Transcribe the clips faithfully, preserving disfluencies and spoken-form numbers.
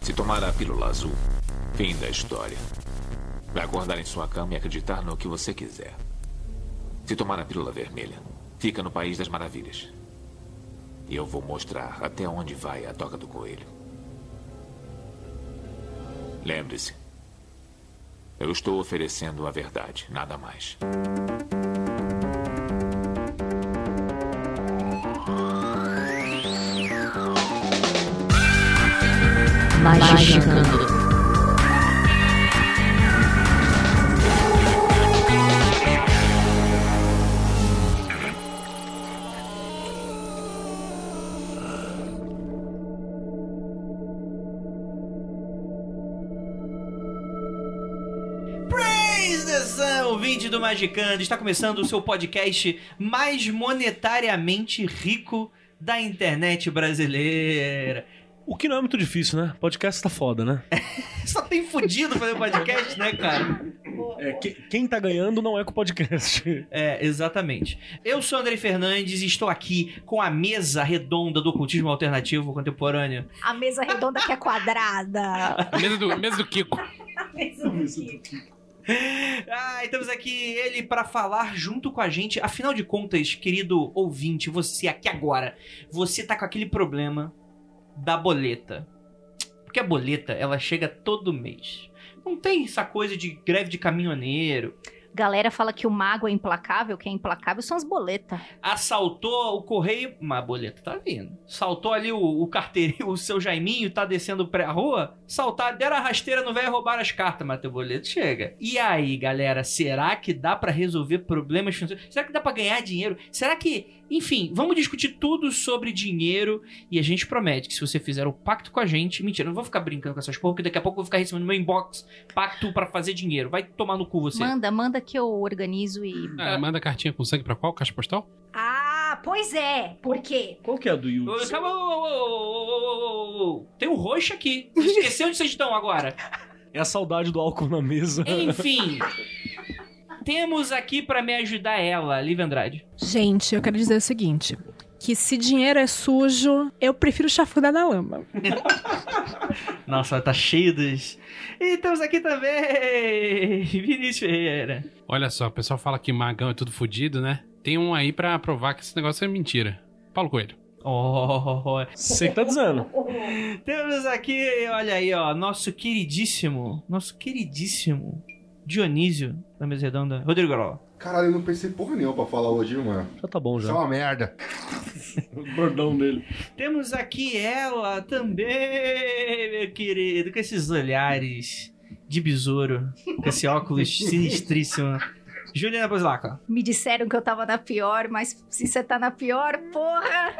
Se tomar a pílula azul, fim da história. Vai acordar em sua cama e acreditar no que você quiser. Se tomar a pílula vermelha, fica no País das Maravilhas. E eu vou mostrar até onde vai a toca do coelho. Lembre-se, eu estou oferecendo a verdade, nada mais. Magicando. Ouvinte do Magicando, está começando o seu podcast mais monetariamente rico da internet brasileira. O que não é muito difícil, né? Podcast tá foda, né? Só tem fudido fazer podcast, né, cara? É, que, quem tá ganhando não é com o podcast. É, exatamente. Eu sou Andrei Fernandes e estou aqui com a mesa redonda do ocultismo alternativo contemporâneo. A mesa redonda que é quadrada. A mesa do, mesa do Kiko. A mesa do Kiko. Ah, estamos aqui ele para falar junto com a gente. Afinal de contas, querido ouvinte, você aqui agora, você tá com aquele problema da boleta. Porque a boleta, ela chega todo mês. Não tem essa coisa de greve de caminhoneiro. Galera fala que o mago é implacável, que é implacável são as boletas. Assaltou o correio, mas a boleta tá vindo. Saltou ali o, o carteirinho, o seu Jaiminho tá descendo pra rua, saltaram, deram a rasteira no velho e roubaram as cartas, mas teu boleto chega. E aí, galera, será que dá pra resolver problemas financeiros? Será que dá pra ganhar dinheiro? Será que... Enfim, vamos discutir tudo sobre dinheiro e a gente promete que se você fizer o pacto com a gente... Mentira, eu não vou ficar brincando com essas porra, porque daqui a pouco eu vou ficar recebendo no meu inbox pacto pra fazer dinheiro. Vai tomar no cu você. Manda, manda que eu organizo e... Ah, manda cartinha com sangue pra qual? Caixa postal? Ah, pois é. Por quê? Qual que é a do Yu? Ô, calma, ô, ô, ô, ô, ô. Tem um roxo aqui. Esqueceu onde vocês estão agora. É a saudade do álcool na mesa. Enfim... Temos aqui pra me ajudar ela, Lívia Andrade. Gente, eu quero dizer o seguinte, que se dinheiro é sujo, eu prefiro chafurdar na lama. Nossa, tá cheio dos... E temos aqui também Vinícius Ferreira. Olha só, o pessoal fala que magão é tudo fodido, né? Tem um aí pra provar que esse negócio é mentira. Paulo Coelho. Oh, você que tá dizendo. Temos aqui, olha aí, ó, nosso queridíssimo, nosso queridíssimo Dionísio da mesa redonda, Rodrigo Grola. Caralho, eu não pensei porra nenhuma pra falar hoje, mano. Já tá bom, já. Isso é uma merda. O bordão dele. Temos aqui ela também, meu querido, com esses olhares de besouro, com esse óculos sinistríssimo. Juliana Boslaca. Me disseram que eu tava na pior, mas se você tá na pior, porra...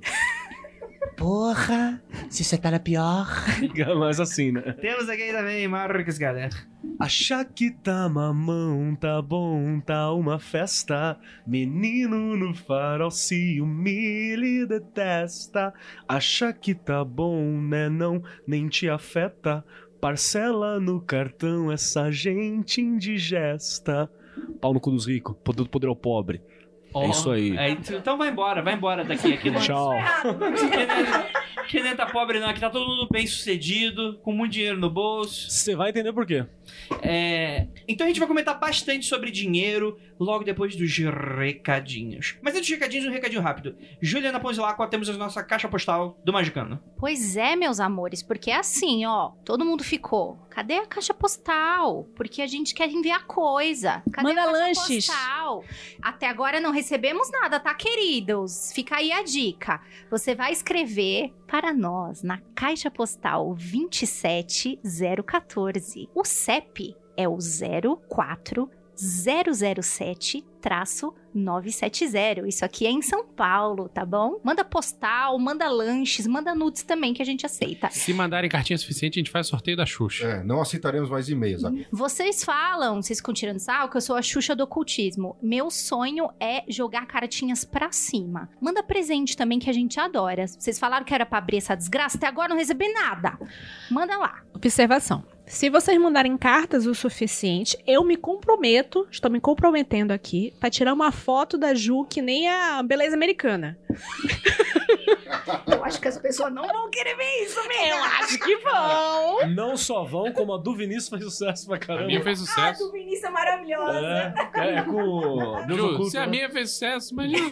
Porra, se você tá na pior. Fica mais assim, né? Temos aqui também Marcos Galer. Achar que tá mamão, tá bom, tá uma festa. Menino no farol, ciúme lhe detesta. Achar que tá bom, né, não, nem te afeta. Parcela no cartão, essa gente indigesta. Pau no cu dos ricos, poder do poder ao pobre. Oh, é isso aí. É, então vai embora, vai embora daqui. Aqui não. Tchau. Que nem tá pobre não, aqui tá todo mundo bem sucedido, com muito dinheiro no bolso. Você vai entender por quê. É... Então a gente vai comentar bastante sobre dinheiro logo depois dos recadinhos. Mas antes dos recadinhos, um recadinho rápido. Juliana Ponzilacqua, temos a nossa caixa postal do Magicando. Pois é, meus amores, porque é assim, ó, todo mundo ficou. Cadê a caixa postal? Porque a gente quer enviar coisa. Cadê Manda a caixa lanches. postal? Até agora não recebemos nada, tá, queridos? Fica aí a dica. Você vai escrever para nós na caixa postal vinte e sete zero quatorze. O C E P é o zero quatro zero zero sete nove sete zero. Isso aqui é em São Paulo, tá bom? Manda postal, manda lanches, manda nudes também que a gente aceita. Se mandarem cartinha suficiente, a gente faz sorteio da Xuxa. É, não aceitaremos mais e-mails aqui. Vocês falam, vocês ficam tirando sarro, que eu sou a Xuxa do ocultismo. Meu sonho é jogar cartinhas pra cima. Manda presente também que a gente adora. Vocês falaram que era pra abrir essa desgraça, até agora não recebi nada. Manda lá. Observação. Se vocês mandarem cartas o suficiente, eu me comprometo, estou me comprometendo aqui, pra tirar uma foto da Ju que nem a beleza americana. Eu acho que as pessoas não vão querer ver isso, amiga. Eu acho que vão. Não só vão, como a do Vinícius fez sucesso pra A caramba. minha fez Ah, sucesso. do Vinícius é maravilhosa. É, é com o Deus Ju, Oculto, se a né? minha fez sucesso, imagina.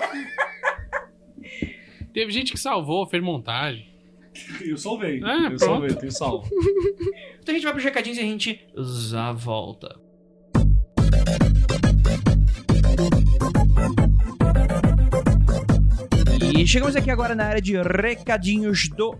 Teve gente que salvou, fez montagem. Eu salvei. É, eu pronto. salvei, eu tenho salvo. Então a gente vai pros recadinhos e a gente já volta. E chegamos aqui agora na área de recadinhos do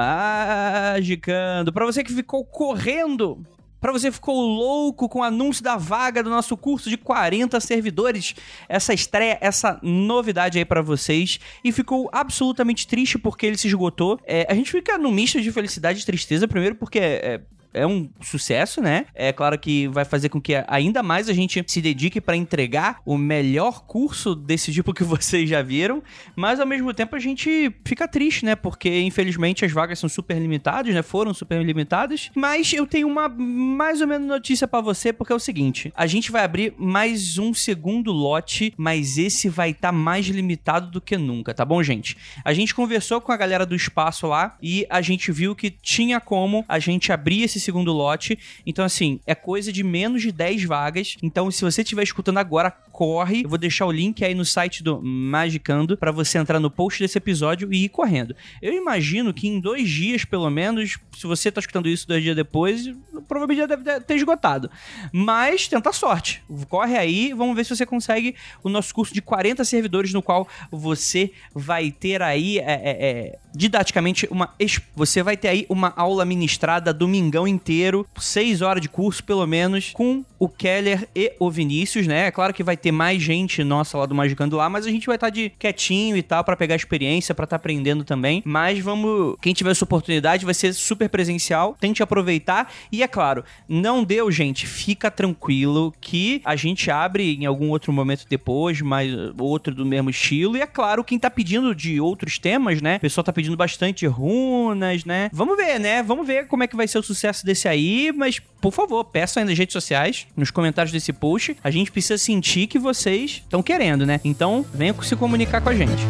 Magicando. Pra você que ficou correndo, pra você que ficou louco com o anúncio da vaga do nosso curso de quarenta servidores, essa estreia, essa novidade aí pra vocês, e ficou absolutamente triste porque ele se esgotou. É, a gente fica num misto de felicidade e tristeza, primeiro porque é, é um sucesso, né? É claro que vai fazer com que ainda mais a gente se dedique para entregar o melhor curso desse tipo que vocês já viram, mas ao mesmo tempo a gente fica triste, né? Porque infelizmente as vagas são super limitadas, né? Foram super limitadas, mas eu tenho uma mais ou menos notícia para você, porque é o seguinte, a gente vai abrir mais um segundo lote, mas esse vai estar tá mais limitado do que nunca, tá bom, gente? A gente conversou com a galera do espaço lá e a gente viu que tinha como a gente abrir esse segundo lote. Então, assim, é coisa de menos de dez vagas. Então, se você estiver escutando agora, corre. Eu vou deixar o link aí no site do Magicando pra você entrar no post desse episódio e ir correndo. Eu imagino que em dois dias, pelo menos, se você tá escutando isso dois dias depois, provavelmente já deve ter esgotado. Mas tenta a sorte. Corre aí, vamos ver se você consegue o nosso curso de quarenta servidores, no qual você vai ter aí, é, é, é, didaticamente, uma... Você vai ter aí uma aula ministrada domingão inteiro, seis horas de curso, pelo menos, com o Keller e o Vinícius, né? É claro que vai ter mais gente nossa lá do Magicando lá, mas a gente vai estar tá de quietinho e tal, pra pegar experiência, pra estar tá aprendendo também. Mas vamos... Quem tiver essa oportunidade vai ser super presencial, tente aproveitar. E é claro, não deu, gente, fica tranquilo que a gente abre em algum outro momento depois, mas outro do mesmo estilo. E é claro, quem tá pedindo de outros temas, né? O pessoal tá pedindo bastante runas, né? Vamos ver, né? Vamos ver como é que vai ser o sucesso desse aí, mas, por favor, peçam aí nas redes sociais, nos comentários desse post. A gente precisa sentir que vocês estão querendo, né? Então, venham se comunicar com a gente.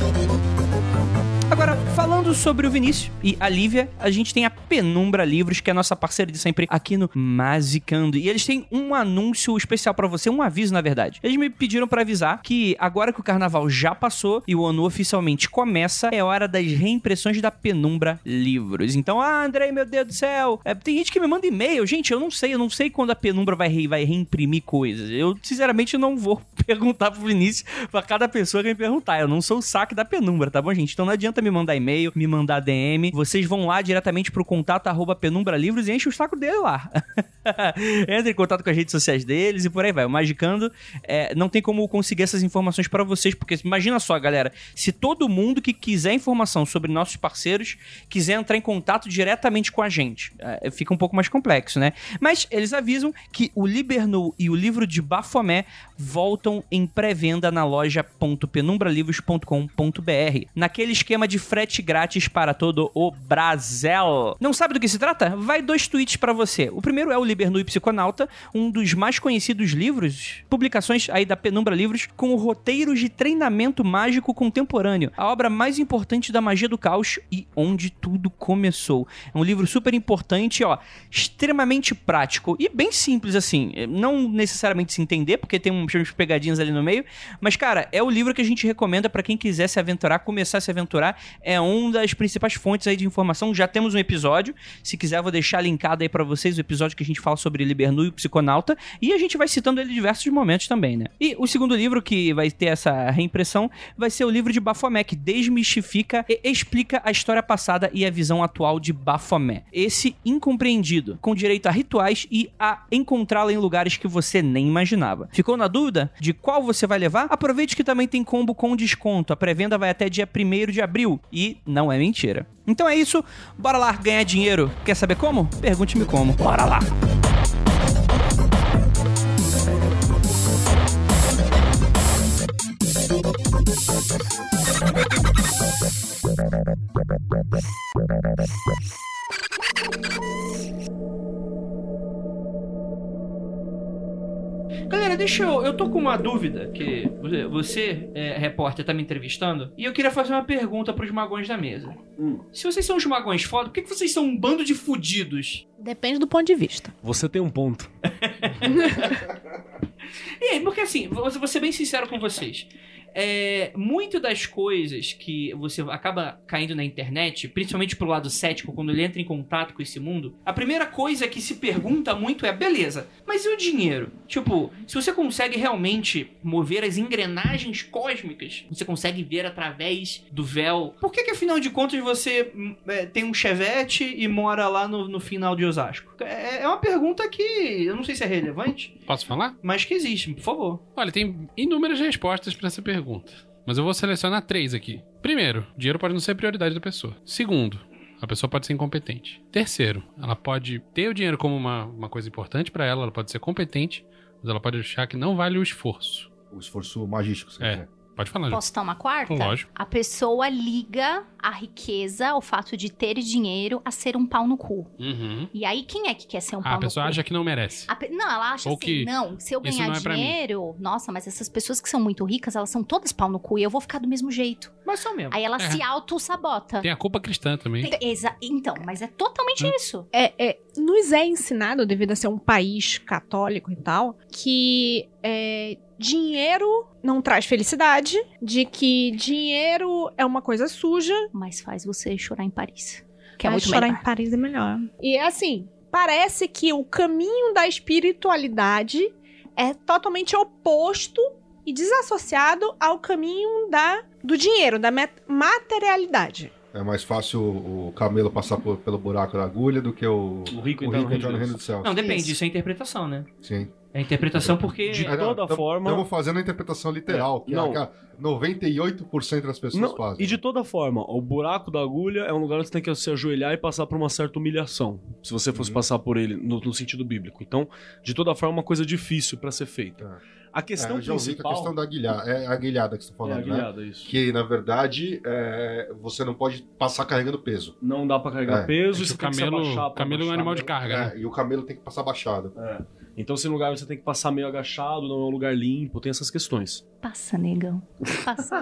Agora, falando sobre o Vinícius e a Lívia, a gente tem a Penumbra Livros, que é a nossa parceira de sempre aqui no Magicando. E eles têm um anúncio especial pra você, um aviso, na verdade. Eles me pediram pra avisar que agora que o carnaval já passou e o ano oficialmente começa, é hora das reimpressões da Penumbra Livros. Então, ah, Andrei, meu Deus do céu, é, tem gente que me manda e-mail. Gente, eu não sei, eu não sei quando a Penumbra vai, re, vai reimprimir coisas. Eu, sinceramente, não vou perguntar pro Vinícius, pra cada pessoa que me perguntar. Eu não sou o saque da Penumbra, tá bom, gente? Então não adianta me mandar e-mail, me mandar D M. Vocês vão lá diretamente pro contato arroba Penumbra Livros e enchem o saco dele lá. Entre em contato com as redes sociais deles e por aí vai. O Magicando é, não tem como conseguir essas informações pra vocês, porque imagina só, galera, se todo mundo que quiser informação sobre nossos parceiros quiser entrar em contato diretamente com a gente, é, fica um pouco mais complexo, né? Mas eles avisam que o Libernu e o livro de Baphomet voltam em pré-venda na loja ponto penumbra livros ponto com ponto b r, naquele esquema de frete grátis para todo o Brasil. Não sabe do que se trata? Vai dois tweets pra você. O primeiro é o Libernu e Psiconauta, um dos mais conhecidos livros, publicações aí da Penumbra Livros, com roteiros de treinamento mágico contemporâneo, a obra mais importante da magia do caos e onde tudo começou. É um livro super importante, ó, extremamente prático e bem simples assim, não necessariamente se entender, porque tem umas pegadinhas ali no meio, mas cara, é o livro que a gente recomenda pra quem quiser se aventurar, começar a se aventurar. É uma das principais fontes aí de informação. Já temos um episódio, se quiser eu vou deixar linkado aí pra vocês o episódio que a gente fala sobre Libernu e o Psiconauta, e a gente vai citando ele em diversos momentos também, né? E o segundo livro que vai ter essa reimpressão vai ser o livro de Baphomet, que desmistifica e explica a história passada e a visão atual de Baphomet. Esse incompreendido, com direito a rituais e a encontrá-la em lugares que você nem imaginava. Ficou na dúvida de qual você vai levar? Aproveite que também tem combo com desconto. A pré-venda vai até dia primeiro de abril. E não é mentira. Então é isso, bora lá ganhar dinheiro. Quer saber como? Pergunte-me como. Bora lá! Galera, deixa eu... Eu tô com uma dúvida, que você, é, repórter, tá me entrevistando, e eu queria fazer uma pergunta pros magões da mesa. Hum. Se vocês são os magões foda, por que, que vocês são um bando de fudidos? Depende do ponto de vista. Você tem um ponto. E aí, porque assim, vou, vou ser bem sincero com vocês. É, muito das coisas que você acaba caindo na internet, principalmente pro lado cético, quando ele entra em contato com esse mundo, a primeira coisa que se pergunta muito é, beleza, mas e o dinheiro? Tipo, se você consegue realmente mover as engrenagens cósmicas, você consegue ver através do véu, por que que afinal de contas você é, tem um Chevette e mora lá no, no final de Osasco? É, é uma pergunta que eu não sei se é relevante. Posso falar? Mas que existe, por favor. Olha, tem inúmeras respostas pra essa pergunta. Mas eu vou selecionar três aqui. Primeiro, dinheiro pode não ser prioridade da pessoa. Segundo, a pessoa pode ser incompetente. Terceiro, ela pode ter o dinheiro como uma, uma coisa importante pra ela, ela pode ser competente, mas ela pode achar que não vale o esforço. O esforço magístico, você É. quer. Pode falar, Ju. Posso dar uma quarta? Lógico. A pessoa liga a riqueza, o fato de ter dinheiro, a ser um pau no cu. Uhum. E aí, quem é que quer ser um Ah, pau a no pessoa cu? acha que não merece. A pe- Não, ela acha Ou assim, que não, se eu isso ganhar não é pra mim. dinheiro, nossa, mas essas pessoas que são muito ricas, elas são todas pau no cu e eu vou ficar do mesmo jeito. Mas são mesmo. Aí ela É. se auto-sabota. Tem a culpa cristã também. Tem- exa- Então, mas é totalmente Hum. isso. É, é, nos é ensinado, devido a ser um país católico e tal, que é, dinheiro não traz felicidade, de que dinheiro é uma coisa suja. Mas faz você chorar em Paris. Que é Mas muito chorar melhor. em Paris é melhor. E é assim, parece que o caminho da espiritualidade é totalmente oposto e desassociado ao caminho da, do dinheiro, da met- materialidade. É mais fácil o camelo passar por- pelo buraco da agulha do que o, O rico o entrar no rico entrar no reino de reino Deus. do céu. Não, depende, Isso. isso é interpretação, né? Sim. É interpretação porque... De É, não, toda tam- forma- Estamos fazendo a interpretação literal, que Não. é a que noventa e oito por cento das pessoas Não, fazem. e de toda forma, o buraco da agulha é um lugar onde você tem que se ajoelhar e passar por uma certa humilhação. Se você fosse Uhum. passar por ele no, no sentido bíblico. Então, de toda forma, é uma coisa difícil pra ser feita. É. A É, questão eu já ouvi que a principal... questão da aguilhada, é a aguilhada que você está É, falando, né? aguilhada, isso. Que, na verdade, é, você não pode passar carregando peso. Não dá pra carregar É. peso É e que você o tem que se camelo, abaixar pra camelo é um baixar, animal de né? carga, né? É, e o camelo tem que passar baixado. É. Então, se no lugar você tem que passar meio agachado, não é um lugar limpo, tem essas questões. Passa, negão. Passa.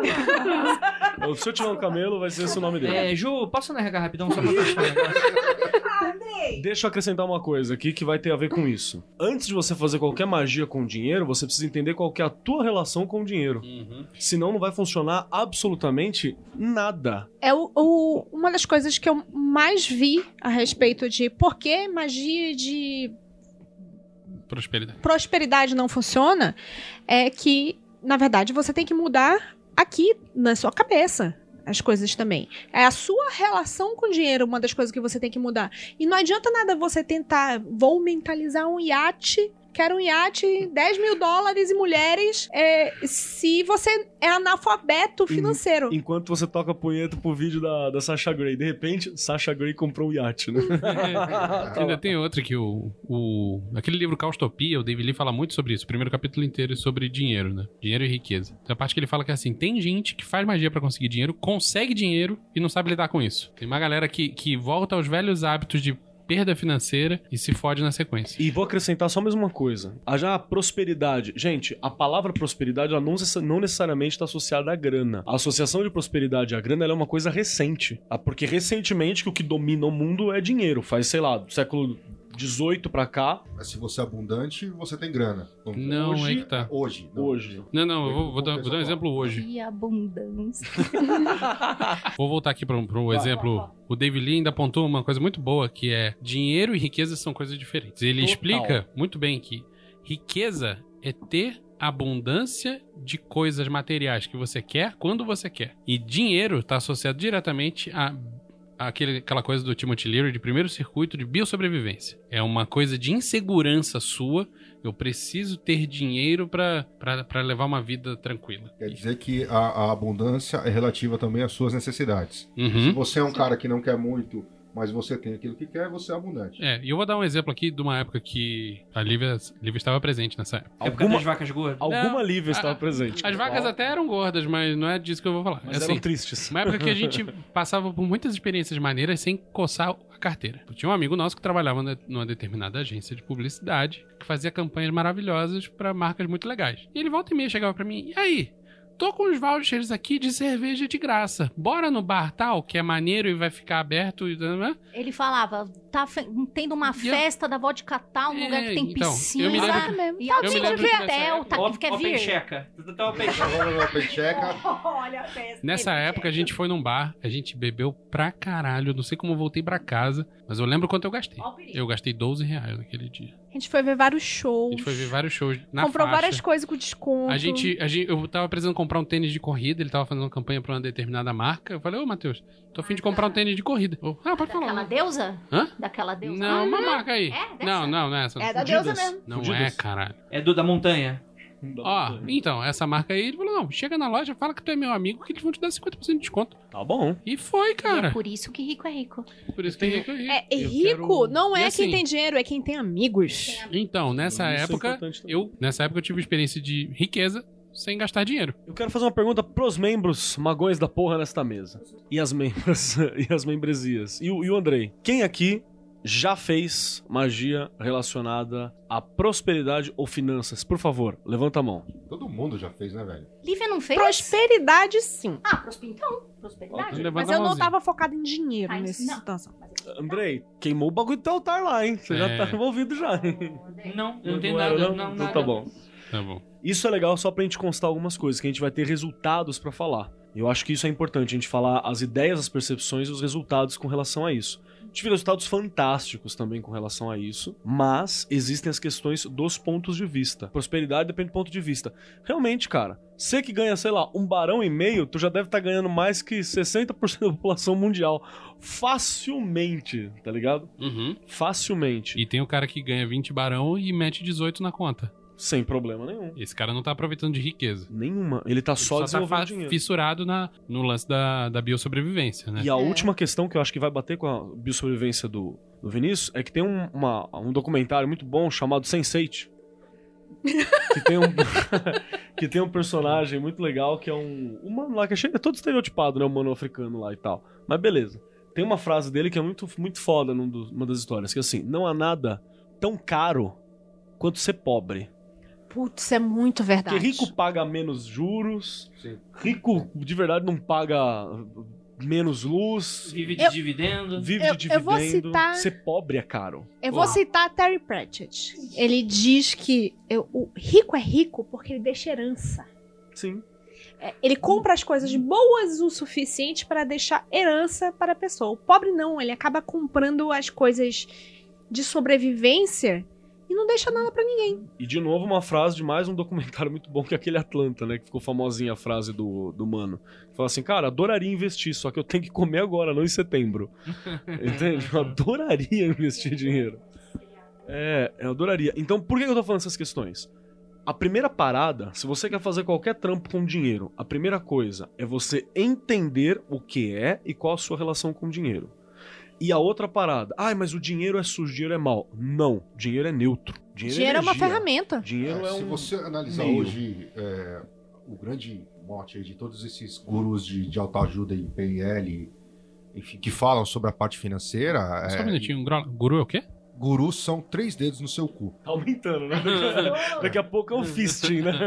Se eu tiver um camelo, vai ser esse o nome dele. É, Ju, posso narrar rapidão só pra fechar o negócio? Deixa eu acrescentar uma coisa aqui que vai ter a ver com isso. Antes de você fazer qualquer magia com dinheiro, você precisa entender qual que é a tua relação com o dinheiro. Uhum. Senão não vai funcionar absolutamente nada. É o, o- uma das coisas que eu mais vi a respeito de por que magia de Prosperidade. prosperidade não funciona, é que, na verdade, você tem que mudar aqui na sua cabeça as coisas também. É a sua relação com o dinheiro uma das coisas que você tem que mudar. E não adianta nada você tentar, vou mentalizar um iate, quero um iate, dez mil dólares e mulheres, é, se você é analfabeto financeiro. Enquanto você toca punheta pro vídeo da, da Sasha Grey. De repente, Sasha Grey comprou um iate, né? Ainda tem outra que o, o... Aquele livro Caustopia, o David Lee fala muito sobre isso. O primeiro capítulo inteiro é sobre dinheiro, né? Dinheiro e riqueza. Tem a parte que ele fala que é assim, tem gente que faz magia pra conseguir dinheiro, consegue dinheiro e não sabe lidar com isso. Tem uma galera que, que volta aos velhos hábitos de perda financeira e se fode na sequência. E vou acrescentar só mais uma coisa. A já a prosperidade. Gente, a palavra prosperidade ela não, necess- não necessariamente está associada à grana. A associação de prosperidade à grana ela é uma coisa recente. Ah, porque recentemente que o que domina o mundo é dinheiro. Faz, sei lá, do século dezoito pra cá. Mas se você é abundante, você tem grana. Não, Hoje- é que tá. Hoje. não. Hoje. Não, não, eu vou, vou dar, vou dar um exemplo hoje. Que abundância. Vou voltar aqui para o exemplo. O David Lee ainda apontou uma coisa muito boa, que é dinheiro e riqueza são coisas diferentes. Ele Total. explica muito bem que riqueza é ter abundância de coisas materiais que você quer quando você quer. E dinheiro está associado diretamente a Aquele, aquela coisa do Timothy Leary de primeiro circuito de biossobrevivência. É uma coisa de insegurança sua. Eu preciso ter dinheiro pra, pra, pra levar uma vida tranquila. Quer dizer que a, a abundância é relativa também às suas necessidades. Se Uhum. você é um cara que não quer muito, Mas você tem aquilo que quer, você é abundante. É, e eu vou dar um exemplo aqui de uma época que a Lívia, Lívia estava presente nessa época. Época Alguma, das vacas gordas. alguma Não, Lívia estava a- presente. As vacas até eram gordas, mas não é disso que eu vou falar. Mas assim, eram tristes. uma época que a gente passava por muitas experiências maneiras sem coçar a carteira. Tinha um amigo nosso que trabalhava na- numa determinada agência de publicidade que fazia campanhas maravilhosas pra marcas muito legais. E ele volta e meia chegava pra mim, e aí? Tô com os vouchers aqui de cerveja de graça. Bora no bar tal, que é maneiro e vai ficar aberto. E... Ele falava, tá fe- tendo uma E eu- festa da vodka tal, num É, lugar que tem então, piscina. eu me lembro sabe? que- mesmo. E eu a me gente lembro vê que nessa Del, época- tá, Ó, que quer Open vir. checa. Tá open checa. Agora no Open Checa. Olha a festa. Nessa época a gente foi num bar, a gente bebeu pra caralho. Não sei como eu voltei pra casa, mas eu lembro quanto eu gastei. Ó o perigo. Eu gastei doze reais naquele dia. A gente foi ver vários shows. A gente foi ver vários shows na comprou faixa. várias coisas com desconto. A gente, a gente, eu tava precisando comprar um tênis de corrida, ele tava fazendo uma campanha pra uma determinada marca. Eu falei, ô Matheus, tô a fim de comprar um tênis de corrida. Eu, ah, pode falar. Daquela deusa? Hã? Daquela deusa? Não, Ah, uma marca aí. É? Dessa? Não, não, não é essa. É da Fudidas. deusa mesmo. Não Fudidas. é, caralho. É do da montanha. Ó, então, essa marca aí, ele falou, não, chega na loja, fala que tu é meu amigo, que eles vão te dar cinquenta por cento de desconto. Tá bom. E foi, E é cara. por isso que rico é rico. Por isso que eu ri. É, Eu rico quero- não E é assim- quem tem dinheiro, é quem tem amigos. Então, nessa Isso é época, importante também. eu, nessa época eu tive experiência de riqueza sem gastar dinheiro. Eu quero fazer uma pergunta pros membros magões da porra nesta mesa. E as membras, e as membresias. E o, e o Andrei. Quem aqui já fez magia relacionada à prosperidade ou finanças? Por favor, levanta a mão. Todo mundo já fez, né, velho? Lívia não fez? Prosperidade, sim. Ah, prosper... então. Prosperidade. Levanta Mas a eu não mãozinha. tava focada em dinheiro Ah, nessa não. situação. Andrei, queimou o bagulho do teu altar lá, hein? Você É. já tá envolvido já, hein? Não, eu não tenho era, nada. não? Não, Então nada. tá bom. Tá bom. Isso é legal só pra gente constar algumas coisas, que a gente vai ter resultados pra falar. Eu acho que isso é importante, a gente falar as ideias, as percepções e os resultados com relação a isso. A gente viu resultados fantásticos também com relação a isso, mas existem as questões dos pontos de vista. Prosperidade depende do ponto de vista. Realmente, cara, você que ganha, sei lá, um barão e meio, tu já deve estar ganhando mais que sessenta por cento da população mundial. Facilmente, tá ligado? Uhum. Facilmente. E tem o cara que ganha vinte barão e mete dezoito na conta. Sem problema nenhum. Esse cara não tá aproveitando de riqueza. Nenhuma. Ele tá Ele só, só tá desenvolvendo fa- dinheiro. fissurado na, no lance da, da biosobrevivência, né? E a última questão que eu acho que vai bater com a biosobrevivência do, do Vinícius é que tem um, uma- um documentário muito bom chamado sense eight. Que tem um, que tem um personagem muito legal que é um, um mano lá que é, cheio- é todo estereotipado, né? Um mano africano lá e tal. Mas beleza. Tem uma frase dele que é muito, muito foda num do- numa das histórias, que é assim, não há nada tão caro quanto ser pobre. Putz, é muito verdade. Porque rico paga menos juros, Sim. rico de verdade não paga menos luz, Vive de Eu- dividendo. vive Eu- de eu vou dividendo. citar- Ser pobre é caro. Eu vou citar Terry Pratchett. Ele diz que eu- o rico é rico porque ele deixa herança. Sim. É, ele compra as coisas boas o suficiente para deixar herança para a pessoa. O pobre não, ele acaba comprando as coisas de sobrevivência e não deixa nada para ninguém. E de novo uma frase de mais um documentário muito bom que é aquele Atlanta, né? Que ficou famosinha a frase do, do mano. Fala assim, cara, adoraria investir, só que eu tenho que comer agora, não em setembro. Entende? Eu adoraria investir dinheiro. É, eu adoraria. Então por que eu tô falando essas questões? A primeira parada, se você quer fazer qualquer trampo com dinheiro, a primeira coisa é você entender o que é e qual a sua relação com o dinheiro. E a outra parada, ai, mas o dinheiro é sujo, o dinheiro é mal. Não, dinheiro é neutro. Dinheiro, Dinheiro é uma energia. ferramenta. Dinheiro é, É, se um... você analisar meio. hoje é, o grande mote aí de todos esses gurus de, de autoajuda e P N L, enfim, que falam sobre a parte financeira, Só um é, minutinho, gro- guru é o quê? gurus são três dedos no seu cu. Tá aumentando, né? Daqui a pouco é um fisting, né?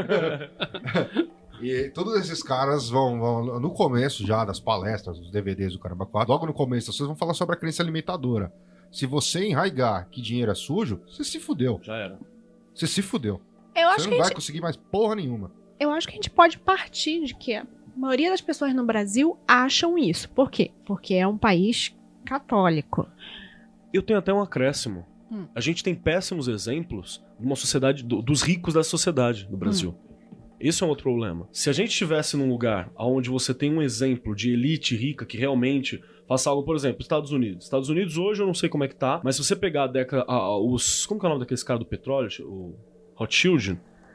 E todos esses caras vão, vão, no começo já das palestras, dos D V Ds do Caramba quatro, logo no começo, vocês vão falar sobre a crença limitadora. Se você enraigar que dinheiro é sujo, você se fudeu. Já era. Você se fudeu. Eu Você acho, não que a vai gente, conseguir mais porra nenhuma. eu acho que a gente pode partir de que a maioria das pessoas no Brasil acham isso. Por quê? Porque é um país católico. Eu tenho até um acréscimo. Hum. A gente tem péssimos exemplos de uma sociedade, do- dos ricos da sociedade no Brasil. Esse é um outro problema. Se a gente estivesse num lugar onde você tem um exemplo de elite rica que realmente faça algo, por exemplo, Estados Unidos. Estados Unidos hoje eu não sei como é que tá, mas se você pegar a década, a- a- os... Como que é o nome daqueles caras do petróleo? O Rothschild?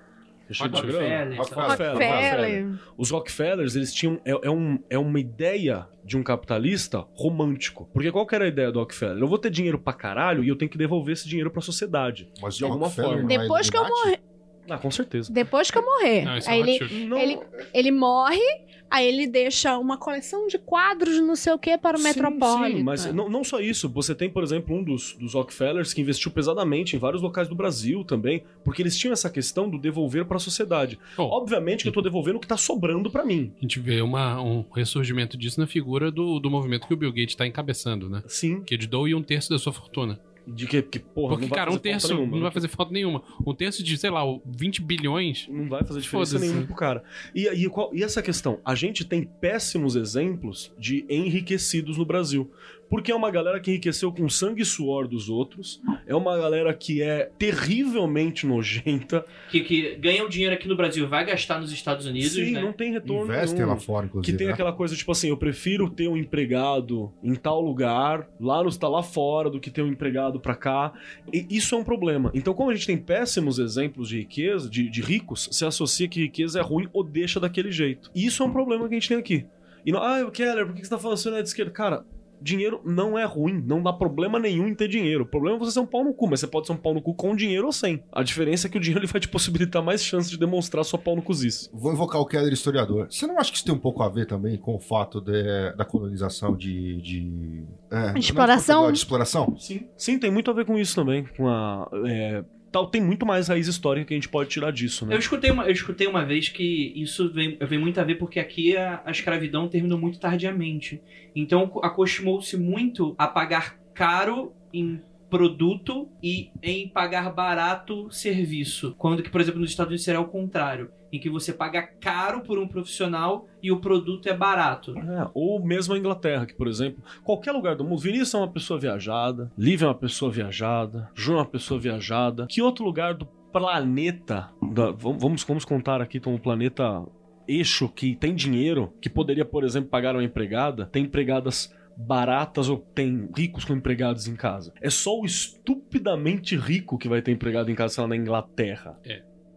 Cheio de Rockefeller. grana. Rockefeller. Rockefeller. Os Rockefellers, eles tinham. É, é, um, é uma ideia de um capitalista romântico. Porque qual que era a ideia do Rockefeller? Eu vou ter dinheiro pra caralho e eu tenho que devolver esse dinheiro pra sociedade. Mas De alguma Rockefeller forma. não é Depois que eu Illuminati? morrer. Ah, com certeza. Depois que eu morrer. Não, isso é aí um ele, Rothschild. Não, ele, ele morre, aí ele deixa uma coleção de quadros, não sei o que, para o Sim, Metropolitan. Sim, mas não, não só isso. Você tem, por exemplo, um dos, dos Rockefellers que investiu pesadamente em vários locais do Brasil também, porque eles tinham essa questão do devolver pra sociedade. Bom, Obviamente que eu tô devolvendo o que tá sobrando pra mim. a gente vê uma, um ressurgimento disso na figura do, do movimento que o Bill Gates tá encabeçando, né? Sim. Que ele doe um terço da sua fortuna. De que, que porra, Porque, não vai cara, um fazer falta terço nenhuma, não vai né? fazer falta nenhuma. Um terço de, sei lá, vinte bilhões. Não vai fazer diferença Foda-se. nenhuma pro cara. E, e, qual- e essa questão? A gente tem péssimos exemplos de enriquecidos no Brasil. Porque é uma galera que enriqueceu com sangue e suor dos outros. É uma galera que é terrivelmente nojenta. Que, que ganha o dinheiro aqui no Brasil, vai gastar nos Estados Unidos, Sim, né? não tem retorno Investem nenhum. lá fora, inclusive. Que tem né? aquela coisa, tipo assim, eu prefiro ter um empregado em tal lugar, lá no tá lá fora, do que ter um empregado pra cá. E isso é um problema. Então, como a gente tem péssimos exemplos de riqueza, de, de ricos, se associa que riqueza é ruim ou deixa daquele jeito. E isso é um problema que a gente tem aqui. E não, ah, Keller, por que você tá falando assim, não é de esquerda? Cara, dinheiro não é ruim, não dá problema nenhum em ter dinheiro. O problema é você ser um pau no cu, mas você pode ser um pau no cu com dinheiro ou sem. A diferença é que o dinheiro ele vai te possibilitar mais chance de demonstrar sua pau no cuzice. Vou invocar o Keller historiador. Você não acha que isso tem um pouco a ver também com o fato de- da colonização de... de é, Exploração? não é de exploração? Sim. Sim, tem muito a ver com isso também. Com a. É, tal, tem muito mais raiz histórica que a gente pode tirar disso, né? Eu escutei, uma, eu escutei uma vez que isso vem, vem muito a ver porque aqui a, a escravidão terminou muito tardiamente. Então acostumou-se muito a pagar caro em produto e em pagar barato serviço. Quando que, por exemplo, nos Estados Unidos seria o contrário. Em que você paga caro por um profissional e o produto é barato. É, ou mesmo a Inglaterra, que, por exemplo, qualquer lugar do mundo, Vinícius é uma pessoa viajada, Lívia é uma pessoa viajada, João é uma pessoa viajada. Que outro lugar do planeta, da- vamos, vamos- vamos contar aqui, então, um planeta eixo que tem dinheiro, que poderia, por exemplo, pagar uma empregada, tem empregadas baratas ou tem ricos com empregados em casa. É só o estupidamente rico que vai ter empregado em casa, sei lá, na Inglaterra. É.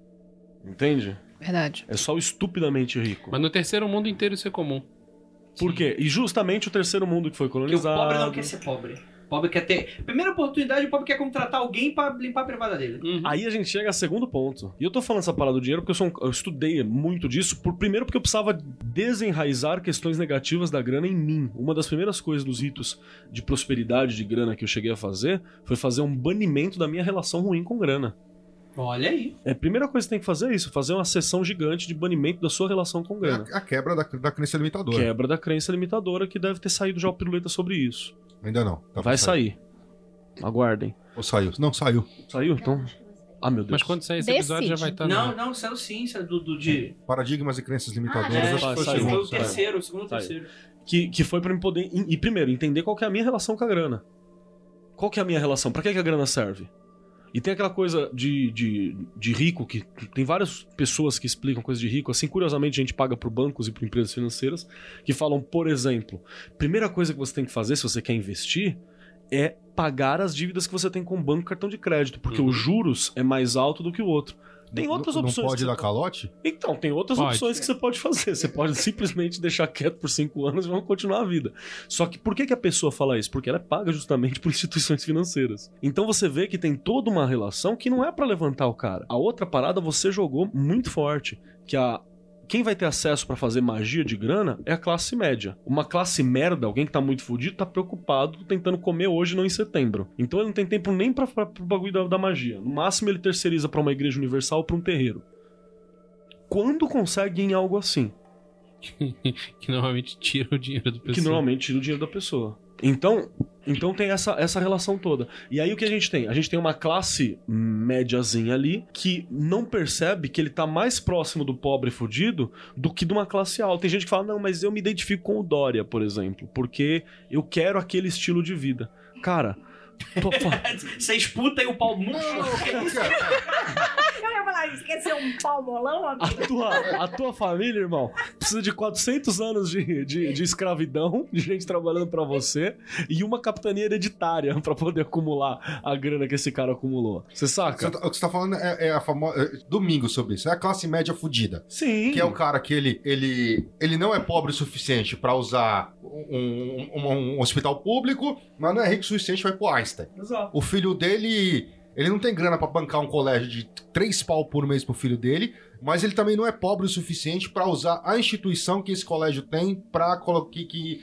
Entende? Verdade. É só o estupidamente rico. Mas no terceiro mundo inteiro isso é comum. Por quê? E justamente o terceiro mundo que foi Porque o colonizado. pobre não quer ser pobre. O pobre quer ter... Primeira oportunidade, o pobre quer contratar alguém pra limpar a privada dele. Aí a gente chega a segundo ponto. E eu tô falando essa parada do dinheiro porque eu, sou um- eu estudei muito disso. Por, primeiro porque eu precisava desenraizar questões negativas da grana em mim. Uma das primeiras coisas dos ritos de prosperidade de grana que eu cheguei a fazer foi fazer um banimento da minha relação ruim com grana. Olha aí. É, a primeira coisa que você tem que fazer é isso, fazer uma sessão gigante de banimento da sua relação com É grana. a, a quebra da, da crença limitadora. Quebra da crença limitadora que deve ter saído já o piruleta sobre isso. Ainda não. Tá pra Vai sair. Aguardem. Ou saiu? Não, saiu. Saiu? Então... Ah, meu Deus. Mas quando sair esse episódio já vai estar Não, não, saiu sim, saiu do, do de... Paradigmas e crenças limitadoras. É, acho que foi o saiu. foi segundo. o terceiro, o segundo ou Saiu. terceiro. Que, que foi pra mim poder... E, e primeiro, entender qual que é a minha relação com a grana. Qual que é a minha relação? Pra que, que a grana serve? E tem aquela coisa de, de, de rico, que tem várias pessoas que explicam coisa de rico, assim, curiosamente a gente paga por bancos e por empresas financeiras, que falam, por exemplo, primeira coisa que você tem que fazer se você quer investir é pagar as dívidas que você tem com o banco e cartão de crédito, porque Uhum. os juros é mais alto do que o outro. Tem Não- outras não, opções. Não que pode você dar pode- calote? Então, tem outras Pode. opções que você pode fazer. Você pode simplesmente deixar quieto por cinco anos e vamos continuar a vida. Só que por que, que a pessoa fala isso? Porque ela é paga justamente por instituições financeiras. Então você vê que tem toda uma relação que não é pra levantar o cara. A outra parada você jogou muito forte, que a quem vai ter acesso pra fazer magia de grana é a classe média. Uma classe merda, alguém que tá muito fudido, tá preocupado tentando comer hoje, não em setembro. Então ele não tem tempo nem pra, pra, pro bagulho da, da magia. No máximo ele terceiriza pra uma igreja universal ou pra um terreiro. Quando consegue em algo assim? Que normalmente tira o dinheiro do pessoal. Que normalmente tira o dinheiro da pessoa. Então, então tem essa, essa relação toda. E aí o que a gente tem? A gente tem uma classe médiazinha ali que não percebe que ele tá mais próximo do pobre fudido do que de uma classe alta. Tem gente que fala, não, mas eu me identifico com o Dória, por exemplo, porque eu quero aquele estilo de vida. Cara, tô fa- Você esputa e o pau murcho. Não, eu quero- Eu ia falar Esqueceu um palmolão, amigo? A tua, a tua família, irmão, precisa de quatrocentos anos de, de, de escravidão, de gente trabalhando pra você, e uma capitania hereditária pra poder acumular a grana que esse cara acumulou. Você saca? O que você tá falando é, é a famosa... Domingo sobre isso. É a classe média fudida. Sim. Que é o cara que ele, ele, ele não é pobre o suficiente pra usar um, um, um hospital público, mas não é rico o suficiente pra ir pro Einstein. Exato. O filho dele... Ele não tem grana pra bancar um colégio de três pau por mês pro filho dele, mas ele também não é pobre o suficiente pra usar a instituição que esse colégio tem pra colocar que...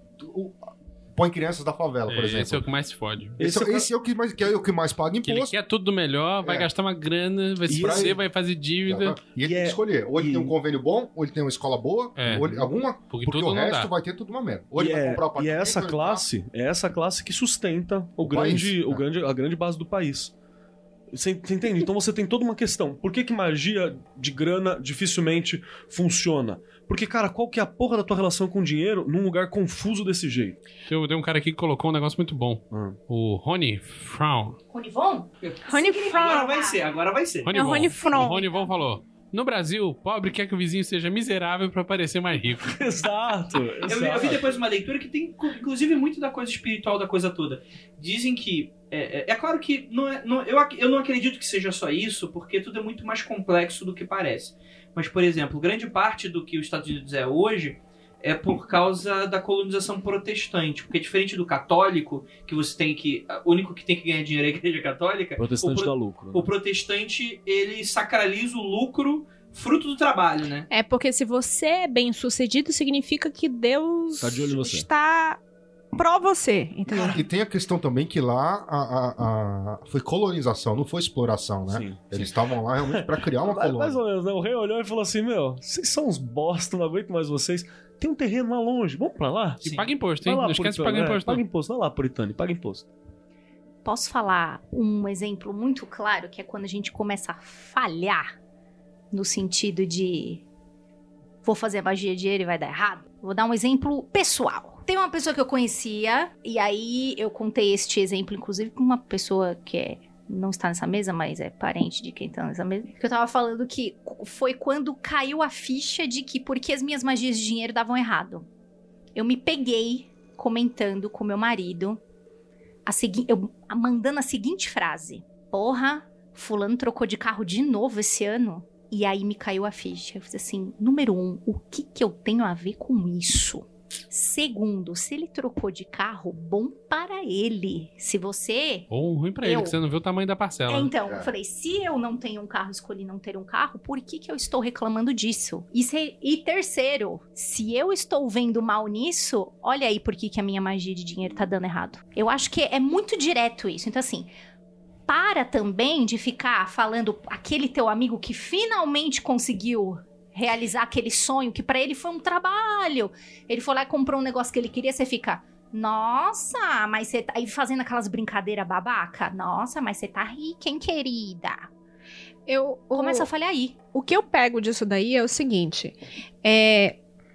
O, põe crianças da favela, por exemplo. Esse é o que mais se fode. Esse, esse, esse é o que mais, que é o que mais paga Que ele imposto. quer tudo do melhor, vai É. gastar uma grana, vai se E aí- fuder, vai fazer dívida. E ele E tem é- que escolher. Ou ele e- tem um convênio bom, ou ele tem uma escola boa, É. ou ele, alguma, Porque porque, tudo o não resto dá. vai ter tudo uma merda. Ou ele E vai é, comprar o e apartamento, é essa ou ele classe, é essa classe que sustenta o, O grande, país, o né? grande, a grande base do país. Você, você entende? Então você tem toda uma questão. Por que que magia de grana dificilmente funciona? Porque, cara, qual que é a porra da tua relação com o dinheiro num lugar confuso desse jeito? Tem, tem um cara aqui que colocou um negócio muito bom. Hum. O Rony Frown. Ronivon? Rony Agora Frown. vai ser, agora vai ser. Rony É o Von. Rony Frown. O Rony Von falou: no Brasil, pobre quer que o vizinho seja miserável pra parecer mais rico. Exato, Eu vi, eu vi exato. depois uma leitura que tem, inclusive, muito da coisa espiritual da coisa toda. Dizem que. É, é, é claro que não é, não, eu, ac- eu não acredito que seja só isso, porque tudo é muito mais complexo do que parece. Mas, por exemplo, grande parte do que os Estados Unidos é hoje é por causa da colonização protestante. Porque diferente do católico, que você tem que. O único que tem que ganhar dinheiro é a igreja católica. Protestante o, pro- dá lucro. né? o protestante, ele sacraliza o lucro fruto do trabalho, né? É porque se você é bem sucedido, significa que Deus Tá de olho em você. está pró você, entendeu? E tem a questão também que lá a, a- a- foi colonização, não foi exploração, né? Sim, Eles estavam lá realmente pra criar uma Mais, colônia. mais ou menos, né? O rei olhou e falou assim: Meu, vocês são uns bosta, não aguento mais vocês. Tem um terreno lá longe, vamos pra lá? E Sim. paga imposto, Vai hein? lá, Não esquece de Puritano, pagar é, imposto. Paga não. imposto, vai lá, Puritano, paga imposto. Posso falar um exemplo muito claro, que é quando a gente começa a falhar no sentido de vou fazer magia de dinheiro e vai dar errado? Vou dar um exemplo pessoal. Tem uma pessoa que eu conhecia, e aí eu contei este exemplo, inclusive, com uma pessoa que é, não está nessa mesa, mas é parente de quem está nessa mesa. Que eu tava falando que foi quando caiu a ficha de que porque as minhas magias de dinheiro davam errado. Eu me peguei comentando com meu marido a segui- eu mandando a seguinte frase: porra, fulano trocou de carro de novo esse ano. E aí me caiu a ficha. Eu fiz assim, número um, o que que eu tenho a ver com isso? Segundo, se ele trocou de carro, bom para ele. Se você... Ou ruim pra ele, Eu. que você não viu o tamanho da parcela. É, né? então, É. eu falei, se eu não tenho um carro, escolhi não ter um carro, por que que eu estou reclamando disso? E, se- e terceiro, se eu estou vendo mal nisso, olha aí por que que a minha magia de dinheiro tá dando errado. Eu acho que é muito direto isso. Então, assim, para também de ficar falando aquele teu amigo que finalmente conseguiu realizar aquele sonho, que pra ele foi um trabalho. Ele foi lá e comprou um negócio que ele queria, você fica... Nossa, mas você tá aí fazendo aquelas brincadeiras babaca? Nossa, mas você tá rica, hein, querida? Eu, o, Começa a falhar aí. o que eu pego disso daí é o seguinte: é,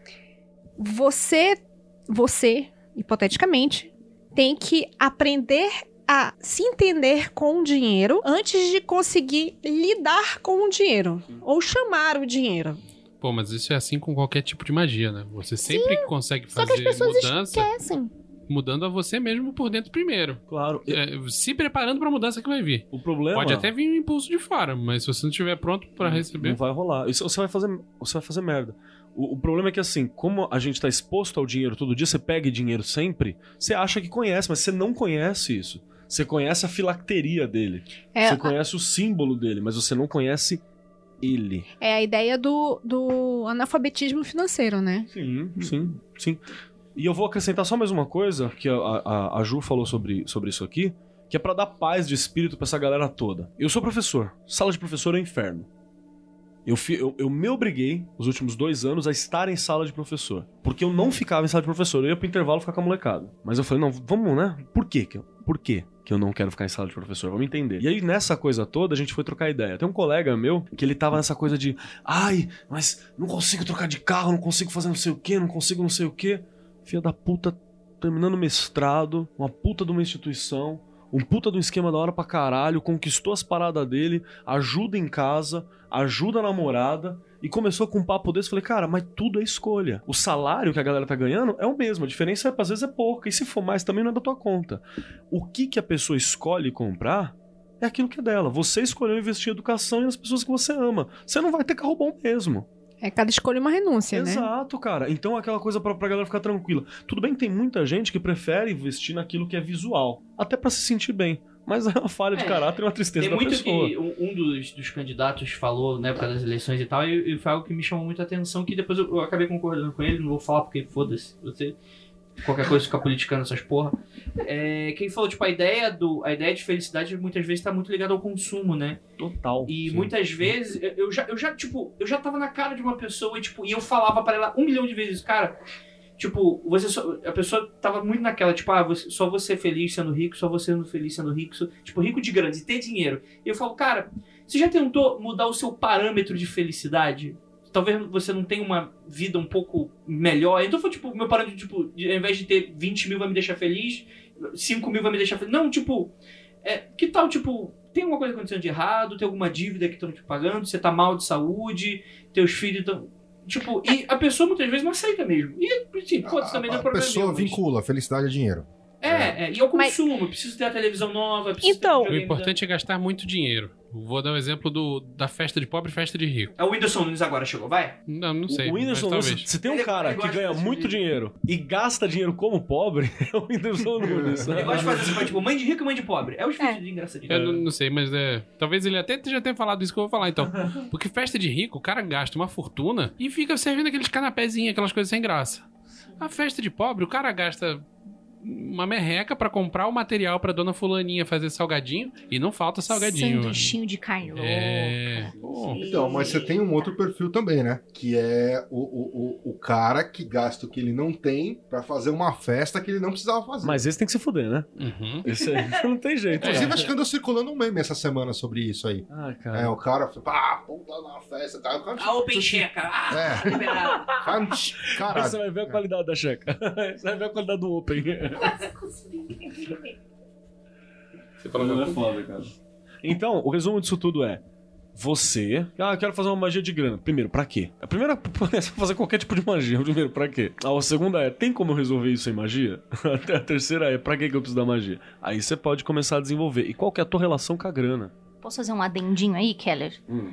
você, você, hipoteticamente, tem que aprender a se entender com o dinheiro antes de conseguir lidar com o dinheiro ou chamar o dinheiro. Pô, mas isso é assim com qualquer tipo de magia, né? Você sempre consegue Só que as fazer pessoas mudança esquecem. mudando a você mesmo por dentro primeiro. Claro. É, se preparando pra mudança que vai vir. O problema Pode até vir um impulso de fora, mas se você não estiver pronto pra receber... não vai rolar. Isso você vai fazer, você vai fazer merda. O, o problema é que assim, como a gente tá exposto ao dinheiro todo dia, você pega dinheiro sempre, você acha que conhece, mas você não conhece isso. Você conhece a filacteria dele. É, Você conhece o símbolo dele, mas você não conhece ele. É a ideia do, do analfabetismo financeiro, né? Sim, sim, sim. E eu vou acrescentar só mais uma coisa, que a, a, a Ju falou sobre, sobre isso aqui, que é pra dar paz de espírito pra essa galera toda. Eu sou professor. Sala de professor é um inferno. Eu, fi, eu, eu me obriguei, os últimos dois anos, a estar em sala de professor. Porque eu não ficava em sala de professor. Eu ia pro intervalo ficar com a molecada. Mas eu falei, não, vamos, né? Por quê? que eu- Por quê que eu não quero ficar em sala de professor? Vamos entender. E aí, nessa coisa toda, a gente foi trocar ideia. Tem um colega meu que ele tava nessa coisa de ai, mas não consigo trocar de carro, não consigo fazer não sei o quê, não consigo não sei o quê. Filha da puta, terminando mestrado, uma puta de uma instituição, um puta de um esquema da hora pra caralho, conquistou as paradas dele, ajuda em casa, ajuda a namorada, e começou com um papo desse. Falei, cara, mas tudo é escolha. O salário que a galera tá ganhando é o mesmo, a diferença às vezes é pouca, e se for mais também não é da tua conta. O que que a pessoa escolhe comprar é aquilo que é dela. Você escolheu investir em educação e nas pessoas que você ama. Você não vai ter carro bom mesmo. É cada escolha uma renúncia, né? Exato, cara. Então aquela coisa pra, pra galera ficar tranquila. Tudo bem que tem muita gente que prefere investir naquilo que é visual, até pra se sentir bem. Mas é uma falha de É, caráter e uma tristeza Tem da muito pessoa. que um, um dos, dos candidatos falou na época das eleições e tal, e, e foi algo que me chamou muita atenção, que depois eu, eu acabei concordando com ele, não vou falar porque foda-se, você... Qualquer coisa fica politicando essas porra. É, quem falou, tipo, a ideia, do, a ideia de felicidade muitas vezes tá muito ligada ao consumo, né? Total. E sim. muitas vezes, eu- eu já, eu já, tipo, eu já tava na cara de uma pessoa e, tipo, e eu falava pra ela um milhão de vezes, cara, tipo, você só, a pessoa tava muito naquela, tipo, ah, você, só você feliz sendo rico, só você sendo feliz sendo rico, só- tipo, rico de grande, e ter dinheiro. E eu falo, cara, você já tentou mudar o seu parâmetro de felicidade? Talvez você não tenha uma vida um pouco melhor. Então foi tipo, meu parâmetro, tipo, de, ao invés de ter vinte mil vai me deixar feliz, cinco mil vai me deixar feliz. Não, tipo, é, que tal, tipo, tem alguma coisa acontecendo de errado, tem alguma dívida que estão te pagando, você tá mal de saúde, teus filhos estão. Tipo, e a pessoa muitas vezes não aceita mesmo. E, assim, pô, isso também a, não é a problema pessoa meu, mas- vincula felicidade a dinheiro. É, é, e ao Mas- consumo. Eu preciso ter a televisão nova, eu preciso Então- ter O videogame importante é gastar muito dinheiro. Vou dar o exemplo do, da festa de pobre e festa de rico. da... É o Whindersson Nunes agora chegou, vai? Não, não sei. O Whindersson mas Nunes, talvez. se tem um Ele- cara ele que gosta ganha desse muito vídeo. dinheiro e gasta dinheiro como pobre, é o Whindersson Nunes. Ele gosta de fazer assim, tipo, mãe de rico e mãe de pobre. É os vídeos de engraçadinho. Eu não, não sei, mas é. Talvez ele até já tenha falado isso que eu vou falar então. Porque festa de rico, o cara gasta uma fortuna e fica servindo aqueles canapézinhos, aquelas coisas sem graça. A festa de pobre, o cara gasta uma merreca pra comprar o material pra dona fulaninha fazer salgadinho e não falta salgadinho. Sanduichinho de carne louca. É. Pô, Então, mas você tem um outro perfil também, né? Que é o, o, o, o cara que gasta o que ele não tem pra fazer uma festa que ele não precisava fazer. Mas esse tem que se fuder, né? uhum. Esse aí não tem jeito. Inclusive, né? acho que andou circulando um meme essa semana sobre isso aí. Ah, cara. É, o cara, ah, puta na festa, cara. O cara A Open Checa. Ah, É. tá liberado. cara, Aí você caralho. vai ver a qualidade da checa. Você vai ver a qualidade do Open. É foda, cara. Então, o resumo disso tudo é: você. Ah, eu quero fazer uma magia de grana. Primeiro, pra quê? A primeira é fazer qualquer tipo de magia. Primeiro, pra quê? A segunda é: tem como eu resolver isso sem magia? A terceira é: pra que que eu preciso da magia? Aí você pode começar a desenvolver. E qual que é a tua relação com a grana? Posso fazer um adendinho aí, Keller? Hum.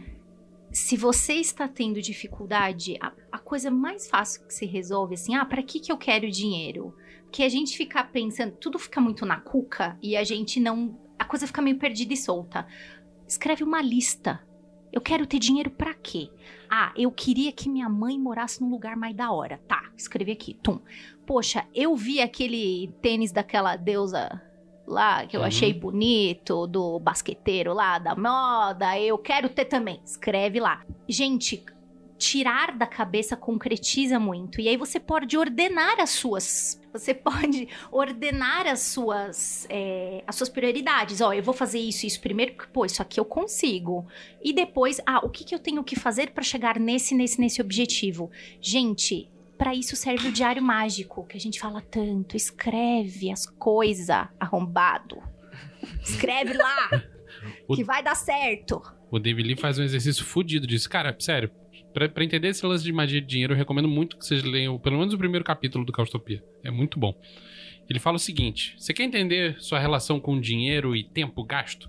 Se você está tendo dificuldade, a, a coisa mais fácil que se resolve, assim, ah, pra que que eu quero dinheiro? Porque a gente fica pensando, tudo fica muito na cuca e a gente não... A coisa fica meio perdida e solta. Escreve uma lista. Eu quero ter dinheiro pra quê? Ah, eu queria que minha mãe morasse num lugar mais da hora. Tá, escrevi aqui, tum. Poxa, eu vi aquele tênis daquela deusa lá, que eu Uhum. achei bonito, do basqueteiro lá, da moda, eu quero ter também. Escreve lá. Gente, tirar da cabeça concretiza muito. E aí você pode ordenar as suas... Você pode ordenar as suas, é, as suas prioridades. Ó, eu vou fazer isso e isso primeiro, porque, pô, isso aqui eu consigo. E depois, ah, o que, que eu tenho que fazer pra chegar nesse, nesse, nesse objetivo? Gente, pra isso serve o diário mágico, que a gente fala tanto. Escreve as coisas, arrombado. Escreve lá, O- que vai dar certo. O David Lee faz um exercício fudido disso. Cara, sério, pra, pra entender esse lance de magia de dinheiro, eu recomendo muito que vocês leiam pelo menos o primeiro capítulo do Caustopia. É muito bom. Ele fala o seguinte: você quer entender sua relação com dinheiro e tempo gasto?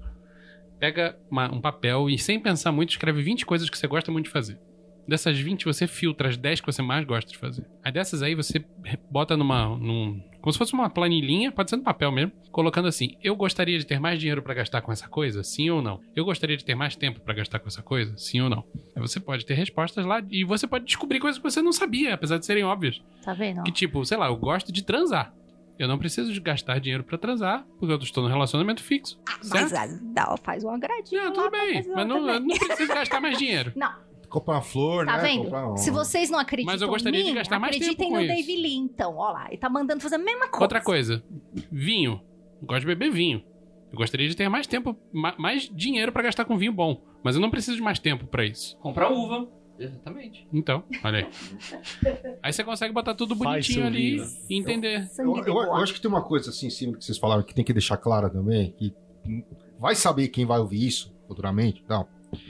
Pega uma- um papel e, sem pensar muito, escreve vinte coisas que você gosta muito de fazer. Dessas vinte, você filtra as dez que você mais gosta de fazer. Aí dessas aí, você bota numa... Num, como se fosse uma planilhinha, pode ser no papel mesmo, colocando assim: eu gostaria de ter mais dinheiro pra gastar com essa coisa? Sim ou não? Eu gostaria de ter mais tempo pra gastar com essa coisa? Sim ou não? Aí você pode ter respostas lá e você pode descobrir coisas que você não sabia, apesar de serem óbvias. Tá vendo? Que tipo, sei lá, eu gosto de transar. Eu não preciso de gastar dinheiro pra transar, porque eu estou num relacionamento fixo. Mas Certo? ah, dá, faz um agradinho. Não, lá tudo pra bem, fazer mas lá não, também. eu não preciso gastar mais dinheiro. Não, Comprar uma flor, tá né? vendo? Comprar um... Se vocês não acreditam Mas eu gostaria em de mim, gastar mais acreditem tempo com no isso. David Lee, então. Ó lá, ele tá mandando fazer a mesma coisa. Outra coisa, vinho. Eu gosto de beber vinho. Eu gostaria de ter mais tempo, ma- mais dinheiro pra gastar com vinho bom. Mas eu não preciso de mais tempo pra isso. Comprar uva. Exatamente. Então, olha aí. Aí você consegue botar tudo Faz bonitinho seu ali livro. e entender. Eu, eu- eu acho que tem uma coisa assim em cima que vocês falaram que tem que deixar clara também, que vai saber quem vai ouvir isso futuramente. Não.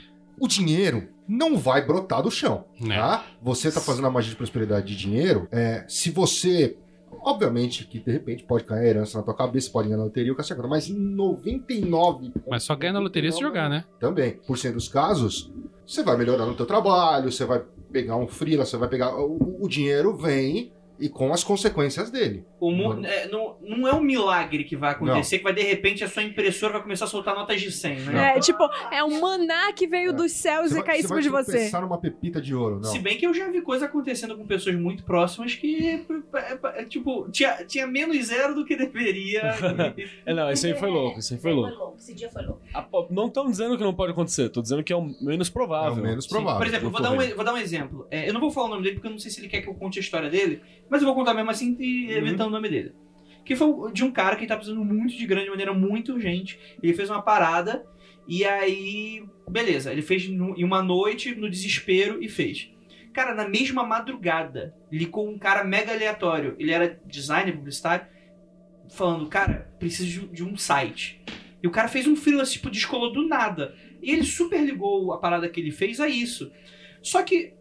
O dinheiro não vai brotar do chão, Né. tá? Você tá fazendo a magia de prosperidade de dinheiro, é, se você... Obviamente que de repente pode cair a herança na tua cabeça, pode ganhar na loteria, o cacete, mas em noventa e nove... Mas só ganha na loteria se jogar, né? Também. Por cento dos casos, você vai melhorar no teu trabalho, você vai pegar um freela, você vai pegar... O, o dinheiro vem e com as consequências dele. O mu- Mano. é, não, não é um milagre que vai acontecer, que vai de repente a sua impressora vai começar a soltar notas de cem, né? É, tipo, é um maná que veio É. dos céus Você e vai, caiu em você cima vai de você. tropeçar numa pepita de ouro, não. Se bem que eu já vi coisa acontecendo com pessoas muito próximas que, é, é, tipo, tinha, tinha menos zero do que deveria. É, não, esse aí foi louco, esse aí foi louco. Esse dia foi louco. Ah, pô, não estão dizendo que não pode acontecer, tô dizendo que é o menos É provável. o menos Sim. provável. Por exemplo, eu vou dar, um, vou dar um exemplo. É, eu não vou falar o nome dele porque eu não sei se ele quer que eu conte a história dele, mas eu vou contar mesmo assim, e evitando o nome dele. Que foi de um cara que tá precisando muito de grana de maneira muito urgente. Ele fez uma parada e aí, beleza, ele fez no- em uma noite, no desespero, e fez. Cara, na mesma madrugada, ligou um cara mega aleatório. Ele era designer, publicitário, falando, cara, preciso de, de um site. E o cara fez um freelance, tipo, descolou do nada. E ele super ligou a parada que ele fez a isso. Só que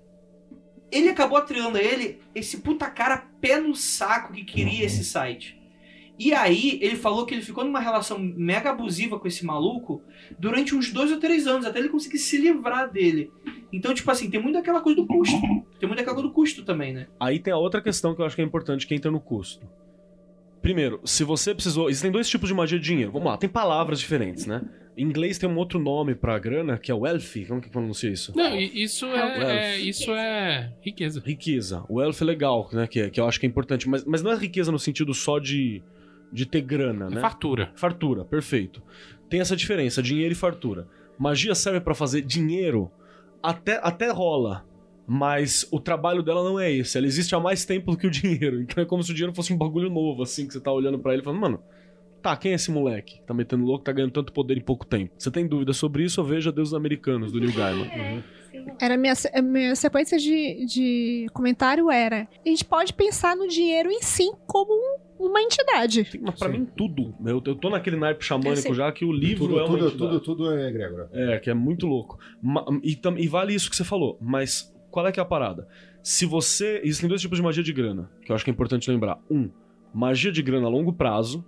ele acabou atrelando a ele esse puta cara pé no saco que queria esse site. E aí, ele falou que ele ficou numa relação mega abusiva com esse maluco durante uns dois ou três anos, até ele conseguir se livrar dele. Então, tipo assim, tem muito aquela coisa do custo. Tem muito aquela coisa do custo também, né? Aí tem a outra questão que eu acho que é importante, que entra no custo. Primeiro, se você precisou... Existem dois tipos de magia de dinheiro. Vamos lá, tem palavras diferentes, né? Em inglês tem um outro nome pra grana, que é wealth. Como que pronuncia isso? Não, e isso é, Wealth. é- isso é riqueza. Riqueza. O wealth é legal, né? Que, é- que eu acho que é importante. Mas, mas não é riqueza no sentido só de, de ter grana, É né? fartura. Fartura, perfeito. Tem essa diferença, dinheiro e fartura. Magia serve pra fazer dinheiro, até, até rola. Mas o trabalho dela não é esse. Ela existe há mais tempo do que o dinheiro. Então é como se o dinheiro fosse um bagulho novo, assim, que você tá olhando pra ele e falando, mano, tá, quem é esse moleque? Tá metendo louco, tá ganhando tanto poder em pouco tempo. Você tem dúvida sobre isso? Veja Deuses Americanos, do Neil Gaiman. Era a minha, se- a minha sequência de, de comentário era: a gente pode pensar no dinheiro em si como um- uma entidade. Sim, mas pra mim, tudo. Eu, eu tô naquele naipe xamânico Sim. já que o livro Tudo, é uma tudo, entidade. tudo, tudo é egrégora. É, que é muito louco. Ma- E, tam- e vale isso que você falou, mas qual é que é a parada? Se você... Existem dois tipos de magia de grana, que eu acho que é importante lembrar. Um, magia de grana a longo prazo,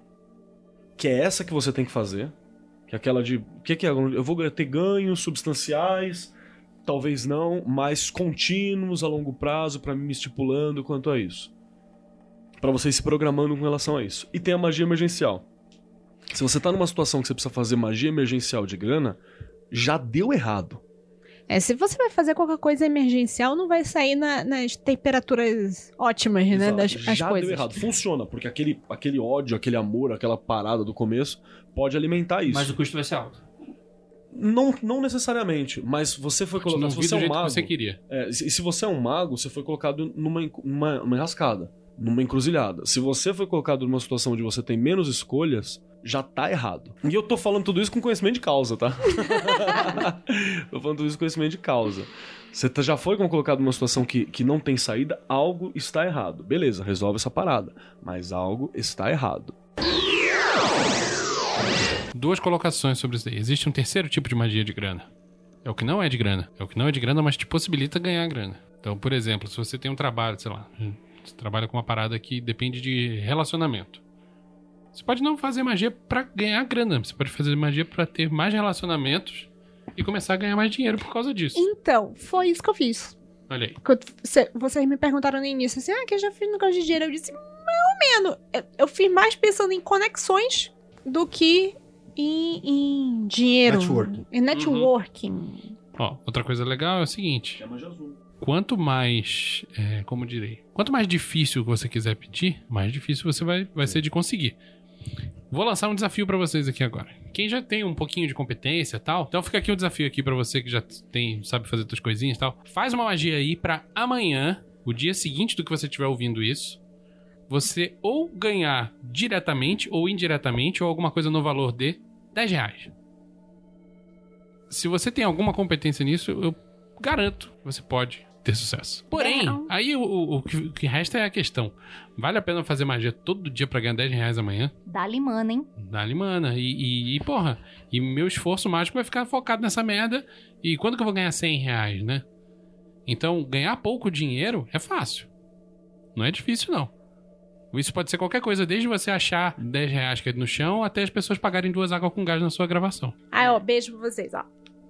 que é essa que você tem que fazer, que é aquela de... O que, que é? Eu vou ter ganhos substanciais, talvez não, mas contínuos a longo prazo pra mim me estipulando quanto a isso. Pra você ir se programando com relação a isso. E tem a magia emergencial. Se você tá numa situação que você precisa fazer magia emergencial de grana, já deu errado. É, se você vai fazer qualquer coisa emergencial, não vai sair na- nas temperaturas ótimas, né? Exato. Das as Já coisas. deu errado. Funciona, porque aquele, aquele ódio, aquele amor, aquela parada do começo pode alimentar isso. Mas o custo vai ser alto. Não, não necessariamente, mas você foi colocado. Não Se vi você do é um jeito mago. que você queria. É, e se se você é um mago, você foi colocado numa, enc- numa, numa enrascada, numa encruzilhada. Se você foi colocado numa situação onde você tem menos escolhas, já tá errado. E eu tô falando tudo isso com conhecimento de causa, tá? Tô falando tudo isso com conhecimento de causa. Você tá- já foi colocado numa situação que, que não tem saída, algo está errado. Beleza, resolve essa parada. Mas algo está errado. Duas colocações sobre isso aí. Existe um terceiro tipo de magia de grana. É o que não é de grana. É o que não é de grana, mas te possibilita ganhar grana. Então, por exemplo, se você tem um trabalho, sei lá, você trabalha com uma parada que depende de relacionamento. Você pode não fazer magia pra ganhar grana. Você pode fazer magia pra ter mais relacionamentos e começar a ganhar mais dinheiro por causa disso. Então, foi isso que eu fiz. Olha aí. Quando cê- vocês me perguntaram no início assim, ah, que eu já fiz negócio de dinheiro. Eu disse, mais ou menos. Eu, eu fiz mais pensando em conexões do que em, em dinheiro. Networking. Em networking. Ó, outra coisa legal é o seguinte. Quanto mais, é, como direi, quanto mais difícil você quiser pedir, mais difícil você vai, vai ser de conseguir. Vou lançar um desafio pra vocês aqui agora. Quem já tem um pouquinho de competência e tal, então fica aqui um desafio aqui pra você que já tem, sabe fazer suas coisinhas e tal. Faz uma magia aí pra amanhã, o dia seguinte do que você estiver ouvindo isso, você ou ganhar diretamente ou indiretamente ou alguma coisa no valor de dez reais. Se você tem alguma competência nisso, eu garanto que você pode ter sucesso. Porém, Não. aí o, o, o, que, o que resta é a questão. Vale a pena fazer magia todo dia pra ganhar dez reais amanhã? Dá-lhe mana, hein? Dá-lhe mana. E, e, e, porra, e meu esforço mágico vai ficar focado nessa merda. E quando que eu vou ganhar cem reais, né? Então, ganhar pouco dinheiro é fácil. Não é difícil, não. Isso pode ser qualquer coisa, desde você achar dez reais caído no chão até as pessoas pagarem duas águas com gás na sua gravação. Aí, ó, beijo pra vocês, ó.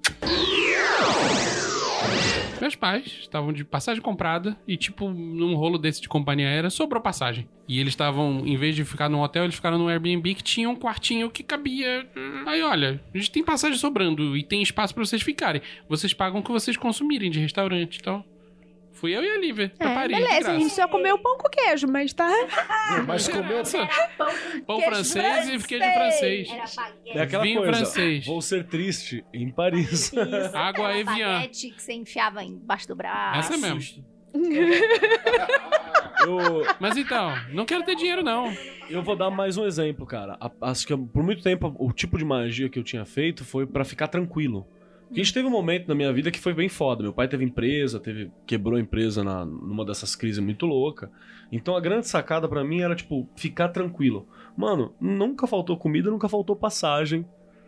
Meus pais estavam de passagem comprada e, tipo, num rolo desse de companhia aérea, sobrou passagem. E eles estavam, em vez de ficar num hotel, eles ficaram num Airbnb que tinha um quartinho que cabia. Aí, olha, a gente tem passagem sobrando e tem espaço pra vocês ficarem. Vocês pagam o que vocês consumirem de restaurante e tal. Fui eu e a Lívia pra É, Paris, de beleza, a graça. gente só comeu pão com queijo, mas tá... Mas comeu... Pão Queijo francês e queijo francês. Era baguete. É aquela Vinho coisa. francês. Vou ser triste em Paris. Água Era Evian. baguete que você enfiava embaixo do braço. Essa mesmo. Eu, Mas então, não quero ter dinheiro, não. eu vou dar mais um exemplo, cara. A- Acho que por muito tempo o tipo de magia que eu tinha feito foi pra ficar tranquilo. Porque a gente teve um momento na minha vida que foi bem foda. Meu pai teve empresa, teve, quebrou a empresa na, numa dessas crises muito louca. Então a grande sacada pra mim era, tipo, ficar tranquilo. Mano, nunca faltou comida, nunca faltou passagem,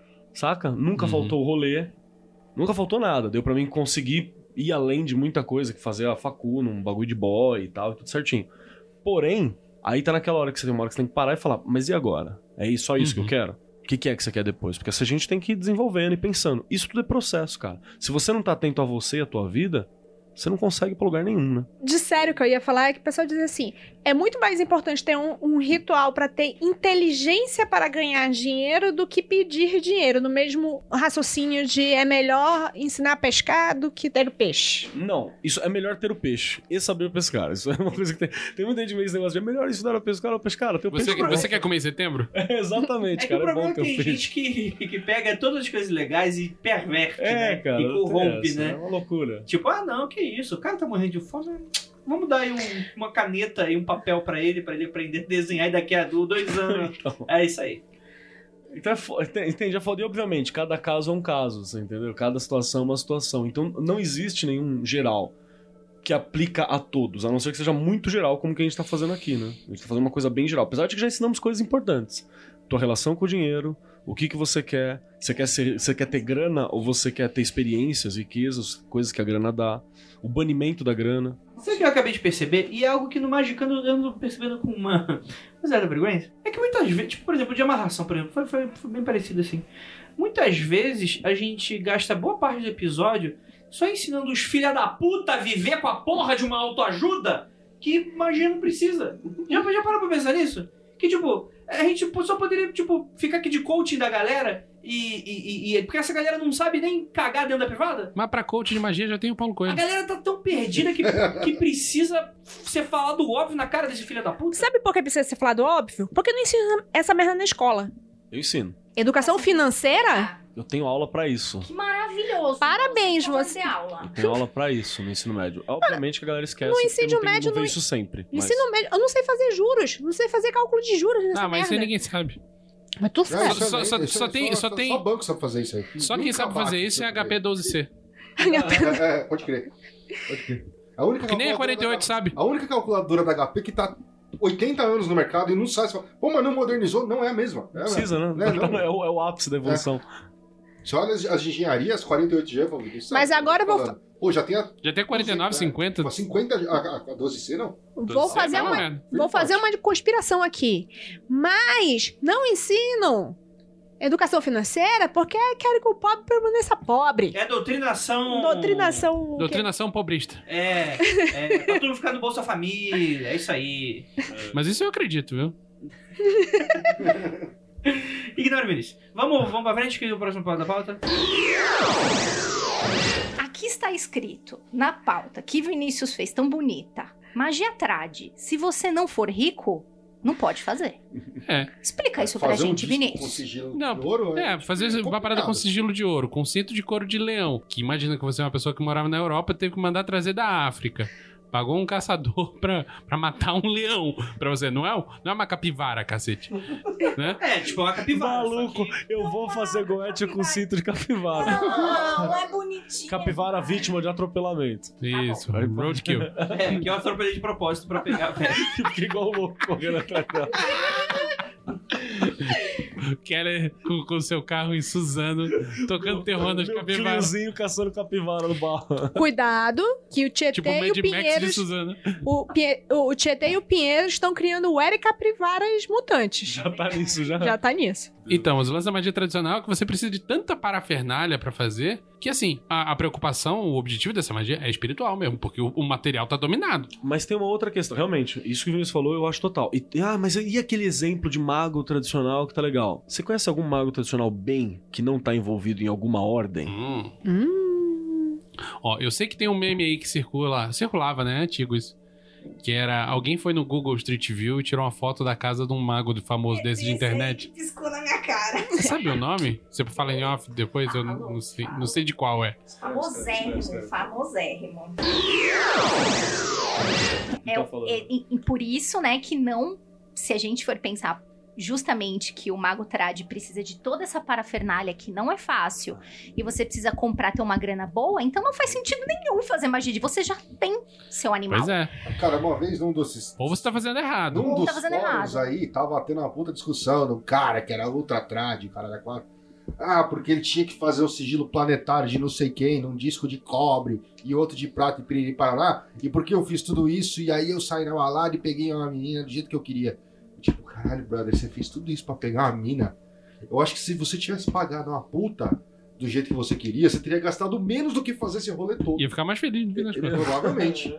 saca? Nunca Uhum. faltou rolê, nunca faltou nada. Deu pra mim conseguir ir além de muita coisa, que fazer a facu num bagulho de boy e tal, tudo certinho. Porém, aí tá naquela hora que você tem uma hora que você tem que parar e falar, mas e agora? É isso- só isso Uhum. que eu quero? O que, que é que você quer depois? Porque essa gente tem que ir desenvolvendo e pensando. Isso tudo é processo, cara. Se você não tá atento a você e a tua vida, você não consegue ir pra lugar nenhum, né? De sério, o que eu ia falar é que o pessoal diz assim: é muito mais importante ter um, um ritual pra ter inteligência para ganhar dinheiro do que pedir dinheiro. No mesmo raciocínio de é melhor ensinar a pescar do que ter o peixe. Não, isso é melhor ter o peixe e saber pescar. Isso é uma coisa que tem. Tem muita gente que vê esse negócio de é melhor ensinar a pescar ou pescar. Ter o Você, peixe. você quer comer em setembro? É, exatamente, É que o cara. É problema bom é ter que o tem peixe. gente que, que pega todas as coisas legais e perverte, É, né? cara. E não tem corrompe, essa, né? É uma loucura. Tipo, ah, não, que isso, o cara tá morrendo de fome. Vamos dar aí um- uma caneta e um papel pra ele, pra ele aprender a desenhar e daqui a do- dois anos. Então, É isso aí. então é fo- ente- entende? É foda. E obviamente, cada caso é um caso, você entendeu? Cada situação é uma situação. Então não existe nenhum geral que aplica a todos, a não ser que seja muito geral, como que a gente tá fazendo aqui, né? A gente tá fazendo uma coisa bem geral. Apesar de que já ensinamos coisas importantes. Tua relação com o dinheiro, o que que você quer, você quer, ser, você quer ter grana ou você quer ter experiências, riquezas, coisas que a grana dá, o banimento da grana. Sabe o que eu acabei de perceber? E é algo que no Magicando eu ando percebendo com uma zero frequência. É que muitas vezes, tipo, por exemplo, de amarração, por exemplo, foi, foi, foi bem parecido assim. Muitas vezes a gente gasta boa parte do episódio só ensinando os filha da puta a viver com a porra de uma autoajuda que magia não precisa. Já, já parou pra pensar nisso? Que, tipo, a gente só poderia, tipo, ficar aqui de coaching da galera e, e, e- e- porque essa galera não sabe nem cagar dentro da privada. Mas pra coach de magia já tem o Paulo A Coelho. galera tá tão perdida que, que precisa ser falado óbvio na cara desse filho da puta. Sabe por que precisa ser falado óbvio? Porque não ensina essa merda na escola. Eu ensino. Educação financeira? Eu tenho aula pra isso. Que maravilhoso. Parabéns, Você vai você- fazer aula. Eu tenho aula pra isso no ensino médio. Obviamente que a galera esquece. No porque ensino não tem- médio não vê não- isso sempre. mas- Ensino médio. Eu não sei fazer juros. Não sei fazer cálculo de juros nessa Ah, mas isso merda. aí ninguém sabe. Mas tu É, sabe. isso é- Só- só- isso só é- tem- só tem- Só banco sabe fazer isso aí. Só quem Nunca sabe fazer bate isso é sabe H P doze C. É, é, pode crer. Pode crer. A única Que nem a calculadora quarenta e oito da- sabe. A única calculadora da H P que tá oitenta anos no mercado e não sabe. Você fala, pô, mas não modernizou? Não é a mesma. É, Precisa, né? Né, não. É, o, é o ápice da evolução. Você olha as, as de engenharia, as quarenta e oito G, vamos ver. Mas agora eu vou falando. Pô, já tem a, Já tem quarenta e nove, cinquenta. a cinquenta, a, a, a doze C, não? Vou fazer É, uma. mais ou menos. Vou fazer uma de conspiração aqui. Mas não ensinam educação financeira porque querem que o pobre permaneça pobre. É doutrinação. Doutrinação. o quê? Doutrinação pobrista. É, é, pra tudo ficar no Bolsa Família, é isso aí. Mas isso eu acredito, viu? Ignora o Vinícius. Vamos, vamos pra frente, que é o próximo ponto da pauta. Aqui está escrito na pauta que Vinícius fez tão bonita. Magia trade. Se você não for rico, não pode fazer. É. Explica isso pra Fazer um gente, disco com Vinícius. sigilo Não, de ouro, É, fazer uma complicado. parada com sigilo de ouro, com cinto de couro de leão. Que imagina que você é uma pessoa que morava na Europa e teve que mandar trazer da África. Pagou um caçador pra, pra matar um leão pra você. Não é, não é uma capivara, cacete. Né? É, tipo uma capivara. Maluco, que... eu vou fazer goethe com cinto de capivara. Não, é bonitinho. Capivara vítima de atropelamento. Isso, roadkill. É, que eu atropelei de propósito pra pegar a velha. Fiquei igual louco correndo atrás dela. Keller com o seu carro em Suzano, tocando terror nas Meu capivaras. Cliozinho caçando capivara no barro. Cuidado, que o Tietê Tipo o e o Mad Max de Pinheiros... Suzano. O, Pie- o Tietê e o Pinheiro estão criando o Eric Capivaras mutantes. Já tá nisso, já. Já tá nisso. Então, os lances da magia tradicional é que você precisa de tanta parafernália pra fazer que, assim, a, a preocupação, o objetivo dessa magia é espiritual mesmo, porque o, o material tá dominado. Mas tem uma outra questão. Realmente, isso que o Vinícius falou, eu acho total. E, ah, mas e aquele exemplo de mago tradicional que tá legal? Você conhece algum mago tradicional bem que não tá envolvido em alguma ordem? Hum. Hum. Ó, eu sei que tem um meme aí que circula, circulava, né, antigo isso, que era, alguém foi no Google Street View e tirou uma foto da casa de um mago famoso desse de internet. Piscou na minha cara. Você sabe o nome? Você fala em off depois? Eu não, não sei, não sei de qual é. Famosérrimo, famosérrimo. É, Tá falando. é, e, e por isso, né, que não, se a gente for pensar justamente que o mago trad precisa de toda essa parafernália que não é fácil e você precisa comprar, ter uma grana boa, então não faz sentido nenhum fazer magia de você já tem seu animal. Pois é. Cara, uma vez num desses. Ou você tá fazendo errado. Num Ou dos tá fazendo fóruns errado. aí, tava tendo uma puta discussão do cara que era ultra trad, o cara da quatro. Ah, porque ele tinha que fazer o sigilo planetário de não sei quem, num disco de cobre e outro de prata e piriri paraná. E porque eu fiz tudo isso e aí eu saí na balada e peguei uma menina do jeito que eu queria. Tipo, caralho, brother, você fez tudo isso pra pegar uma mina? Eu acho que se você tivesse pagado uma puta do jeito que você queria, você teria gastado menos do que fazer esse rolê todo. Ia ficar mais feliz no fim das contas. Provavelmente.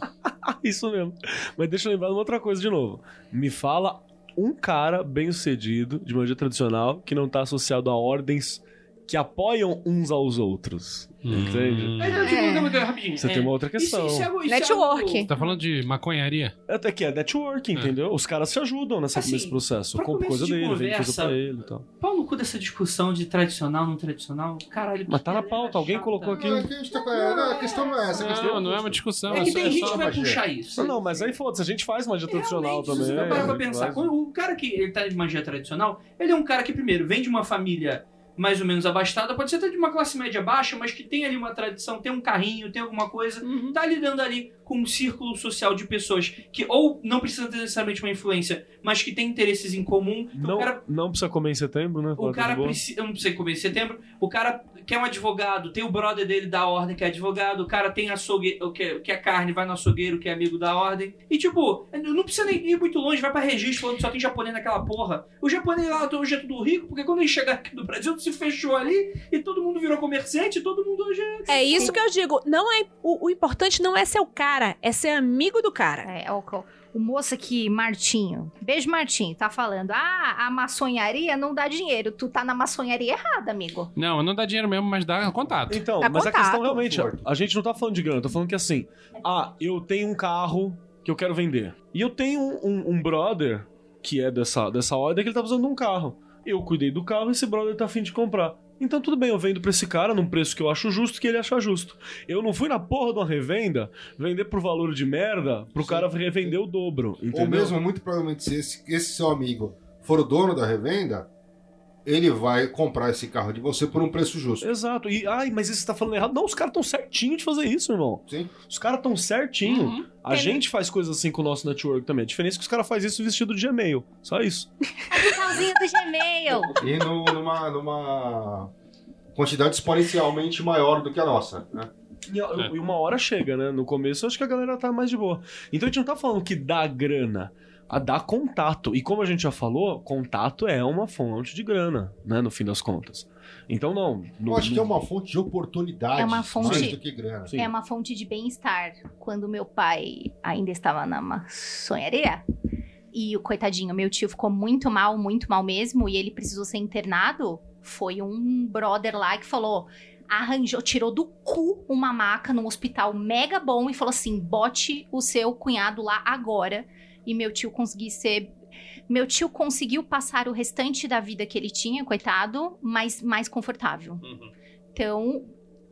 Isso mesmo. Mas deixa eu lembrar de uma outra coisa de novo. Me fala um cara bem sucedido de magia tradicional que não tá associado a ordens que apoiam uns aos outros. Entende? Hum. Mas eu digo É. uma coisa rapidinho. Você é, tem uma outra isso- questão. isso é algo- isso é Network. algo- Tá falando de maconharia? Até que é network, entendeu? Os caras se ajudam nessa, Assim, nesse processo. Eu pra compro começo coisa de dele, vendo coisa conversa, pra ele e tal. Pau no cu dessa discussão de tradicional, não tradicional. Caralho, Mas que tá na galera pauta, alguém chata. colocou aqui. Não, é que a, gente tá... não, a questão não é essa. A questão Não, não é uma discussão. É que tem é gente só que vai magia. puxar isso. Não, não, mas aí foda-se, a gente faz magia tradicional Realmente, também. Se você parar pra a gente pensar, faz. quando o cara que ele tá de magia tradicional, ele é um cara que, primeiro, vem de uma família mais ou menos abastada, pode ser até de uma classe média baixa, mas que tem ali uma tradição, tem um carrinho, tem alguma coisa, Uhum. tá lidando ali com um círculo social de pessoas que ou não precisa ter necessariamente uma influência, mas que tem interesses em comum. Então, Não, o cara não precisa comer em setembro, né? O Tá cara de boa. precisa. Eu não sei como é em setembro. O cara quer um advogado, tem o brother dele da ordem que é advogado. O cara tem açougue, que, que é carne, vai no açougueiro que é amigo da ordem. E tipo, não precisa nem ir muito longe, vai pra registro falando que só tem japonês naquela porra. O japonês lá hoje é tudo rico, porque quando ele chegar aqui no Brasil, se fechou ali e todo mundo virou comerciante, todo mundo hoje é. É isso que eu digo. Não é, o, o importante não é ser o cara, é ser amigo do cara. É, o, o moço aqui, Martinho. Beijo, Martinho. Tá falando, ah, a maçonharia não dá dinheiro. Tu tá na maçonharia errada, amigo. Não, não dá dinheiro mesmo, mas dá contato. Então, Dá mas a contato. questão realmente, Conforto. a gente não tá falando de grana, tô falando que assim, ah, eu tenho um carro que eu quero vender. E eu tenho um, um- um brother que é dessa, dessa ordem que ele tá usando um carro. Eu cuidei do carro e esse brother tá afim de comprar. Então tudo bem, eu vendo pra esse cara num preço que eu acho justo, que ele acha justo. Eu não fui na porra de uma revenda vender por valor de merda pro Sim. cara revender o dobro, entendeu? Ou mesmo, muito provavelmente, se esse, esse seu amigo for o dono da revenda, ele vai comprar esse carro de você por um preço justo. Exato. E, ai, mas isso você tá falando errado. Não, os caras tão certinho de fazer isso, irmão. Sim. Os caras tão certinho. Uhum. A gente faz coisas assim com o nosso network também. A diferença é que os caras fazem isso vestido de Gmail. Só isso. Finalzinho do Gmail. E no- numa, numa quantidade exponencialmente maior do que a nossa, né? E, É. e uma hora chega, né? No começo eu acho que a galera tá mais de boa. Então a gente não tá falando que dá grana. A dar contato. E como a gente já falou, contato é uma fonte de grana, né? No fim das contas. Então não. Eu acho que é uma fonte de oportunidade É uma fonte- mais do que grana. Sim. É uma fonte de bem-estar. Quando meu pai ainda estava na maçonharia, e o coitadinho, meu tio ficou muito mal, muito mal mesmo, e ele precisou ser internado, foi um brother lá que falou, arranjou, tirou do cu uma maca num hospital mega bom e falou assim, bote o seu cunhado lá agora. E meu tio conseguiu ser... Meu tio conseguiu passar o restante da vida que ele tinha, coitado, mas mais confortável. Então,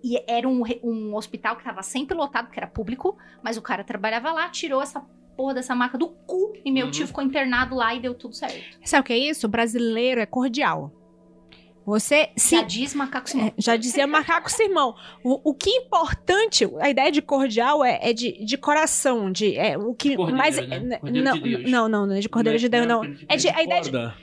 e era um, re- um hospital que tava sempre lotado, porque era público, mas o cara trabalhava lá, tirou essa porra dessa maca do cu e meu Uhum. tio ficou internado lá e deu tudo certo. Sabe o que é isso? O brasileiro é cordial. Você se Já diz macaco sem É, já dizia macaco sermão. O, o que é importante, a ideia de cordial é, é de, de coração, de é, o que Cordeiro, mais né? Cordeiro não, de Deus. não, não, não é de cordeiro de Deus, não. É de, a ideia de, Corda.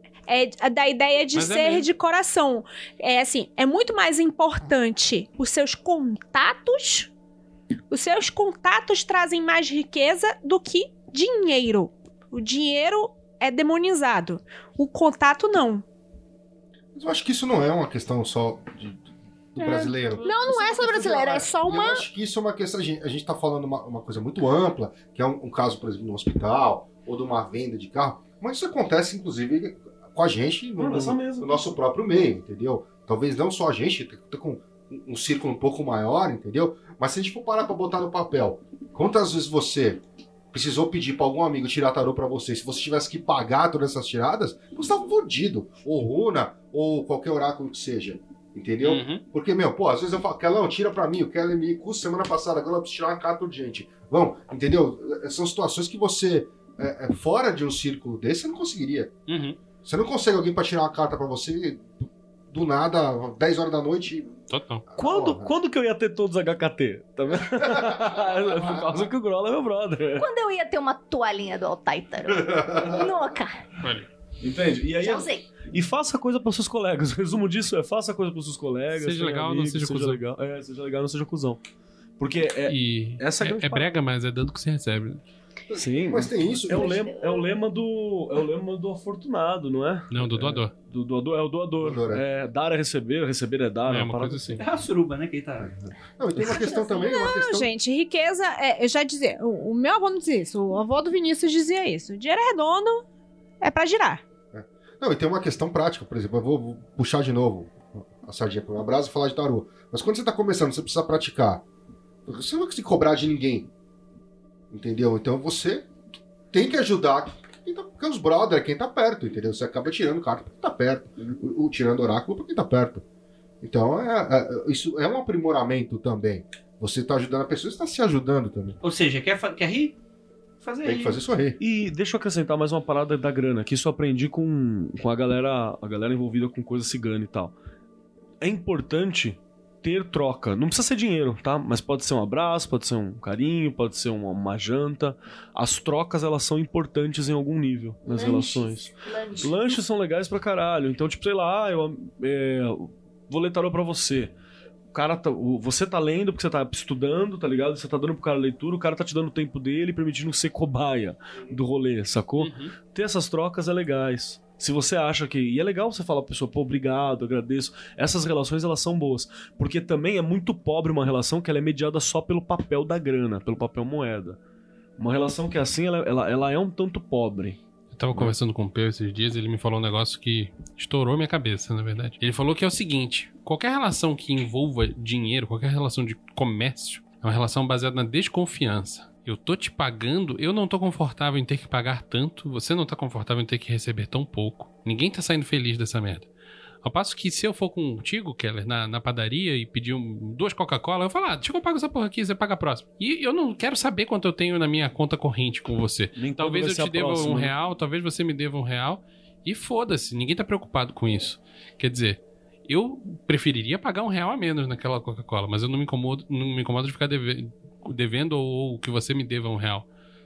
é da ideia de Mas é ser mesmo. de coração. É assim, é muito mais importante os seus contatos. Os seus contatos trazem mais riqueza do que dinheiro. O dinheiro é demonizado. O contato não. Mas eu acho que isso não é uma questão só de- do brasileiro. Não, não é só brasileiro, é só uma. Eu acho que isso é uma questão. A gente, a gente tá falando uma, uma coisa muito ampla, que é um, um caso, por exemplo, no hospital, ou de uma venda de carro. Mas isso acontece, inclusive, com a gente no, Não, nessa no- mesa. no nosso próprio meio, entendeu? Talvez não só a gente, tá com um, um círculo um pouco maior, entendeu? Mas se a gente for parar pra botar no papel, quantas vezes você precisou pedir pra algum amigo tirar tarô pra você, se você tivesse que pagar todas essas tiradas, você tava fodido. Ou runa, ou qualquer oráculo que seja. Entendeu? Uhum. Porque, meu, pô, às vezes eu falo, Kelão, tira pra mim, o Kelly me custa semana passada, agora eu preciso tirar uma carta urgente. Vamos, entendeu? São situações que você, é, é, fora de um círculo desse, você não conseguiria. Uhum. Você não consegue alguém pra tirar uma carta pra você do nada, dez horas da noite. Total. Quando, Porra. quando que eu ia ter todos os H K T? Tá vendo? Por causa que o Grola é meu brother. Quando eu ia ter uma toalhinha do Altaitaro? Nunca. Olha. Entende? E aí, Já usei. e faça coisa para seus colegas. O resumo disso é faça coisa para seus colegas. Seja tenha legal, não amigos, seja cuzão. legal. É, seja legal, não seja cuzão. Porque é. E essa é a é, grande é brega, mas é dando que se recebe. Sim, Mas tem isso. é o, gente. lema, é o lema do. É o lema do afortunado, não é? Não, do doador. Do doador, é o doador. Doador, É, dar é receber, receber é dar. É, É uma parada coisa assim. É a suruba, né? Que ele tá. Não, e tem uma questão também, uma Não, questão. gente, riqueza, é, eu já dizia, o, o meu avô não dizia isso, o avô do Vinícius dizia isso. O dinheiro é redondo, é pra girar. Não, e tem uma questão prática, por exemplo, eu vou vou puxar de novo a sardinha para uma brasa e falar de tarô. Mas quando você tá começando, você precisa praticar. Você não vai se cobrar de ninguém. Entendeu? Então você tem que ajudar quem tá, porque os brother, quem tá perto, entendeu? Você acaba tirando carta pra quem tá perto. O, o- tirando oráculo pra quem tá perto. Então, é, é- isso é um aprimoramento também. Você tá ajudando a pessoa, você tá se ajudando também. Ou seja, quer, fa- quer rir? Fazer Tem que fazer sorrir. E deixa eu acrescentar mais uma parada da grana, que isso eu aprendi com, com a galera, a galera envolvida com coisa cigana e tal. É importante ter troca. Não precisa ser dinheiro, tá? Mas pode ser um abraço, pode ser um carinho, pode ser uma, uma janta. As trocas, elas são importantes em algum nível nas relações. Lanches. Lanches são legais pra caralho. Então, tipo, sei lá, ah, eu é, vou ler tarô pra você. O cara tá, o- você tá lendo porque você tá estudando, tá ligado? Você tá dando pro cara a leitura, o cara tá te dando o tempo dele, permitindo ser cobaia do rolê, sacou? Uhum. Ter essas trocas é legais. Se você acha que... E é legal você falar pra pessoa, pô, obrigado, agradeço. Essas relações, elas são boas. Porque também é muito pobre uma relação que ela é mediada só pelo papel da grana, pelo papel moeda. Uma relação que é assim, ela, ela, ela é um tanto pobre. Eu tava conversando com o Peu esses dias, ele me falou um negócio que estourou minha cabeça, na verdade. Ele falou que é o seguinte: qualquer relação que envolva dinheiro, qualquer relação de comércio, é uma relação baseada na desconfiança. Eu tô te pagando, eu não tô confortável em ter que pagar tanto, você não tá confortável em ter que receber tão pouco. Ninguém tá saindo feliz dessa merda. Ao passo que se eu for contigo, Keller, na, na padaria e pedir um, duas Coca-Cola, eu falo, ah, deixa que eu pago essa porra aqui, você paga a próxima. E eu não quero saber quanto eu tenho na minha conta corrente com você. Nem Talvez quando eu vai ser te a deva próxima, um né? real, talvez você me deva um real. E foda-se, ninguém tá preocupado com isso. Quer dizer, eu preferiria pagar um real a menos naquela Coca-Cola, mas eu não me incomodo, não me incomodo de ficar deve- devendo ou, ou que você me deva um real.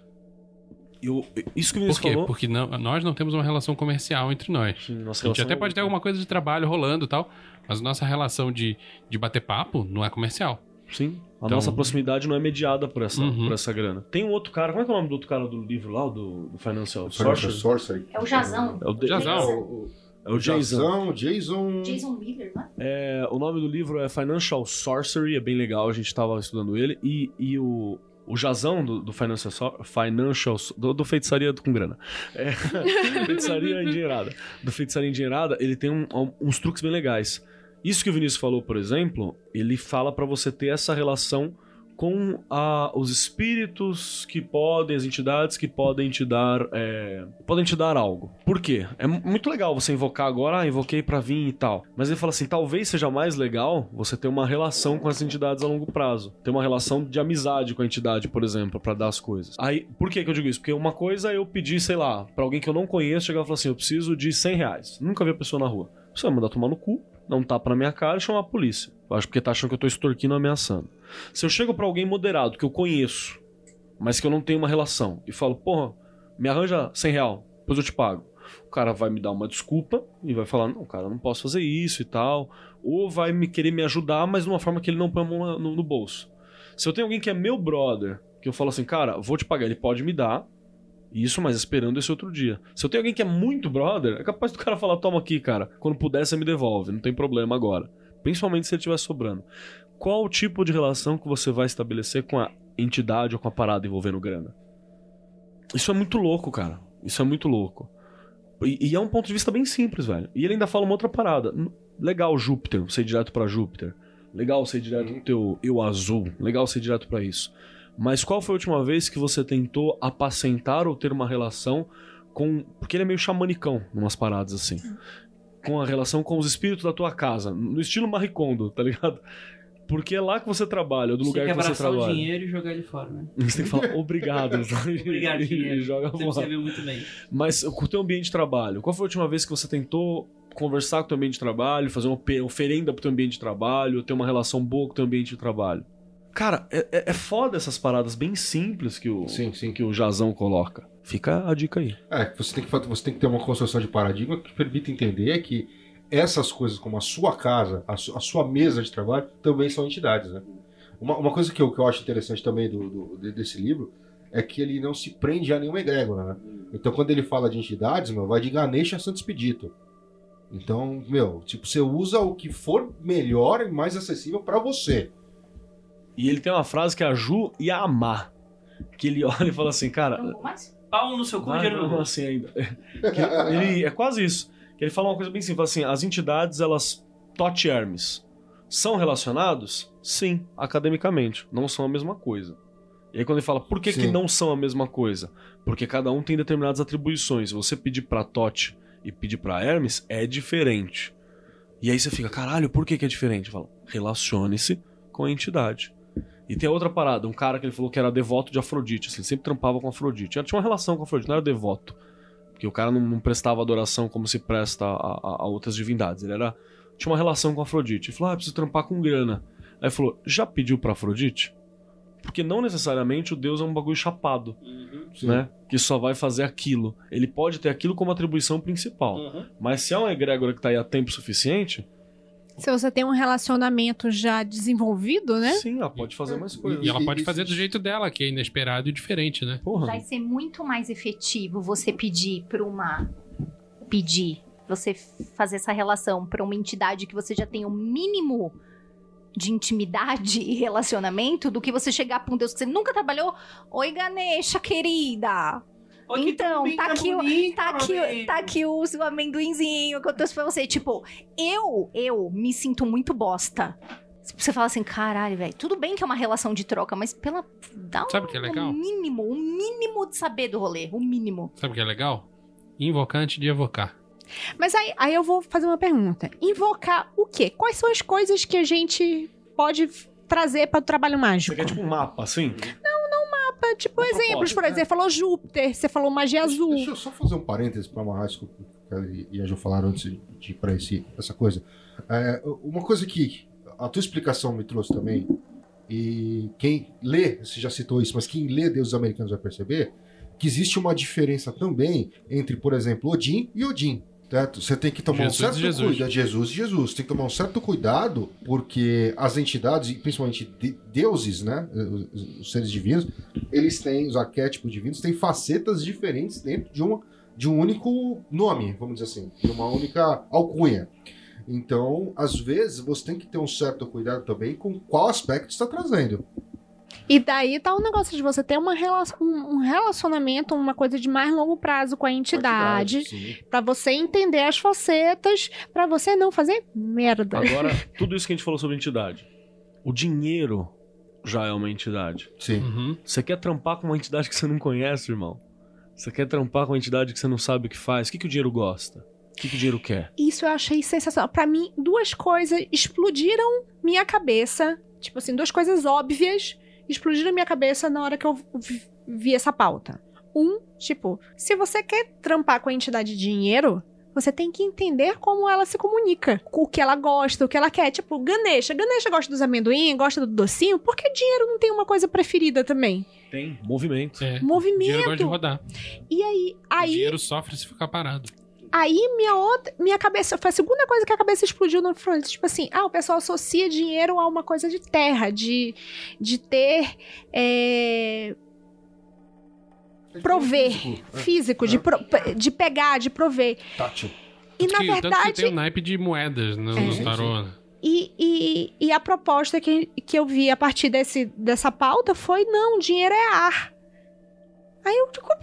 Eu, isso que o Por Vinícius quê? falou... Porque não- nós não temos uma relação comercial entre nós. Sim, nossa A gente relação até é pode ter alguma coisa de trabalho rolando e tal, mas nossa relação de, de bater papo não é comercial. Sim. A Então- nossa proximidade não é mediada por essa, Uhum. por essa grana. Tem um outro cara, como é que é o nome do outro cara do livro lá, do, do Financial Financial Sorcery? Sorcery. É o Jazão. É o, de- Jazão. É o, é o Jason. Jazão, Jason. Jason Miller, né? É, o nome do livro é Financial Sorcery, é bem legal, a gente tava estudando ele. E, e o, o Jazão do, do Financial, Sor- Financial do, do Feitiçaria com Grana. É, feitiçaria Endinheirada. Do Feitiçaria Endinheirada, ele tem um- um- uns truques bem legais. Isso que o Vinícius falou, por exemplo, ele fala pra você ter essa relação com a, os espíritos que podem, as entidades que podem te dar é, podem te dar algo. Por quê? É muito legal você invocar agora, ah, invoquei pra vir e tal. Mas ele fala assim, talvez seja mais legal você ter uma relação com as entidades a longo prazo. Ter uma relação de amizade com a entidade, por exemplo, pra dar as coisas. Aí, por que que eu digo isso? Porque uma coisa é eu pedir, sei lá, pra alguém que eu não conheço, chegar e falar assim, eu preciso de cem reais. Nunca vi a pessoa na rua. Você vai mandar tomar no cu, dar um tapa na minha cara e chamar a polícia. Eu acho porque tá achando que eu tô extorquindo ou ameaçando. Se eu chego pra alguém moderado, que eu conheço, mas que eu não tenho uma relação, e falo, porra, me arranja cem real, depois eu te pago. O cara vai me dar uma desculpa e vai falar, não, cara, eu não posso fazer isso e tal. Ou vai me querer me ajudar, mas de uma forma que ele não põe a mão no, no bolso. Se eu tenho alguém que é meu brother, que eu falo assim, cara, vou te pagar, ele pode me dar, isso, mas esperando esse outro dia. Se eu tenho alguém que é muito brother, é capaz do cara falar, toma aqui, cara, quando puder você me devolve, não tem problema agora. Principalmente se ele estiver sobrando. Qual o tipo de relação que você vai estabelecer com a entidade ou com a parada envolvendo grana? Isso é muito louco, cara. Isso é muito louco. E, e é um ponto de vista bem simples, velho. E ele ainda fala uma outra parada. Legal, Júpiter, você ir direto pra Júpiter. Legal você ir direto pro teu eu azul. Legal você ir direto pra isso. Mas qual foi a última vez que você tentou apacentar ou ter uma relação com... Porque ele é meio xamanicão, umas paradas assim. Com a relação com os espíritos da tua casa. No estilo Marie Kondo, tá ligado? Porque é lá que você trabalha, do Você lugar tem que, que você abraçar trabalha. o dinheiro e jogar ele fora, né? Você tem que falar obrigado. Obrigado, dinheiro. E joga Você fora. viu muito bem. Mas com o teu ambiente de trabalho, qual foi a última vez que você tentou conversar com o teu ambiente de trabalho, fazer uma oferenda pro teu ambiente de trabalho, ter uma relação boa com o teu ambiente de trabalho? Cara, é, é- é foda essas paradas bem simples que o, Sim, sim. que o Jazão coloca. Fica a dica aí. É, você tem, que, fa- você tem que ter uma construção de paradigma que permita entender que essas coisas, como a sua casa, a, su- a sua mesa de trabalho, também são entidades, né? Uma, uma coisa que eu, que eu acho interessante também do, do- de- desse livro é que ele não se prende a nenhuma egrégora, né? Então, quando ele fala de entidades, meu, vai de Ganesha a Santo Expedito. Então, meu, tipo, você usa o que for melhor e mais acessível pra você. E ele tem uma frase que é a Ju e a Amar. Que ele olha e fala assim, cara... Não vou mais? Pau no seu cu, Ah, dinheiro no não, bolso. assim ainda. Que ele, é quase isso. Que ele fala uma coisa bem simples, assim, as entidades, elas, Tote Hermes, são relacionados? Sim, academicamente. Não são a mesma coisa. E aí quando ele fala, por que, que Sim. não são a mesma coisa? Porque cada um tem determinadas atribuições. Você pedir pra Tote e pedir pra Hermes é diferente. E aí você fica, caralho, por que, que é diferente? Fala, relacione-se com a entidade. E tem outra parada, um cara que ele falou que era devoto de Afrodite, assim, ele sempre trampava com Afrodite. Ele tinha uma relação com Afrodite, não era devoto. Porque o cara não, não prestava adoração como se presta a, a- a outras divindades. Ele era, tinha uma relação com Afrodite. Ele falou, ah, preciso trampar com grana. Aí ele falou, já pediu pra Afrodite? Porque não necessariamente o deus é um bagulho chapado, Sim. né? Que só vai fazer aquilo. Ele pode ter aquilo como atribuição principal. Mas se é uma egrégora que tá aí há tempo suficiente, Se você tem um relacionamento já desenvolvido, né? sim, ela pode fazer mais coisas. E ela pode E- fazer do jeito dela, que é inesperado e diferente, né? Porra. Vai ser muito mais efetivo você pedir para uma. Pedir. Você fazer essa relação para uma entidade que você já tem um mínimo de intimidade e relacionamento do que você chegar pra um Deus que você nunca trabalhou. Oi, Ganesha, querida. Olha que Então, também tá aqui, o- bonito, tá, aqui, amigo. tá aqui o seu amendoinzinho que eu trouxe pra você. Tipo, eu, eu me sinto muito bosta. Você fala assim, caralho, velho, tudo bem que é uma relação de troca, mas pela. Dá um, Sabe o que é legal? um mínimo, um mínimo de saber do rolê, o mínimo. Sabe o que é legal? Invocar antes de evocar. Mas aí, aí eu vou fazer uma pergunta. Invocar o quê? Quais são as coisas que a gente pode trazer para o trabalho mágico? Você quer tipo um mapa, assim? Tipo, Uma exemplos, proposta, por né? exemplo, você falou Júpiter, você falou magia Deixa, azul. deixa eu só fazer um parênteses para amarrar isso que o Kelly e a Jo falaram antes de ir para essa coisa. É, uma coisa que a tua explicação me trouxe também, e quem lê, você já citou isso, mas quem lê Deuses Americanos vai perceber que existe uma diferença também entre, por exemplo, Odin e Odin. Certo? Você tem que tomar Jesus um certo e Jesus. cuidado. Jesus e Jesus. Tem que tomar um certo cuidado, porque as entidades, e principalmente de- deuses, né? Os, os seres divinos, eles têm, os arquétipos divinos, têm facetas diferentes dentro de, uma, de um único nome, vamos dizer assim, de uma única alcunha. Então, às vezes, você tem que ter um certo cuidado também com qual aspecto está trazendo. E daí tá o negócio de você ter uma rela- um um relacionamento, uma coisa de mais longo prazo com a entidade, Sim. pra você entender as facetas, pra você não fazer merda. Agora, tudo isso que a gente falou sobre entidade. O dinheiro, já é uma entidade. Sim. Uhum. Você quer trampar com uma entidade que você não conhece, irmão? Você quer trampar com uma entidade que você não sabe o que faz? O que, que o dinheiro gosta? O que, que o dinheiro quer? Isso eu achei sensacional. Pra mim, duas coisas explodiram minha cabeça. Tipo assim, duas coisas óbvias explodiram minha cabeça na hora que eu vi, vi essa pauta. Um, tipo, se você quer trampar com a entidade de dinheiro, você tem que entender como ela se comunica. O que ela gosta, o que ela quer. Tipo, Ganesha. Ganesha gosta dos amendoim, gosta do docinho. Por que dinheiro não tem uma coisa preferida também? Tem movimento. É. Movimento. Dinheiro gosta de rodar. E aí, aí, Dinheiro sofre se ficar parado. aí minha outra, minha cabeça, foi a segunda coisa que a cabeça explodiu no front. Tipo assim, ah, o pessoal associa dinheiro a uma coisa de terra, de, de ter, é, prover, Físico, físico, é. de, pro- de pegar, de prover. Tátil. E Tanto na que, tanto que verdade, tem o naipe de moedas no, É. no Sim, tarô. né? e, e, e a proposta que, que eu vi a partir desse, dessa pauta foi, não, dinheiro é ar. Aí eu, tipo,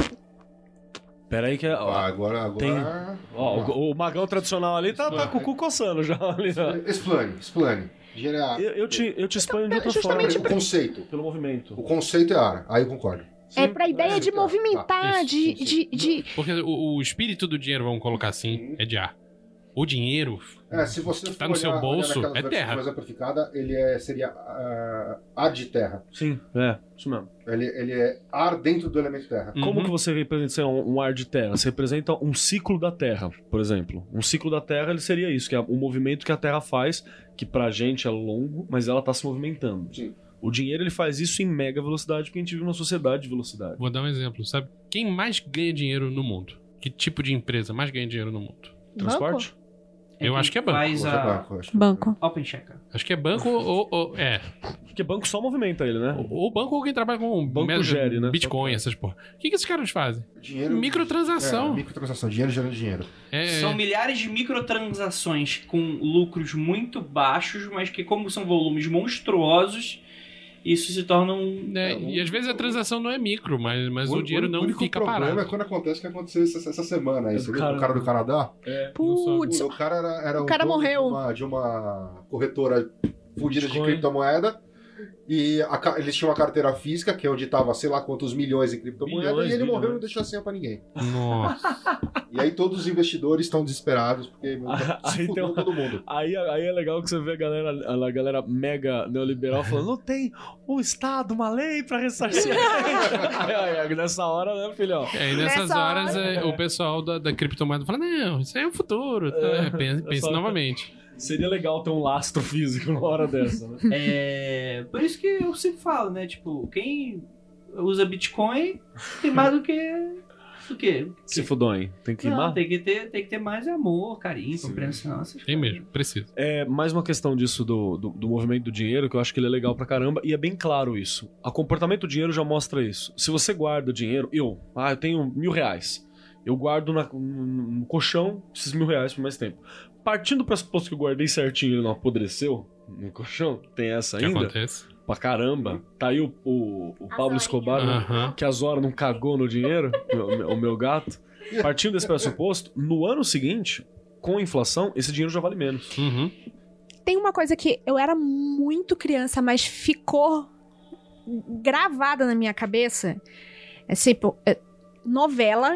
Pera aí que... Ah, Ó, agora, agora... Tem- ó, o, o magão tradicional ali tá, tá com o cu coçando já. Ali, ó. Explane, explane. Dinheiro é ar. Eu, eu te, eu te expanho de outra justamente forma. O conceito. Pelo movimento. O conceito é ar. Aí eu concordo. é pra ideia de tá, movimentar, tá. de, Isso, de, de, Porque o, o espírito do dinheiro, vamos colocar assim, é de ar. O dinheiro, É, se você Tá for no seu olhar- olhar bolso, naquelas é versões terra. mais amplificada, ele é, seria uh, ar de terra. Sim, é, isso mesmo. Ele, ele é ar dentro do elemento terra. Como Uhum. que você representa um, um ar de terra? Você representa um ciclo da Terra, por exemplo. Um ciclo da Terra ele seria isso, que é o movimento que a Terra faz, que pra gente é longo, mas ela tá se movimentando. Sim. O dinheiro ele faz isso em mega velocidade, porque a gente vive numa sociedade de velocidade. Vou dar um exemplo, sabe? Quem mais ganha dinheiro no mundo? Que tipo de empresa mais ganha dinheiro no mundo? Transporte? Eu acho que é banco. Faz Hoje é a banco, eu acho. banco. Open Checker. Acho que é banco ou, ou- é. Porque banco só movimenta ele, né? Ou banco ou quem trabalha com Banco me- gere, né? Bitcoin, Só- essas porra. O que, que esses caras fazem? Dinheiro... Microtransação. É, microtransação. Dinheiro gerando dinheiro. É, São milhares de microtransações com lucros muito baixos, mas que, como são volumes monstruosos, isso se torna um. é, e às vezes a transação não é micro, mas, mas o, dinheiro não único fica problema parado. é quando acontece o que aconteceu essa, essa semana aí. É Você do viu cara- o cara do Canadá? Putz, O cara era, era O cara dono morreu. De uma, de uma corretora fundida de Bitcoin. criptomoeda. E a ca- eles tinham uma carteira física, que é onde tava sei lá quantos milhões em criptomoeda, Milhões, e ele morreu e bilhões. não deixou a senha pra ninguém. Nossa. E aí todos os investidores estão desesperados, porque meu, Aí se tem fudeu uma- todo mundo. Aí, aí é legal que você vê a galera, a galera mega neoliberal falando: não tem um Estado, uma lei pra ressarcir. aí, aí, aí, nessa hora, né, filhão? É, e nessas Nessa horas hora- é, o pessoal da, da criptomoeda fala: não, isso aí é o futuro. tá? É, pense pense só- novamente. Seria legal ter um lastro físico numa hora dessa, né? É. Por isso que eu sempre falo, né? Tipo, quem usa Bitcoin tem mais do que. Do que? Se fudões, tem que Não, queimar. tem que ter, tem que ter mais amor, carinho, Sim. compreensão. essas Tem coisas. mesmo, precisa. É mais uma questão disso do, do, do movimento do dinheiro, que eu acho que ele é legal pra caramba, e é bem claro isso. O comportamento do dinheiro já mostra isso. Se você guarda dinheiro, eu, ah, eu tenho mil reais. Eu guardo na- no, no colchão esses mil reais por mais tempo. Partindo do pressuposto que eu guardei certinho e ele não apodreceu no colchão, tem essa O que ainda, acontece? pra caramba. Tá aí o, o, o Pablo horinhas. Escobar, né? Aham. Que a Zora não cagou no dinheiro, o, o meu gato. Partindo desse pressuposto, no ano seguinte, com a inflação, esse dinheiro já vale menos. Uhum. tem uma coisa que eu era muito criança, mas ficou gravada na minha cabeça. É tipo, é, novela,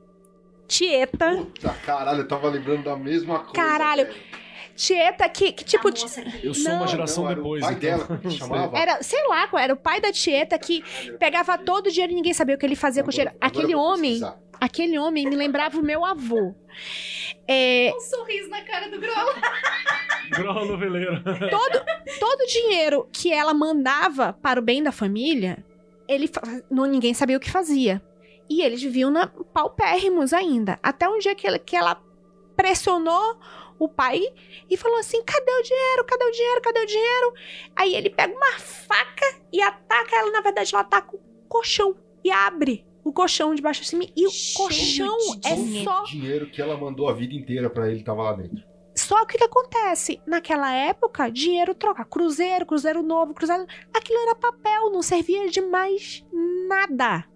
Tieta. Puta, caralho, eu tava lembrando da mesma coisa. Caralho. velho. Tieta que, que tipo... A moça que- Eu sou Não, uma geração Não, era depois. O pai então. dela, como que se chamava? Era, sei lá, qual era o pai da Tieta que pegava todo o dinheiro e ninguém sabia o que ele fazia com o dinheiro. Agora- agora Aquele eu vou homem, pesquisar. aquele homem me lembrava o meu avô. É, Um sorriso na cara do Grola. Grola noveleira. todo o dinheiro que ela mandava para o bem da família, ele fa- não, ninguém sabia o que fazia. E eles viviam na, paupérrimos ainda. Até um dia que, ele- que ela pressionou o pai e falou assim: cadê o dinheiro? Cadê o dinheiro? Cadê o dinheiro? Aí ele pega uma faca e ataca ela. Na verdade, ela ataca o colchão e abre o colchão de baixo assim. E o Cheio colchão de é dinheiro. só. Dinheiro que ela mandou a vida inteira pra ele, tava lá dentro. Só que o que acontece? Naquela época, dinheiro troca. Cruzeiro, cruzeiro novo, cruzeiro. Aquilo era papel, não servia de mais nada.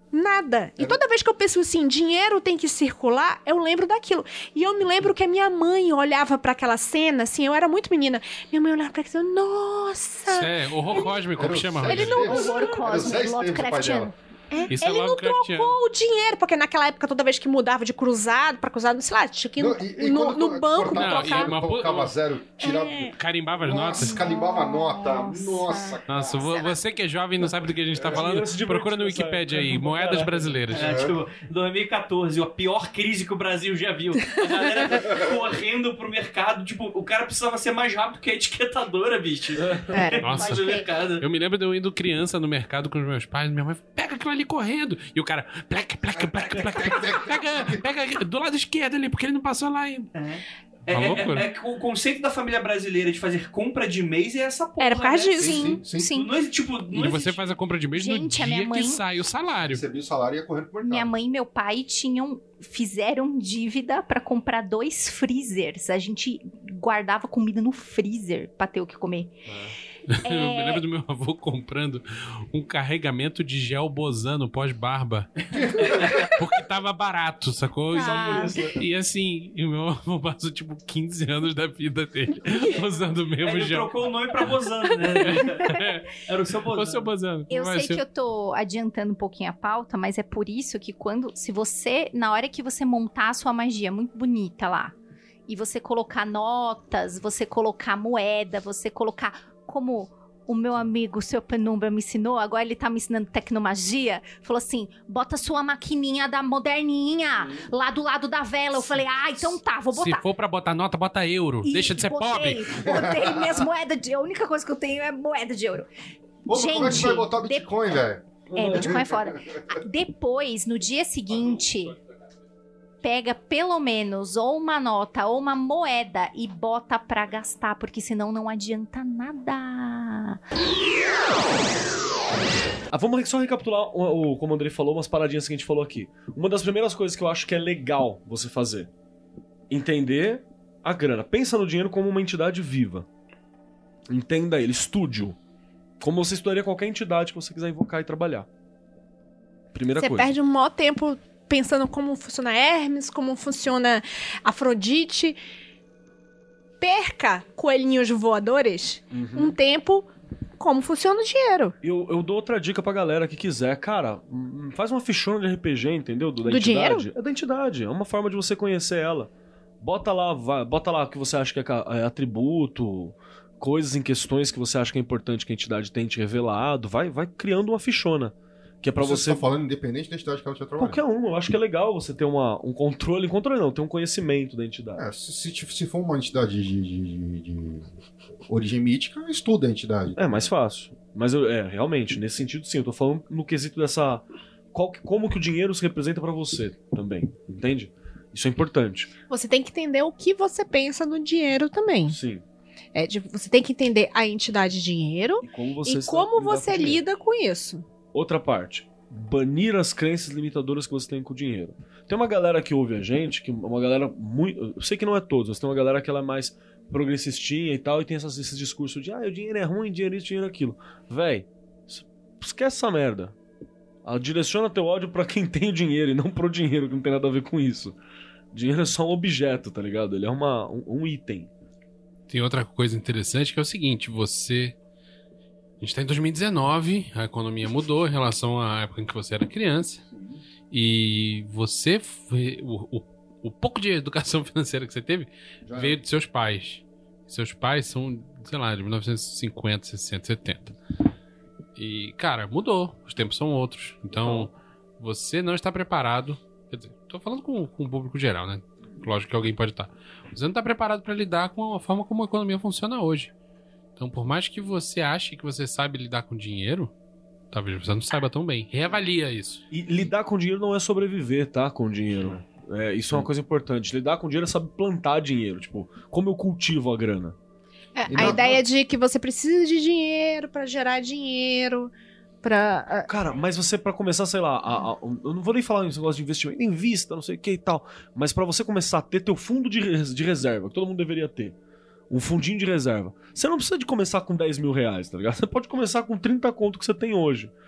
Nada. E toda vez que eu penso assim, dinheiro tem que circular, eu lembro daquilo. E eu me lembro que a minha mãe olhava pra aquela cena, assim, eu era muito menina. Minha mãe olhava pra aquilo, nossa! Isso é horror cósmico, como chama? Ele não- Horror cósmico, Lovecraftiano. É, Isso é ele não Lovecraftiano. trocou o dinheiro, porque naquela época, toda vez que mudava de cruzado pra cruzado, sei lá, tinha que ir no, Não, e- e no- quando no co- banco cortava, Não, trocar. e uma- colocava zero, tirava... Carimbava as Nossa, notas. calimbava a nota. Nossa, cara. Nossa, vo- você que é jovem e não sabe do que a gente tá falando, dinheiro se divertiu procura no nessa Wikipedia época. aí, moedas brasileiras. É, tipo, dois mil e quatorze, a pior crise que o Brasil já viu. A galera correndo pro mercado, tipo, o cara precisava ser mais rápido que a etiquetadora, bicho. É. Nossa. Mas no mercado. Eu me lembro de eu indo criança no mercado com os meus pais, minha mãe, pega aquilo ali correndo. E o cara, placa, placa, placa, placa, pega, pega do lado esquerdo ali, porque ele não passou lá ainda. É, Uma é, loucura. é, é que o conceito da família brasileira de fazer compra de mês é essa porra. Era por causa né? disso. Sim, sim. sim. Não existe, tipo, não E você existe- faz a compra de mês no Gente, a dia minha mãe- que sai o salário. Recebia o salário e ia correndo pro mercado. Minha mãe e meu pai tinham, fizeram dívida pra comprar dois freezers. A gente guardava comida no freezer pra ter o que comer. Eu me lembro do meu avô comprando um carregamento de gel bosano pós-barba. Porque tava barato, sacou? Ah. E assim, e o meu avô passou tipo quinze anos da vida dele usando o mesmo Ele gel. trocou o nome pra Bozano, né? Era o seu Bozano. Ô, seu bosano. Eu vai sei ser- que eu tô adiantando um pouquinho a pauta, mas é por isso que quando, se você, na hora que você montar a sua magia muito bonita lá, e você colocar notas, você colocar moeda, você colocar, como o meu amigo, o seu Penumbra me ensinou, agora ele tá me ensinando tecnomagia, falou assim, bota sua maquininha da moderninha lá do lado da vela. Eu falei, ah, então tá, vou Se botar. for pra botar nota, bota euro. E Deixa de ser botei, pobre. Botei minhas moedas de... A única coisa que eu tenho é moeda de euro. Pô, mas como é que Gente, vai botar o de- Bitcoin, velho? É, Bitcoin é foda. Depois, no dia seguinte, pega pelo menos ou uma nota ou uma moeda e bota pra gastar, porque senão não adianta nada. Ah, vamos só recapitular o, o- como o Andrei falou, umas paradinhas que a gente falou aqui. Uma das primeiras coisas que eu acho que é legal você fazer: entender a grana. Pensa no dinheiro como uma entidade viva. Entenda ele, estude-o. Como você estudaria qualquer entidade que você quiser invocar e trabalhar. Primeira Você coisa. perde um maior tempo pensando como funciona Hermes, como funciona Afrodite. Perca, coelhinhos voadores, Uhum. um tempo como funciona o dinheiro. Eu, eu dou outra dica pra galera que quiser. Cara, hum, faz uma fichona de R P G, entendeu? Do, da Do entidade. dinheiro? É da entidade. É uma forma de você conhecer ela. Bota lá, vai- bota lá o que você acha que é, ca- é atributo, coisas em questões que você acha que é importante que a entidade tenha te revelado. Vai, vai criando uma fichona. Que é pra Você você. está falando independente da entidade que ela estiver trabalhando. Qualquer um. Eu acho que é legal você ter uma, um controle. Controle não, ter um conhecimento da entidade. É, se, se, se for uma entidade de, de- de- de origem mítica, estuda a entidade. É mais fácil. Mas eu, é, realmente, nesse sentido sim, eu tô falando no quesito dessa. Qual que- como que o dinheiro se representa pra você também, entende? Isso é importante. Você tem que entender o que você pensa no dinheiro também. Sim. É, de- você tem que entender a entidade dinheiro E como você, e está- como lidar você com o dinheiro. lida com isso. Outra parte. Banir as crenças limitadoras que você tem com o dinheiro. Tem uma galera que ouve a gente, que é uma galera muito. Eu sei que não é todos, mas tem uma galera que ela é mais progressistinha e tal, e tem essas, esses discursos de ah, o dinheiro é ruim, dinheiro isso, dinheiro aquilo. Véi, s- esquece essa merda. Ah, direciona teu ódio pra quem tem o dinheiro e não pro dinheiro, que não tem nada a ver com isso. Dinheiro é só um objeto, tá ligado? Ele é uma, um, um item. Tem outra coisa interessante que é o seguinte, você... A gente tá em dois mil e dezenove, a economia mudou em relação à época em que você era criança. E você... foi- O, o, o pouco de educação financeira que você teve Já veio de seus pais. Seus pais são, sei lá, de mil novecentos e cinquenta, sessenta, setenta. E, cara, mudou. Os tempos são outros. Então, você não está preparado... Quer dizer, tô falando com, com o público geral, né? Lógico que alguém pode estar. Você não está preparado para lidar com a forma como a economia funciona hoje. Então, por mais que você ache que você sabe lidar com dinheiro, talvez você não saiba tão bem. Reavalia isso. E lidar com dinheiro não é sobreviver, tá? Com dinheiro. É, isso é uma coisa importante. Lidar com dinheiro é saber plantar dinheiro. Tipo, como eu cultivo a grana. É, E a na- ideia de que você precisa de dinheiro pra gerar dinheiro, pra... Cara, mas você, pra começar, sei lá, a- a- eu não vou nem falar nesse negócio de investimento, invista, não sei o que e tal, mas pra você começar a ter teu fundo de, res- de reserva, que todo mundo deveria ter, um fundinho de reserva, você não precisa de começar com dez mil reais, tá ligado? Você pode começar com trinta conto que você tem hoje.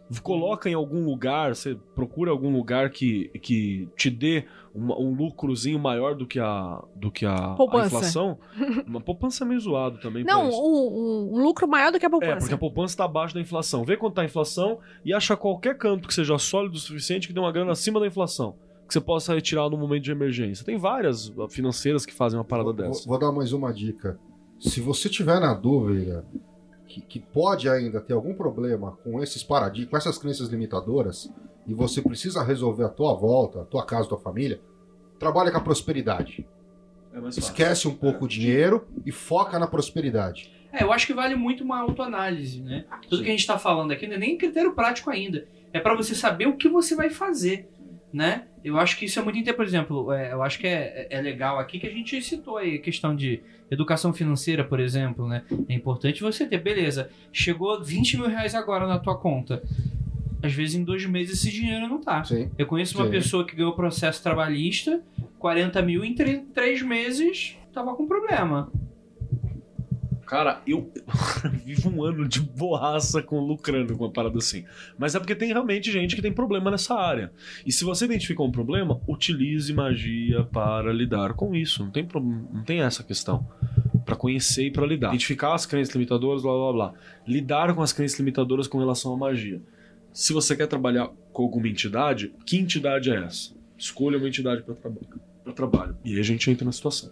Coloca em algum lugar, você procura algum lugar que, que te dê uma, um lucrozinho maior do que a, do que a, a inflação. Uma poupança é meio zoado também. Não, um, um, um lucro maior do que a poupança. É, porque a poupança está abaixo da inflação. Vê quanto tá a inflação e acha qualquer canto que seja sólido o suficiente que dê uma grana acima da inflação. Que você possa retirar no momento de emergência. Tem várias financeiras que fazem uma parada vou, dessa. Vou dar mais uma dica. Se você tiver na dúvida que, que pode ainda ter algum problema com esses paradigmas, com essas crenças limitadoras, e você precisa resolver a tua volta, a tua casa, a tua família, trabalha com a prosperidade. É mais fácil. Esquece um pouco o dinheiro e foca na prosperidade. É, eu acho que vale muito uma autoanálise, né? Tudo Sim. que a gente tá falando aqui não é nem critério prático ainda. É pra você saber o que você vai fazer, né? Eu acho que isso é muito interessante. Por exemplo, é, eu acho que é, é legal aqui que a gente citou aí a questão de educação financeira, por exemplo, né? É importante você ter, beleza, chegou vinte mil reais agora na tua conta. Às vezes em dois meses esse dinheiro não tá. Sim. Eu conheço uma Sim. pessoa que ganhou processo trabalhista, quarenta mil, em tre- três meses tava com problema. Cara, eu vivo um ano de borraça com lucrando com uma parada assim. Mas é porque tem realmente gente que tem problema nessa área. E se você identificar um problema, utilize magia para lidar com isso. Não tem, pro... não tem essa questão. Para conhecer e para lidar. Identificar as crenças limitadoras, blá blá blá. Lidar com as crenças limitadoras com relação à magia. Se você quer trabalhar com alguma entidade, que entidade é essa? Escolha uma entidade para trabalho. Para trabalho. E aí a gente entra na situação.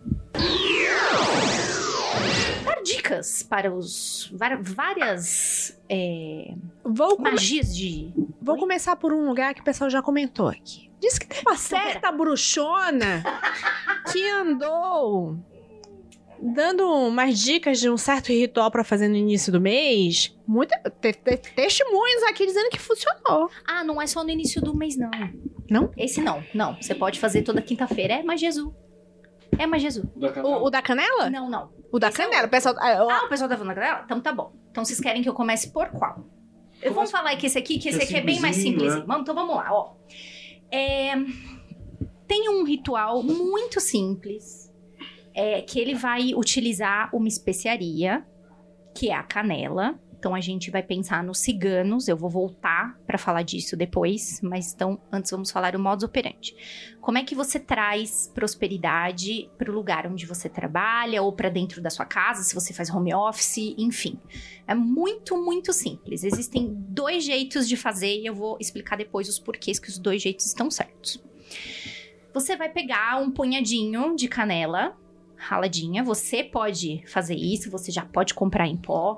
Dar dicas para os var- várias é, Vou, come- magias de... vou começar por um lugar que o pessoal já comentou aqui. Diz que tem uma certa bruxona que andou dando umas dicas de um certo ritual pra fazer no início do mês. Muita, te- te- testemunhos aqui dizendo que funcionou. Ah, não é só no início do mês, não. Não? Esse não, não. Você pode fazer toda quinta-feira. É magia azul. É magia azul. O, o da canela? Não, não. O da Esse é canela. O pessoal, ah, eu- Ah, o pessoal tá falando da canela? Então tá bom. Então vocês querem que eu comece por qual? Eu vou falar que esse aqui, que esse é aqui é bem mais simplesinho, simples. né? Vamos, então vamos lá, ó. É, tem um ritual muito simples, é, que ele vai utilizar uma especiaria, que é a canela. Então a gente vai pensar nos ciganos. Eu vou voltar pra falar disso depois, mas então antes vamos falar o modus operandi. Como é que você traz prosperidade pro lugar onde você trabalha ou pra dentro da sua casa, se você faz home office, enfim. É muito, muito simples. Existem dois jeitos de fazer e eu vou explicar depois os porquês que os dois jeitos estão certos. Você vai pegar um punhadinho de canela raladinha. Você pode fazer isso, você já pode comprar em pó.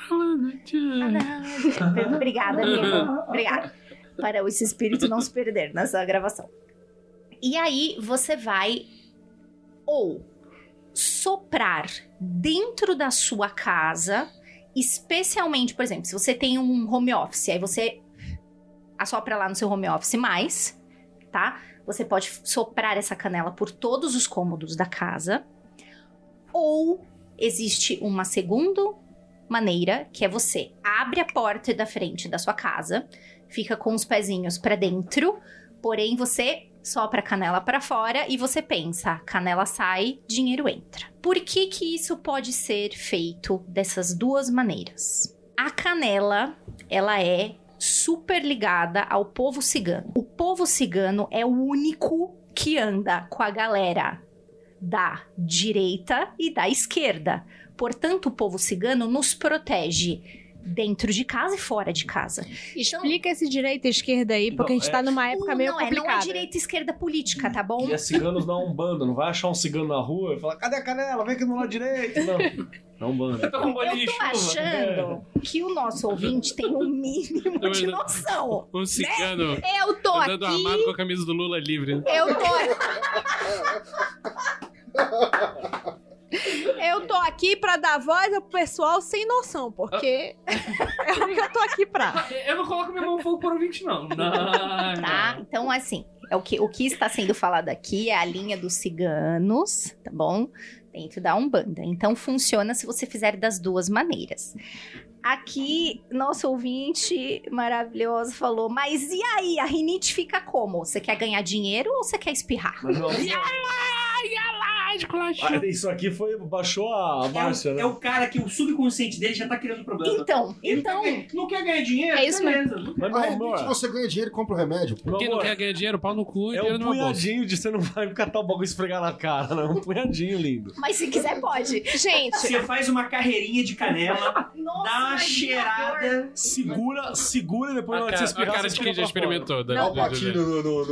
Obrigada, amigo. Obrigada. Para esse espírito não se perder nessa gravação. E aí, você vai ou soprar dentro da sua casa, especialmente, por exemplo, se você tem um home office, aí você assopra lá no seu home office mais, tá? Você pode soprar essa canela por todos os cômodos da casa. Ou existe uma segunda maneira, que é você abre a porta da frente da sua casa, fica com os pezinhos pra dentro, porém você sopra a canela pra fora e você pensa, canela sai, dinheiro entra. Por que que isso pode ser feito dessas duas maneiras? A canela, ela é super ligada ao povo cigano. O povo cigano é o único que anda com a galera da direita e da esquerda. Portanto, o povo cigano nos protege dentro de casa e fora de casa. explica esse direita e esquerda aí, porque a gente Não, tá é- numa época Uh, meio não, é, não complicada. é direita e esquerda política, tá bom? E é ciganos da Umbanda, não vai achar um cigano na rua e falar, cadê a canela? Vem aqui no lado direito. Não, é Umbanda. Tô com bolinho de Eu tô chuva. achando que o nosso ouvinte tem um mínimo de noção. Um cigano Eu tô andando aqui, armado com a camisa do Lula livre. eu tô Eu tô aqui pra dar voz ao pessoal sem noção, porque é o que eu tô aqui pra. Eu não coloco minha mão no fogo por ouvinte, não. Não, Tá? não. Então, assim, é o que, o que está sendo falado aqui é a linha dos ciganos, tá bom? Dentro da Umbanda. Então, funciona se você fizer das duas maneiras. Aqui, nosso ouvinte maravilhoso falou, mas e aí, a rinite fica como? Você quer ganhar dinheiro ou você quer espirrar? Mas, meu amigo, Ai, ai, mágico lá, Ah, isso aqui foi. Baixou a Márcia, é, o, né? é o cara que o subconsciente dele já tá criando problema. Então, Ele então. Não quer, não quer ganhar dinheiro? É isso beleza. Mas, meu Aí, amor, se você ganha dinheiro e compra o remédio, pô. meu Quem não amor, quer ganhar dinheiro, pau no cu e é dinheiro um numa bolsa. punhadinho de você não vai catar o bagulho e esfregar na cara, não. É um punhadinho lindo. Mas se quiser, pode. Gente, Você faz uma carreirinha de canela, Nossa, dá uma mas que cheirada. Segura, segura e depois na A hora que cara, você espirrar, a cara você de quem espirra já pra fora. experimentou. Da, Dá o da- da- patinho no, no,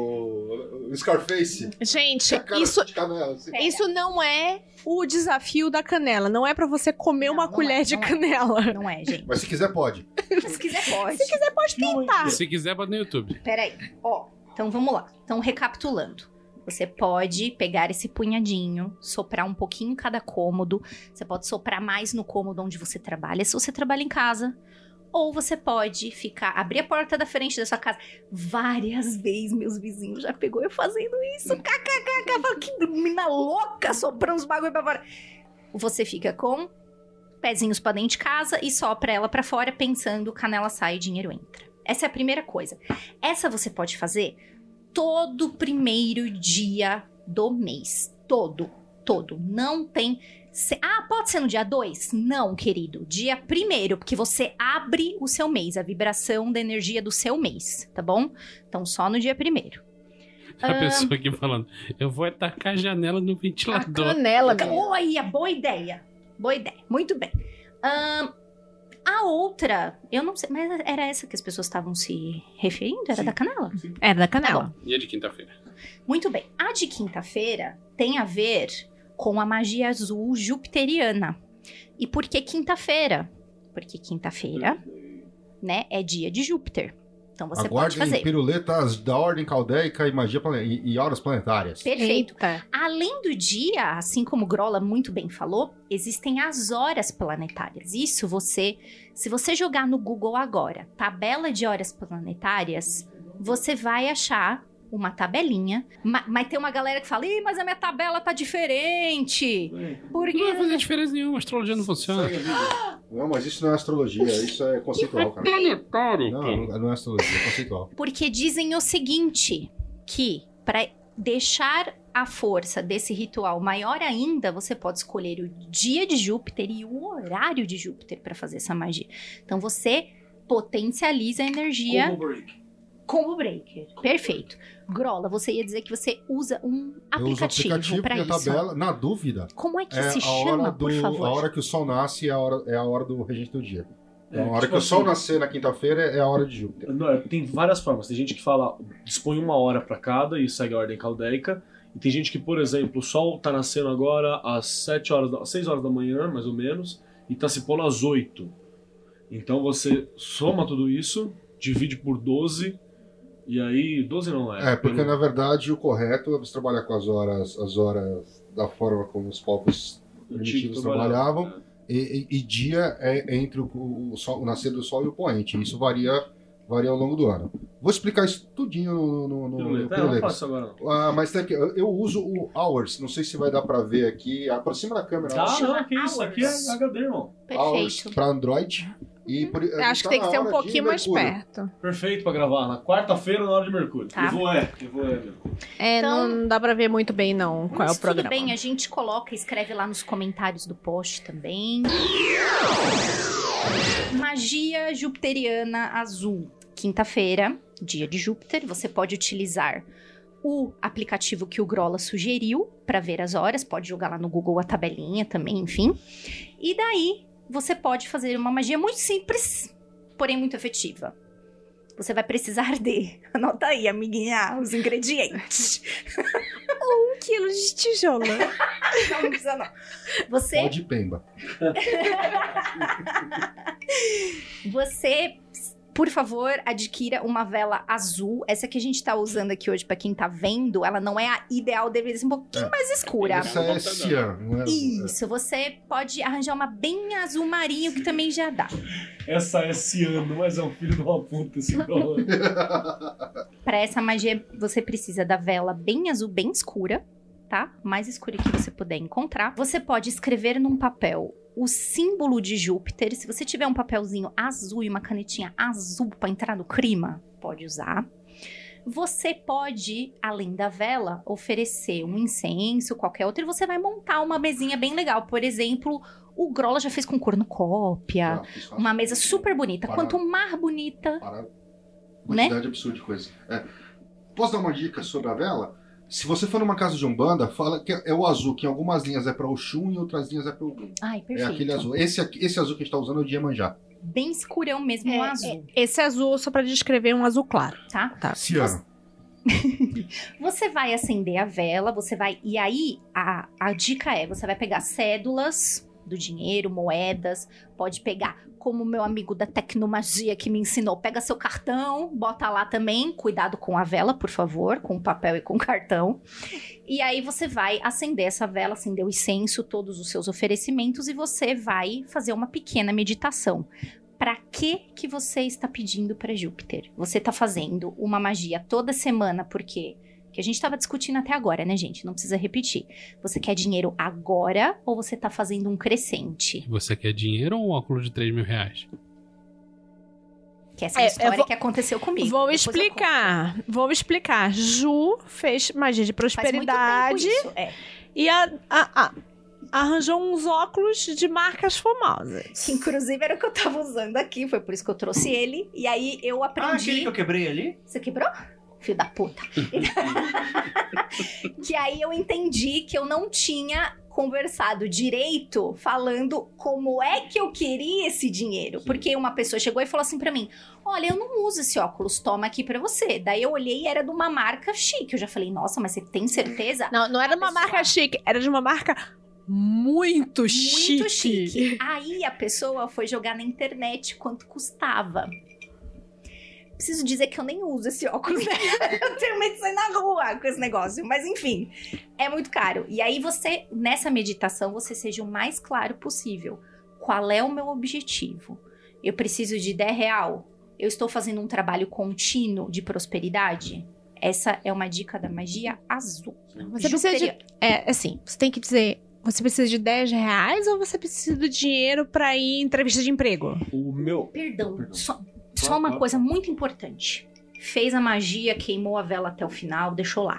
no- no Scarface. gente, Cara isso, de canela, assim. isso não é o desafio da canela. Não é pra você comer Não, uma não colher é, de não é. canela. Não é, gente. Mas se quiser, pode. Se quiser, pode. Se quiser, pode tentar. Se quiser, bota no YouTube. Peraí. Ó, então vamos lá. Então, recapitulando. Você pode pegar esse punhadinho, soprar um pouquinho em cada cômodo. Você pode soprar mais no cômodo onde você trabalha, se você trabalha em casa. Ou você pode ficar, abrir a porta da frente da sua casa. Várias vezes meus vizinhos já pegou eu fazendo isso. Kkkk, fala, que mina louca, soprando os bagulho pra fora. Você fica com pezinhos pra dentro de casa e sopra ela pra fora, pensando, canela sai, dinheiro entra. Essa é a primeira coisa. Essa você pode fazer todo primeiro dia do mês. Todo, todo. Não tem... se- Ah, pode ser no dia dois? Não, querido. Dia primeiro, porque você abre o seu mês, a vibração da energia do seu mês, tá bom? Então, só no dia primeiro. A pessoa aqui falando, eu vou atacar a janela no A ventilador. canela, menina. Boa aí, boa ideia. Boa ideia. Muito bem. Ahn, a outra, eu não sei, mas era essa que as pessoas estavam se referindo? Era da canela? Era da Tá canela. E a de quinta-feira? Muito bem. A de quinta-feira tem a ver com a magia azul jupiteriana. E por que quinta-feira? Porque quinta-feira, né, é dia de Júpiter. Então você pode Aguardem fazer. piruletas da ordem caldeica e magia plane... e, e horas planetárias. Perfeito. Eita. Além do dia, assim como Grola muito bem falou, existem as horas planetárias. Isso você, se você jogar no Google agora, tabela de horas planetárias, você vai achar uma tabelinha. Ma- mas tem uma galera que fala, Ih, mas a minha tabela tá diferente. Porque Não vai fazer diferença nenhuma, a astrologia não funciona. Não, mas isso não é astrologia, isso é conceitual, cara. Planetário, Não, pô. não, não é astrologia, é conceitual. Porque dizem o seguinte, que para deixar a força desse ritual maior ainda, você pode escolher o dia de Júpiter e o horário de Júpiter para fazer essa magia. Então você potencializa a energia combo breaker. Perfeito. Grola, você ia dizer que você usa um Eu uso o aplicativo aplicativo para e a isso. tabela, na dúvida, Como é que é se a chama, hora, por do, favor? a hora que o sol nasce é a hora, é a hora do regente do dia. Então, É, a hora tipo que o sol assim- nascer na quinta-feira é a hora de Júpiter. Não, é, tem várias formas. Tem gente que fala, dispõe uma hora pra cada e segue a ordem caldeica. E tem gente que, por exemplo, o sol tá nascendo agora às sete horas, da, às seis horas da manhã, mais ou menos, e tá se pondo às oito. Então você soma tudo isso, divide por doze, e aí... doze não é. É, porque pelo- na verdade o correto é você trabalhar com as horas, as horas da forma como os povos primitivos trabalhavam. E, e- e dia é entre o, o, sol- o nascer do sol e o poente. Isso varia, varia ao longo do ano. Vou explicar isso tudinho no, no, no, no Piruleta. É, não Piruletas. faço agora não. Ah, mas tem aqui, eu, eu uso o Hours, não sei se vai dar pra ver aqui. Aproxima da câmera. Ah, Chama não, que isso aqui é H D, irmão. Hours Perfeito. para Android. E por, Eu acho que tem que ser um pouquinho mais perto. Perfeito pra gravar na quarta-feira na hora de Mercúrio. Tá. E vou é, e vou é, Mercúrio. É, Então- não dá pra ver muito bem, não, qual é Mas o programa. tudo bem, a gente coloca, escreve lá nos comentários do post também. Magia jupiteriana azul. Quinta-feira, dia de Júpiter, você pode utilizar o aplicativo que o Grola sugeriu para ver as horas, pode jogar lá no Google a tabelinha também, enfim. E daí, você pode fazer uma magia muito simples, porém muito efetiva. Você vai precisar de... Anota aí, amiguinha, os ingredientes. Um quilo de tijolo. Não, não precisa não. Você... Pode pemba. Você, por favor, adquira uma vela azul. Essa que a gente tá usando aqui hoje, pra quem tá vendo, ela não é a ideal, deveria ser um pouquinho É. mais escura. Essa é cian, não é? Isso, você pode arranjar uma bem azul marinho, que também já dá. Essa é Ciano, mas é um filho de uma puta esse nome. Pra essa magia, você precisa da vela bem azul, bem escura, tá? Mais escura que você puder encontrar. Você pode escrever num papel o símbolo de Júpiter. Se você tiver um papelzinho azul e uma canetinha azul pra entrar no clima, pode usar. Você pode, além da vela, oferecer um incenso, qualquer outro, e você vai montar uma mesinha bem legal. Por exemplo, o Grola já fez com cornucópia, Já, uma mesa super bonita. Parado. Quanto mais bonita, Parado. Né? Quantidade absurda de coisa. É. Posso dar uma dica sobre a vela? Se você for numa casa de Umbanda, fala que é o azul, que em algumas linhas é para Oxum e em outras linhas é para Ogum. ai, É perfeito. aquele azul. Esse, aqui- esse azul que a gente tá usando é o de Iemanjá. Bem escurão mesmo, É, um azul, Esse azul, só pra descrever, é um azul claro. tá? Tá. Ciano. Você vai acender a vela, você vai... E aí, a, a dica é, você vai pegar cédulas do dinheiro, moedas, pode pegar, como o meu amigo da tecnomagia que me ensinou, pega seu cartão, bota lá também, cuidado com a vela, por favor, com o papel e com o cartão. E aí você vai acender essa vela, acender o incenso, todos os seus oferecimentos, e você vai fazer uma pequena meditação. Para que que você está pedindo para Júpiter? Você está fazendo uma magia toda semana, porque que a gente estava discutindo até agora, né, gente? Não precisa repetir. Você quer dinheiro agora ou você está fazendo um crescente? Você quer dinheiro ou um óculos de três mil reais? Que essa é É, a eu história vou- que aconteceu comigo. Vou Depois eu explicar. Vou explicar. Ju fez magia de conto. Faz muito tempo prosperidade isso, é. e a- a- a- arranjou uns óculos de marcas famosas. Que inclusive era o que eu tava usando aqui, foi por isso que eu trouxe ele. E aí eu Ah, aquele aprendi. que eu quebrei ali? Você quebrou? Filho da puta. Que aí eu entendi que eu não tinha conversado direito, falando como é que eu queria esse dinheiro. Porque uma pessoa chegou e falou assim pra mim: olha, eu não uso esse óculos, toma aqui pra você. Daí eu olhei e era de uma marca chique. Eu já falei, nossa, mas você tem certeza? Não, não era de uma Pessoal. marca chique, era de uma marca muito, chique. Muito chique. Aí a pessoa foi jogar na internet quanto custava. Preciso dizer que eu nem uso esse óculos, né? Eu tenho medo de sair na rua com esse negócio. Mas enfim, é muito caro. E aí você, nessa meditação, você seja o mais claro possível. Qual é o meu objetivo? Eu preciso de dez real? Eu estou fazendo um trabalho contínuo de prosperidade? Essa é uma dica da magia azul. Você precisa de. É, assim, você tem que dizer. Você precisa de dez reais ou você precisa do dinheiro pra ir em entrevista de emprego? O meu. Perdão, Perdão. só, só uma coisa muito importante. Fez a magia, queimou a vela até o final, deixou lá.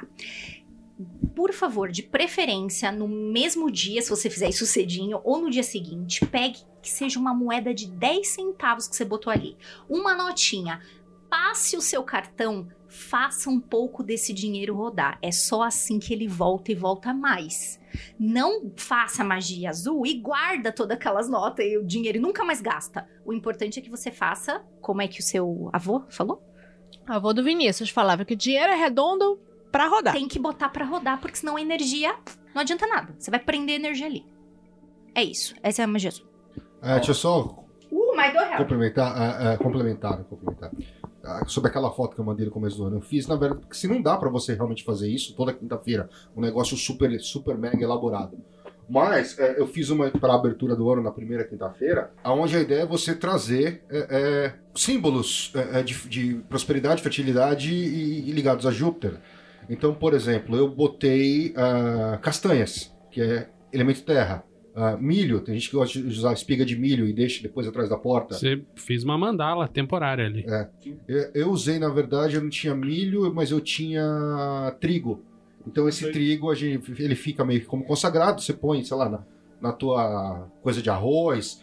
Por favor, de preferência, no mesmo dia, se você fizer isso cedinho, ou no dia seguinte, pegue que seja uma moeda de dez centavos que você botou ali. Uma notinha. Passe o seu cartão, faça um pouco desse dinheiro rodar. É só assim que ele volta e volta mais. Não faça magia azul e guarda todas aquelas notas e o dinheiro e nunca mais gasta. O importante é que você faça, como é que o seu avô falou? A avó do Vinícius falava que o dinheiro é redondo pra rodar. Tem que botar pra rodar, porque senão a energia não adianta nada. Você vai prender energia ali. É isso. Essa é a magia azul. É, deixa eu só Uh, mais dois reais. complementar, é, é, complementar, complementar. Ah, sobre aquela foto que eu mandei no começo do ano. Eu fiz, na verdade, porque se não dá pra você realmente fazer isso toda quinta-feira, um negócio super, super mega elaborado. Mas é, eu fiz uma para a abertura do ano na primeira quinta-feira, onde a ideia é você trazer é, é, símbolos é, é, de, de prosperidade, fertilidade e, e ligados a Júpiter. Então, por exemplo, eu botei ah, castanhas, que é elemento terra. Ah, milho, tem gente que gosta de usar espiga de milho e deixa depois atrás da porta. Você fez uma mandala temporária ali. Eu, eu usei, na verdade, eu não tinha milho, mas eu tinha trigo. Então esse Sei. trigo, a gente, ele fica meio que como consagrado, você põe, sei lá, na, na tua coisa de arroz.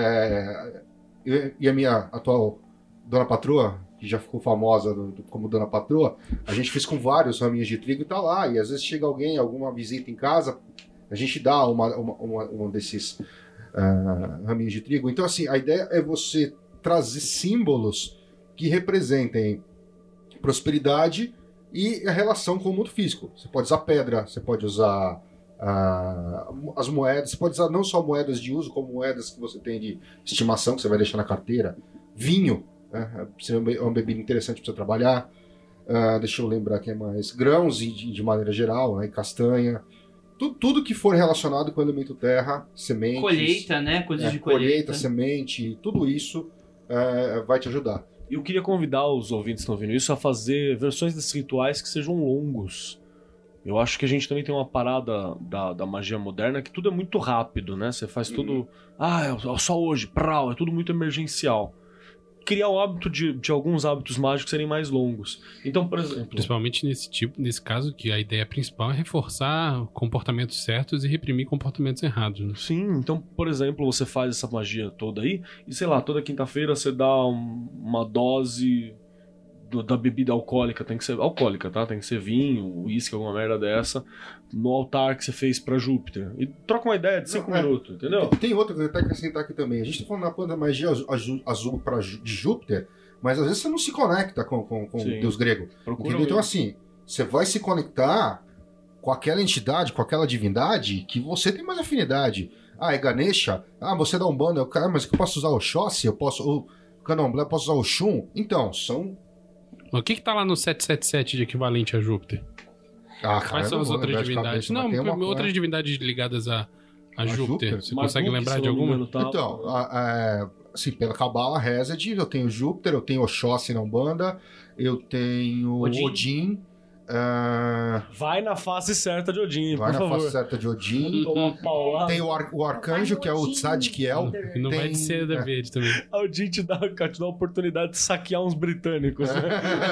É, eu- e a minha atual dona patroa, que já ficou famosa do- do- como dona patroa, a gente fez com vários raminhos de trigo e tá lá. E às vezes chega alguém, alguma visita em casa, a gente dá uma, uma, uma- um desses ah, raminhos de trigo. Então, assim, a ideia é você trazer símbolos que representem prosperidade e a relação com o mundo físico. Você pode usar pedra, você pode usar ah, as moedas, você pode usar não só moedas de uso, como moedas que você tem de estimação, que você vai deixar na carteira. Vinho, né? É uma bebida interessante para você trabalhar. Ah, deixa eu lembrar quem é mais. Grãos, e de, de maneira geral, né? Castanha. Tu- tudo que for relacionado com o elemento terra, sementes. Colheita, né? Coisas é, de colheita. semente, tudo isso é, vai te ajudar. E eu queria convidar os ouvintes que estão ouvindo isso a fazer versões desses rituais que sejam longos. Eu acho que a gente também tem uma parada da, da magia moderna que tudo é muito rápido, né? Você faz tudo... Ah, é só hoje, prau, é tudo muito emergencial. criar o hábito de, de alguns hábitos mágicos serem mais longos. Então, por exemplo... Principalmente nesse tipo, nesse caso, que a ideia principal é reforçar comportamentos certos e reprimir comportamentos errados, né? Sim, então, por exemplo, você faz essa magia toda aí, e sei lá, toda quinta-feira você dá um- uma dose do- da bebida alcoólica, tem que ser alcoólica, tá? Tem que ser vinho, uísque, alguma merda dessa, no altar que você fez pra Júpiter. E troca uma ideia de cinco Não, é. minutos, entendeu? Tem outra que eu até acrescentar aqui também. A gente tá falando da planta magia azul, azul, azul pra, Jú- de Júpiter, mas às vezes você não se conecta com, com, com o Sim. deus grego. Procura Entendeu? Então, um- assim, você vai se conectar com aquela entidade, com aquela divindade que você tem mais afinidade. Ah, é Ganesha? Ah, você dá um bando. Eu, cara, mas eu posso usar o Xóssi? Eu posso. O Candomblé, eu posso usar o Xum? Então, são. O que que tá lá no setecentos e setenta e sete de equivalente a Júpiter? Ah, cara, Quais eu são não as vou outras lembrar de divindades? cabeça, mas Não, tem uma- outras divindades ligadas a, a, A Júpiter. Júpiter? Você Marduk, consegue lembrar se de eu não me alguma? engano, tá? Então, a- a- assim, pela Cabala Rezed, eu tenho Júpiter, eu tenho Oxóssi na Umbanda, eu tenho Odin. Odin, ah, Vai na face certa de Odin, vai por na favor. face certa de Odin, Toma uma paulada. tem o, ar- o Arcanjo, que é o Tzadkiel. E não vai Tem- de seda é. verde também. Odin te dá, cara, te dá a oportunidade de saquear uns britânicos, né?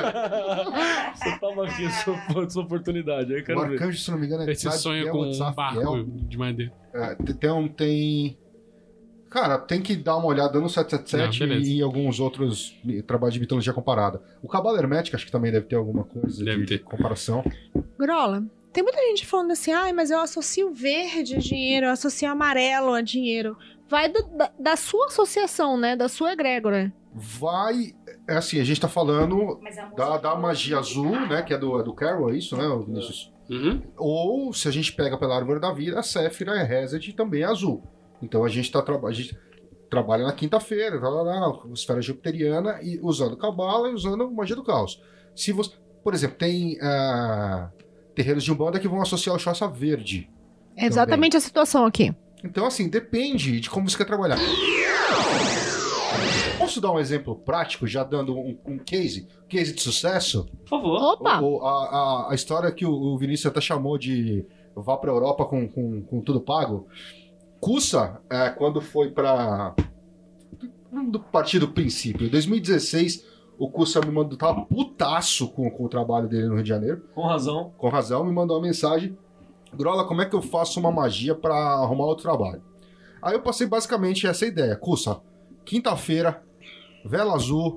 Você toma aqui a sua, sua oportunidade, aí eu O quero ver. Arcanjo, se não me engano, é Esse sonho Tzadkiel com ou um Tzadkiel. barco de madeira. É, tem, um- tem... Cara, tem que dar uma olhada no setecentos e setenta e sete Não, beleza. e em alguns outros trabalhos de mitologia comparada. O Cabala Hermética, acho que também deve ter alguma coisa Deve de, ter. de comparação. Grola, tem muita gente falando assim, ai, mas eu associo verde a dinheiro, eu associo amarelo a dinheiro. Vai do- da, da sua associação, né? Da sua egrégora. Vai... É assim, a gente tá falando da, da magia azul, né? Que é do, é do Carol, é isso, né, Vinícius? Uhum. Ou, se a gente pega pela árvore da vida, a Séfira é Rezed também é azul. Então a gente, tá, tra- a gente trabalha na quinta-feira, tá lá na esfera jupiteriana, e usando Cabala e usando magia do caos. Se você, por exemplo, tem ah, terreiros de Umbanda que vão associar o Xhosa verde. É exatamente a situação aqui. Então, assim, depende de como você quer trabalhar. Posso dar um exemplo prático, já dando um, um case? Case de sucesso? Por favor. Opa! O- o- a, a- a história que o, o Vinícius até chamou de vá pra Europa com, com, com tudo pago. Cussa, é, quando foi pra. Do partir do princípio, em dois mil e dezesseis, o Cussa me mandou. Tava putaço com, com o trabalho dele no Rio de Janeiro, Com razão. com razão, me mandou uma mensagem: Grola, como é que eu faço uma magia pra arrumar outro trabalho? Aí eu passei basicamente essa ideia: Cussa, quinta-feira, vela azul.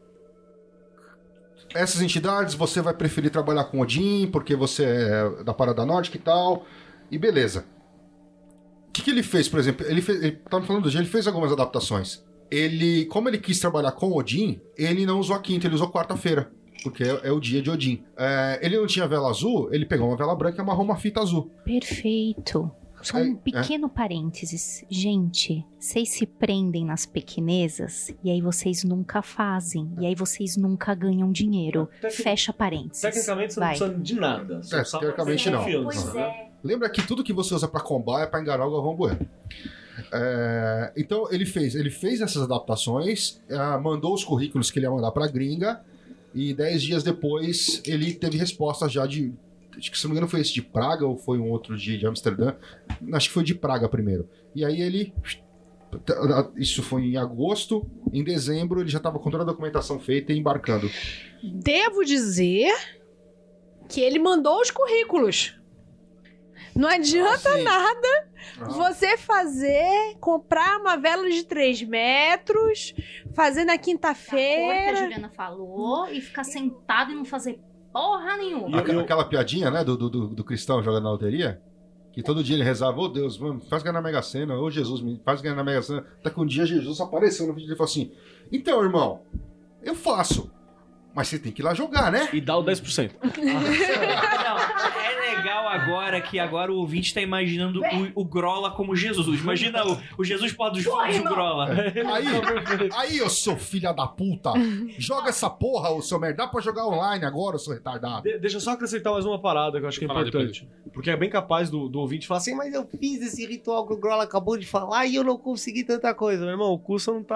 Essas entidades você vai preferir trabalhar com Odin, porque você é da Parada Nórdica e tal, e beleza. O que, que ele fez, por exemplo? Ele fez, ele tava falando hoje, ele fez algumas adaptações. Ele, como ele quis trabalhar com Odin, ele não usou a quinta, ele usou quarta-feira, porque é, é o dia de Odin. É, ele não tinha vela azul, ele pegou uma vela branca e amarrou uma fita azul. Perfeito. Só um Aí, pequeno parênteses. Gente, vocês se prendem nas pequenezas e aí vocês nunca fazem. E aí vocês nunca ganham dinheiro. Tecni- Fecha parênteses. Tecnicamente você não Vai. precisa de nada. Você É, só teoricamente tem não. confiança, Pois né? é. Lembra que tudo que você usa pra combar é pra enganar o Galvão Bueno. É, então ele fez, ele fez essas adaptações, ah, mandou os currículos que ele ia mandar pra gringa, e dez dias depois ele teve resposta já de. Acho que se não me engano foi esse de Praga ou foi um outro de, de Amsterdã. Acho que foi de Praga primeiro. E aí ele. Isso foi em agosto. Em dezembro ele já estava com toda a documentação feita e embarcando. Devo dizer que ele mandou os currículos. Não adianta Ah, sim. nada Ah. você fazer, comprar uma vela de três metros, fazer na A cor que a quinta-feira. Juliana falou e ficar sentado e não fazer porra nenhuma. Aquela, aquela piadinha, né, do, do, do- do cristão jogando na loteria? Que todo dia ele rezava, ô Deus, mano, faz ganhar na Mega Sena, ô Jesus, me faz ganhar na Mega Sena. Até que um dia Jesus apareceu no vídeo e falou assim: então, irmão, eu faço, mas você tem que ir lá jogar, né? E dá o dez por cento. Não, é legal agora que agora o ouvinte tá imaginando o, o Grola como Jesus. Imagina o, o Jesus pó dos fogos do Grola. Aí, aí, ô seu filho da puta, joga essa porra, ô seu merda, dá pra jogar online agora, ô seu retardado. De- deixa eu só acrescentar mais uma parada que eu acho que é Fala importante. Porque é bem capaz do, do ouvinte falar assim, mas eu fiz esse ritual que o Grola acabou de falar e eu não consegui tanta coisa. Meu irmão, o Cussa não tá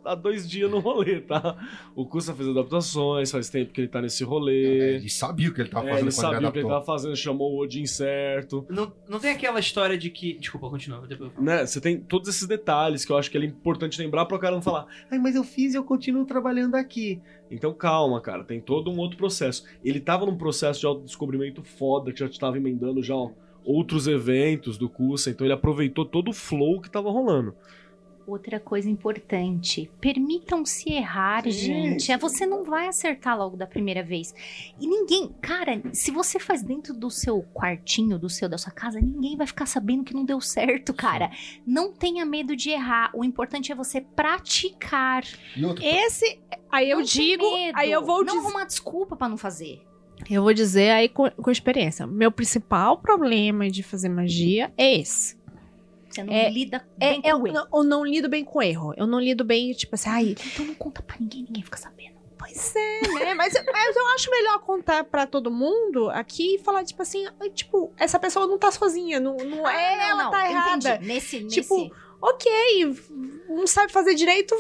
há dois dias no rolê, tá? O Kusa fez adaptações, faz tempo que ele tá nesse rolê. É, ele sabia o que ele tava É, fazendo ele quando sabia ele o que ele adaptou. tava fazendo, chamou o Odin certo. Não, não tem aquela história de que... Desculpa, continua. Depois eu falo. Né? Você tem todos esses detalhes que eu acho que é importante lembrar para o cara não falar, ai, mas eu fiz e eu continuo trabalhando aqui. Então calma, cara, tem todo um outro processo. Ele tava num processo de autodescobrimento foda, que já estava emendando já ó, outros eventos do Kusa, então ele aproveitou todo o flow que tava rolando. Outra coisa importante, permitam-se errar, Sim, gente. sim. É, você não vai acertar logo da primeira vez. E ninguém, cara, se você faz dentro do seu quartinho, do seu, da sua casa, ninguém vai ficar sabendo que não deu certo, cara. Não tenha medo de errar. O importante é você praticar. E outro, Esse, aí eu Não tem digo, medo. aí eu vou Não dizer, arrumar desculpa pra não fazer. eu vou dizer aí com, com experiência. Meu principal problema de fazer magia é esse. Você não É- lida É, bem com eu, o erro. não, eu não lido bem com erro. Eu não lido bem, tipo assim, ai, Então não conta pra ninguém, ninguém fica sabendo. pois é, né? Mas, mas eu acho melhor contar pra todo mundo aqui e falar, tipo assim, ai, tipo, essa pessoa não tá sozinha, não, não é, Ah, não, ela não, tá entendi. errada. Nesse, Tipo, nesse... Ok, não sabe fazer direito,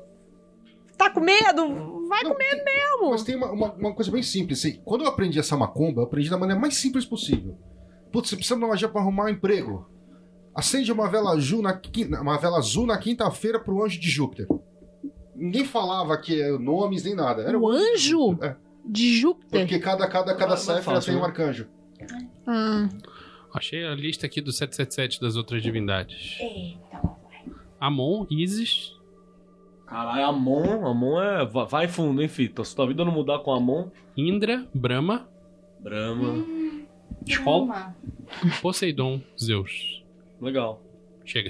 tá com medo, vai Não, com medo tem- mesmo. Mas tem uma, uma, uma coisa bem simples. Assim, quando eu aprendi essa macumba, eu aprendi da maneira mais simples possível. Putz, você precisa de uma magia pra arrumar um emprego. Acende uma vela azul na, quin- uma vela azul na quinta-feira pro anjo de Júpiter. Ninguém falava que é nomes nem nada. Era O de anjo? Júpiter. É, De Júpiter. porque cada, cada, cada Não é céfala fácil, tem um né? arcanjo. Ah, Achei a lista aqui do setecentos e setenta e sete das outras divindades. Eita. Amon, Isis, Caralho, Amon, Amon é... va- Vai fundo, hein, Fita? Se tua vida não mudar com Amon... Indra, Brahma, Brahma... Skol. Calma. Poseidon, Zeus. Legal. Chega.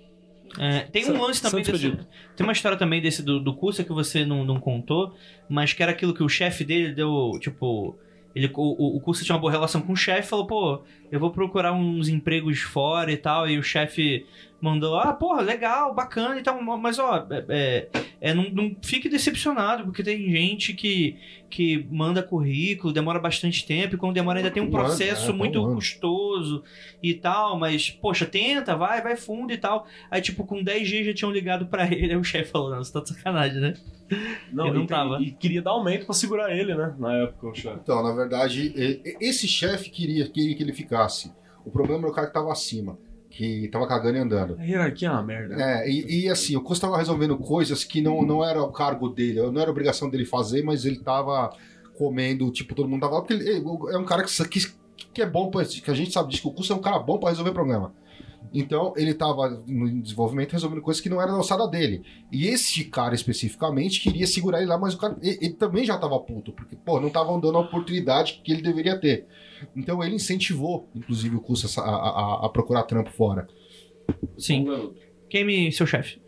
É, tem um lance também Santos desse, pedido. tem uma história também desse do, do curso que você não, não contou, mas que era aquilo que o chefe dele deu, tipo, ele, o, o, o curso tinha uma boa relação com o chefe, falou, pô, eu vou procurar uns empregos fora e tal, e o chefe mandou, ah, porra, legal, bacana e tal, mas ó, é, é, é, não, não fique decepcionado, porque tem gente que, que manda currículo, demora bastante tempo, e quando demora ainda tem um Um ano, processo é, muito um ano. custoso e tal, mas, poxa, tenta, vai, vai fundo e tal. Aí, tipo, com dez dias já tinham ligado pra ele, aí o chefe falou, não, você tá de sacanagem, né? Não, Ele não e, tem- tava. e queria dar aumento pra segurar ele, né? Na época, o chefe. Então, na verdade, e- e- esse chefe queria, queria que ele ficasse. O problema era o cara que tava acima, que tava cagando e andando. A hierarquia é uma merda. É, e, e assim, o Costa tava resolvendo coisas que não, não era o cargo dele, não era a obrigação dele fazer, mas ele tava comendo, tipo, todo mundo tava lá, porque ele é um cara que, que, que é bom, pra, que a gente sabe disso, que o Costa é um cara bom pra resolver problema. Então, ele tava no desenvolvimento resolvendo coisas que não eram da alçada dele. E esse cara especificamente queria segurar ele lá, mas o cara, ele, ele também já tava puto, porque, pô, não estavam dando a oportunidade que ele deveria ter. Então, ele incentivou, inclusive, o Costa a, a, a procurar trampo fora. Sim. Queime seu chefe.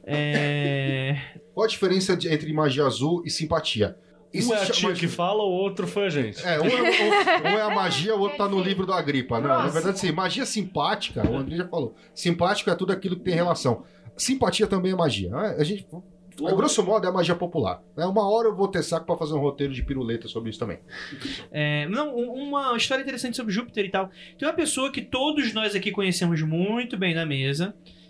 É... Qual a diferença de- entre magia azul e simpatia? Um é a Existe tia magia- que fala, o outro foi a gente. É, um é, um, um é a magia, o outro tá no livro do Agripa. Não, na verdade, sim, magia simpática, o André já falou. Simpático é tudo aquilo que tem relação. Simpatia também é magia. A gente, a grosso modo, é a magia popular. É, uma hora eu vou ter saco pra fazer um roteiro de piruleta sobre isso também. É, não, um- uma história interessante sobre Júpiter e tal. Tem uma pessoa que todos nós aqui conhecemos muito bem na mesa,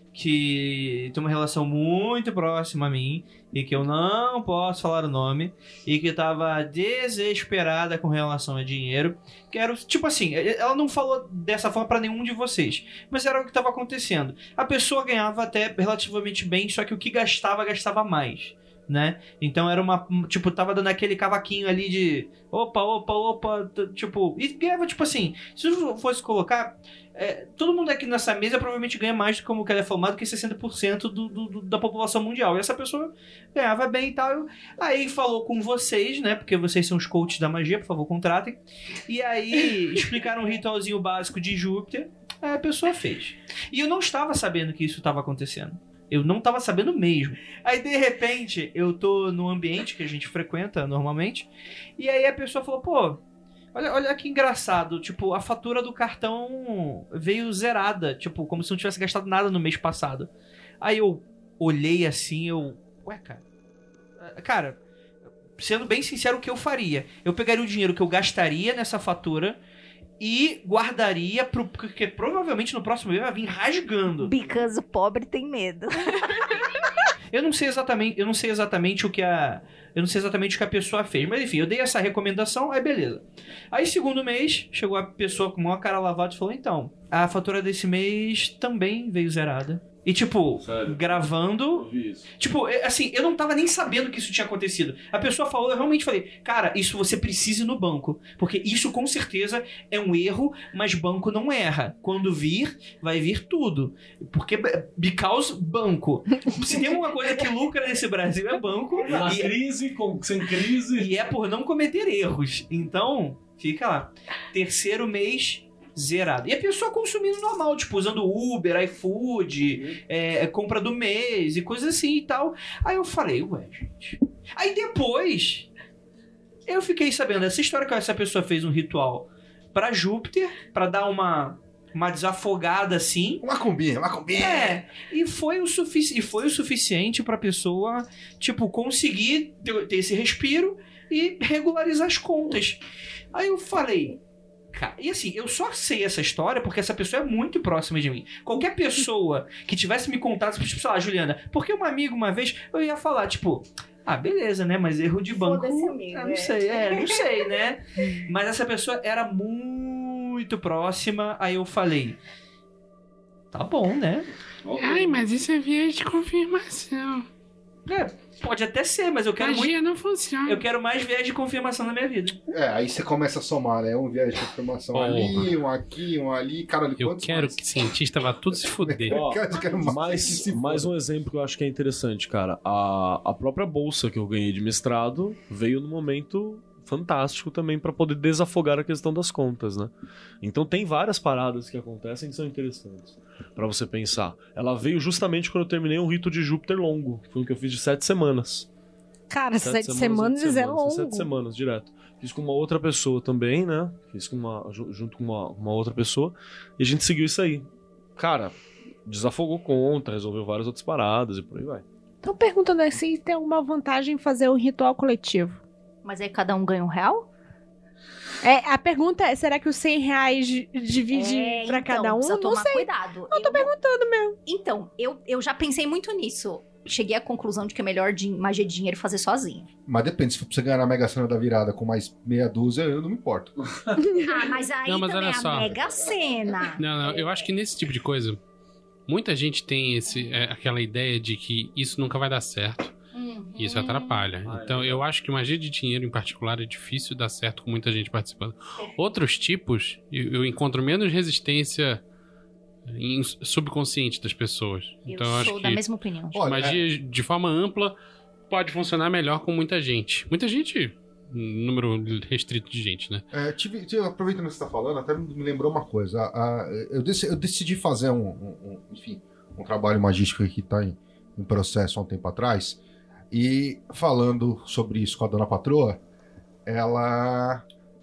que tem uma relação muito próxima a mim, e que eu não posso falar o nome, e que tava desesperada com relação a dinheiro. Que era, tipo assim, ela não falou dessa forma pra nenhum de vocês, mas era o que tava acontecendo. A pessoa ganhava até relativamente bem, só que o que gastava, gastava mais. Né? Então era uma. Tipo, tava dando aquele cavaquinho ali de. Opa, opa, opa. t- Tipo. E ganhava, tipo assim. Se eu fosse colocar. é, todo mundo aqui nessa mesa provavelmente ganha mais do que, como o Kelly falou, mais do que sessenta por cento do, do, do- da população mundial. E essa pessoa ganhava bem e tal. Aí falou com vocês, né? Porque vocês são os coaches da magia, por favor, contratem. E aí explicaram um ritualzinho básico de Júpiter. Aí a pessoa fez. E eu não estava sabendo que isso estava acontecendo. Eu não tava sabendo mesmo. Aí, de repente, eu tô no ambiente que a gente frequenta normalmente. E aí a pessoa falou, pô, olha, olha que engraçado. Tipo, a fatura do cartão veio zerada. Tipo, como se não tivesse gastado nada no mês passado. Aí eu olhei assim, eu... Ué, cara... Cara, sendo bem sincero, o que eu faria? Eu pegaria o dinheiro que eu gastaria nessa fatura... E guardaria, pro, porque provavelmente no próximo mês vai vir rasgando. Because o pobre tem medo. Eu não sei exatamente, eu não sei exatamente o que a, eu não sei exatamente o que a pessoa fez, mas enfim, eu dei essa recomendação, aí beleza. Aí segundo mês, chegou a pessoa com uma cara lavada e falou: "Então, a fatura desse mês também veio zerada". E, tipo, Sério? gravando... Tipo, é, assim, eu não tava nem sabendo que isso tinha acontecido. A pessoa falou, eu realmente falei, cara, isso você precisa ir no banco. Porque isso, com certeza, é um erro, mas banco não erra. Quando vir, vai vir tudo. Porque, because banco. Se tem uma coisa que lucra nesse Brasil, é banco. Na e, crise, com, sem crise. e é por não cometer erros. Então, fica lá. Terceiro mês... zerado. E a pessoa consumindo normal, tipo, usando Uber, iFood, é, compra do mês e coisas assim e tal. Aí eu falei, ué, gente. Aí depois, eu fiquei sabendo dessa história que essa pessoa fez um ritual pra Júpiter, pra dar uma, uma desafogada assim. Uma combinha, uma combinha. É, e foi o, sufici- e foi o suficiente pra pessoa, tipo, conseguir ter, ter esse respiro e regularizar as contas. Aí eu falei... E assim, eu só sei essa história porque essa pessoa é muito próxima de mim. Qualquer pessoa que tivesse me contado, tipo, sei lá, Juliana, porque um amigo uma vez, eu ia falar, tipo, ah, beleza, né? Mas erro de banco. Foda-se amigo, eu não é. sei, é, não sei, né? Mas essa pessoa era muito próxima, aí eu falei, tá bom, né? Ai, mas isso é viés de confirmação. É, pode até ser, mas eu quero muito. Magia não funciona. Eu quero mais viés de confirmação na minha vida. É, aí você começa a somar, né? Um viés de confirmação Porra. ali, um aqui, um ali. Caralho, Eu quantos quero mais? que cientista vá tudo se fuder. Ó, Eu quero mais que mais, se mais foda. um exemplo que eu acho que é interessante, cara. A, a própria bolsa que eu ganhei de mestrado veio num momento fantástico também pra poder desafogar a questão das contas, né? Então tem várias paradas que acontecem que são interessantes pra você pensar. Ela veio justamente quando eu terminei um rito de Júpiter longo, foi um que eu fiz de sete semanas. Cara, sete, semanas, oito é longo. Sete semanas, direto. Fiz com uma outra pessoa também, né? Fiz com uma, ju- junto com uma, uma outra pessoa. E a gente seguiu isso aí. Cara, desafogou conta, resolveu várias outras paradas e por aí vai. Então perguntando assim, tem alguma vantagem em fazer um ritual coletivo? Mas aí cada um ganha um real? É, a pergunta é, será que os cem reais di- divide É, pra então, cada um? precisa Não tomar sei. cuidado. Eu tô perguntando mesmo. Então, eu, eu já pensei muito nisso. Cheguei à conclusão de que é melhor de magia de dinheiro fazer sozinho. Mas depende, se for pra você ganhar na Mega Sena da virada com mais meia dúzia, eu não me importo. Ah, mas aí Não, mas também olha é só. a Mega Sena. Não, não, eu acho que nesse tipo de coisa, muita gente tem esse, é, aquela ideia de que isso nunca vai dar certo. Uhum. E isso atrapalha. Ah, é. Então, eu acho que magia de dinheiro, em particular, é difícil dar certo com muita gente participando. Outros tipos, eu, eu encontro menos resistência em subconsciente das pessoas. Eu Então, eu acho sou da que mesma opinião. Olha, magia, de forma ampla, pode funcionar melhor com muita gente. Muita gente, um número restrito de gente, né? É, tive, tive- aproveitando que você está falando, até me lembrou uma coisa. A- a- eu, decidi, eu decidi fazer um, um- um- enfim, um trabalho magístico que está em, em processo há um tempo atrás. E falando sobre isso com a dona patroa, ela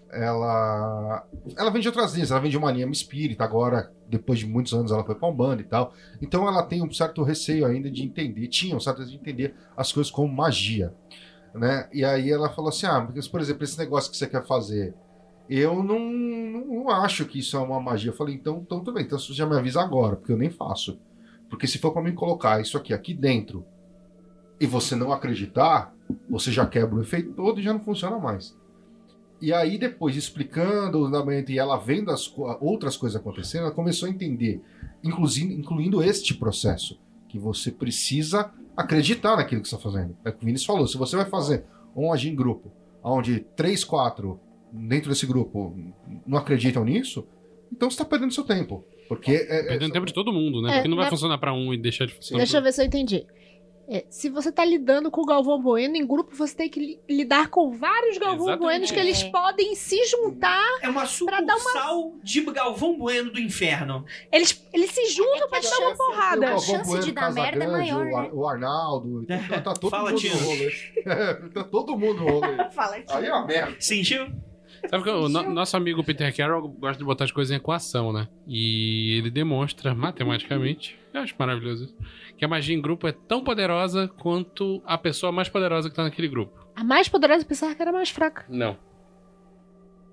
ela ela vem de outras linhas, ela vem de uma linha espírita, agora, depois de muitos anos, ela foi pra Umbanda e tal. Então ela tem um certo receio ainda de entender, tinha um certo receio de entender as coisas como magia, né? E aí ela falou assim, ah, porque, por exemplo, esse negócio que você quer fazer, eu não, não, não acho que isso é uma magia. Eu falei, então, então tudo bem, então você já me avisa agora, porque eu nem faço. Porque se for pra mim colocar isso aqui, aqui dentro, e você não acreditar, você já quebra o efeito todo e já não funciona mais. E aí, depois, explicando o andamento e ela vendo as co- outras coisas acontecendo, ela começou a entender, inclusive, incluindo este processo, que você precisa acreditar naquilo que você está fazendo. É o que o Vinícius falou, se você vai fazer um agir em grupo, onde três, quatro dentro desse grupo não acreditam nisso, então você está perdendo seu tempo. Porque é, Perdendo é, tempo de todo mundo, né? É, Porque não vai na- funcionar pra um e deixar de funcionar. Deixa eu ver se eu entendi. É, se você tá lidando com o Galvão Bueno em grupo, você tem que li- lidar com vários Galvão Exatamente. Buenos que eles É. podem se juntar. É uma Pra dar sucursal de Galvão Bueno do inferno. Eles, eles se juntam É pra que a dar uma chance- porrada. A Galvão chance Bueno, de dar merda é Casagrande, maior, o, Ar- né? o Arnaldo, então, tá todo Fala, mundo tio. no rolê. É, tá todo mundo no rolê. Fala aqui. Aí é uma merda. Sentiu? Sabe que o no- nosso amigo Peter Carroll gosta de botar as coisas em equação, né? E ele demonstra matematicamente, eu acho maravilhoso isso, que a magia em grupo é tão poderosa quanto a pessoa mais poderosa que tá naquele grupo. A mais poderosa pensava que era mais fraca. Não.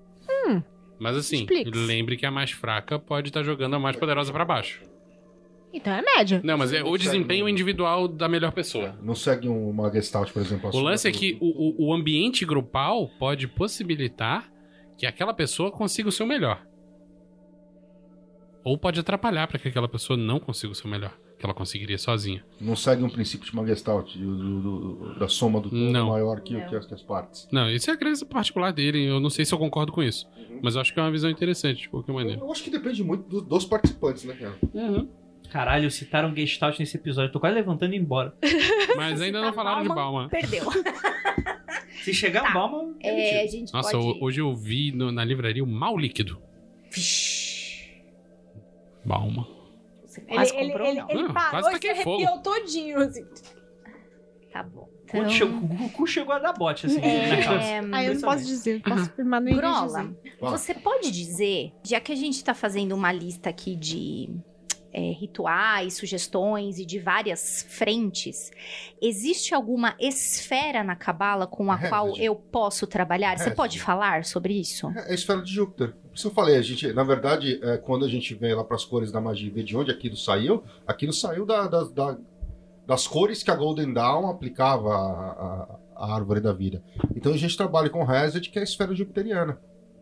Mas assim, explique-se. lembre que a mais fraca pode estar jogando a mais poderosa pra baixo. Então é média. Não, mas é o desempenho individual da melhor pessoa. Não segue uma Gestalt, por exemplo. O lance é que o, o, o ambiente grupal pode possibilitar que aquela pessoa consiga o seu melhor. Ou pode atrapalhar para que aquela pessoa não consiga o seu melhor. Que ela conseguiria sozinha. Não segue um princípio de uma Gestalt, do, do, do, da soma do todo Não. maior que, que, as, que as partes. Não, isso é a crença particular dele. Eu não sei se eu concordo com isso. Uhum. Mas eu acho que é uma visão interessante, de qualquer maneira. Eu acho que depende muito do, dos participantes, né, cara? Uhum. Caralho, citaram Gestalt nesse episódio. Eu tô quase levantando e indo embora. Mas ainda não falaram de Bauman. Perdeu. Se chegar Tá. um Bauman, é É, a demitido. gente Nossa, pode... ho- hoje eu vi no- na livraria o Mal Líquido. Vixe. Bauman. Você Ele, quase ele, comprou, ele, não? ele Não, parou quase e se taquei fogo. arrepiou todinho, assim. Tá bom. Quando Então, chegou- o cu chegou a dar bote, assim. É, na calça. Ah, eu não posso Impressionante. dizer. Posso afirmar nem Grola, dizer. Fala. você pode dizer, já que a gente tá fazendo uma lista aqui de é, rituais, sugestões e de várias frentes, existe alguma esfera na Cabala com a Hesed. qual eu posso trabalhar? Você Hesed. pode falar sobre isso? É a esfera de Júpiter. Por isso eu falei, a gente, na verdade, é, quando a gente vem lá para as cores da magia e vê de onde aquilo saiu, aquilo saiu da, da- da- das cores que a Golden Dawn aplicava à, à- à árvore da vida. Então a gente trabalha com Hesed, que é a esfera jupiteriana.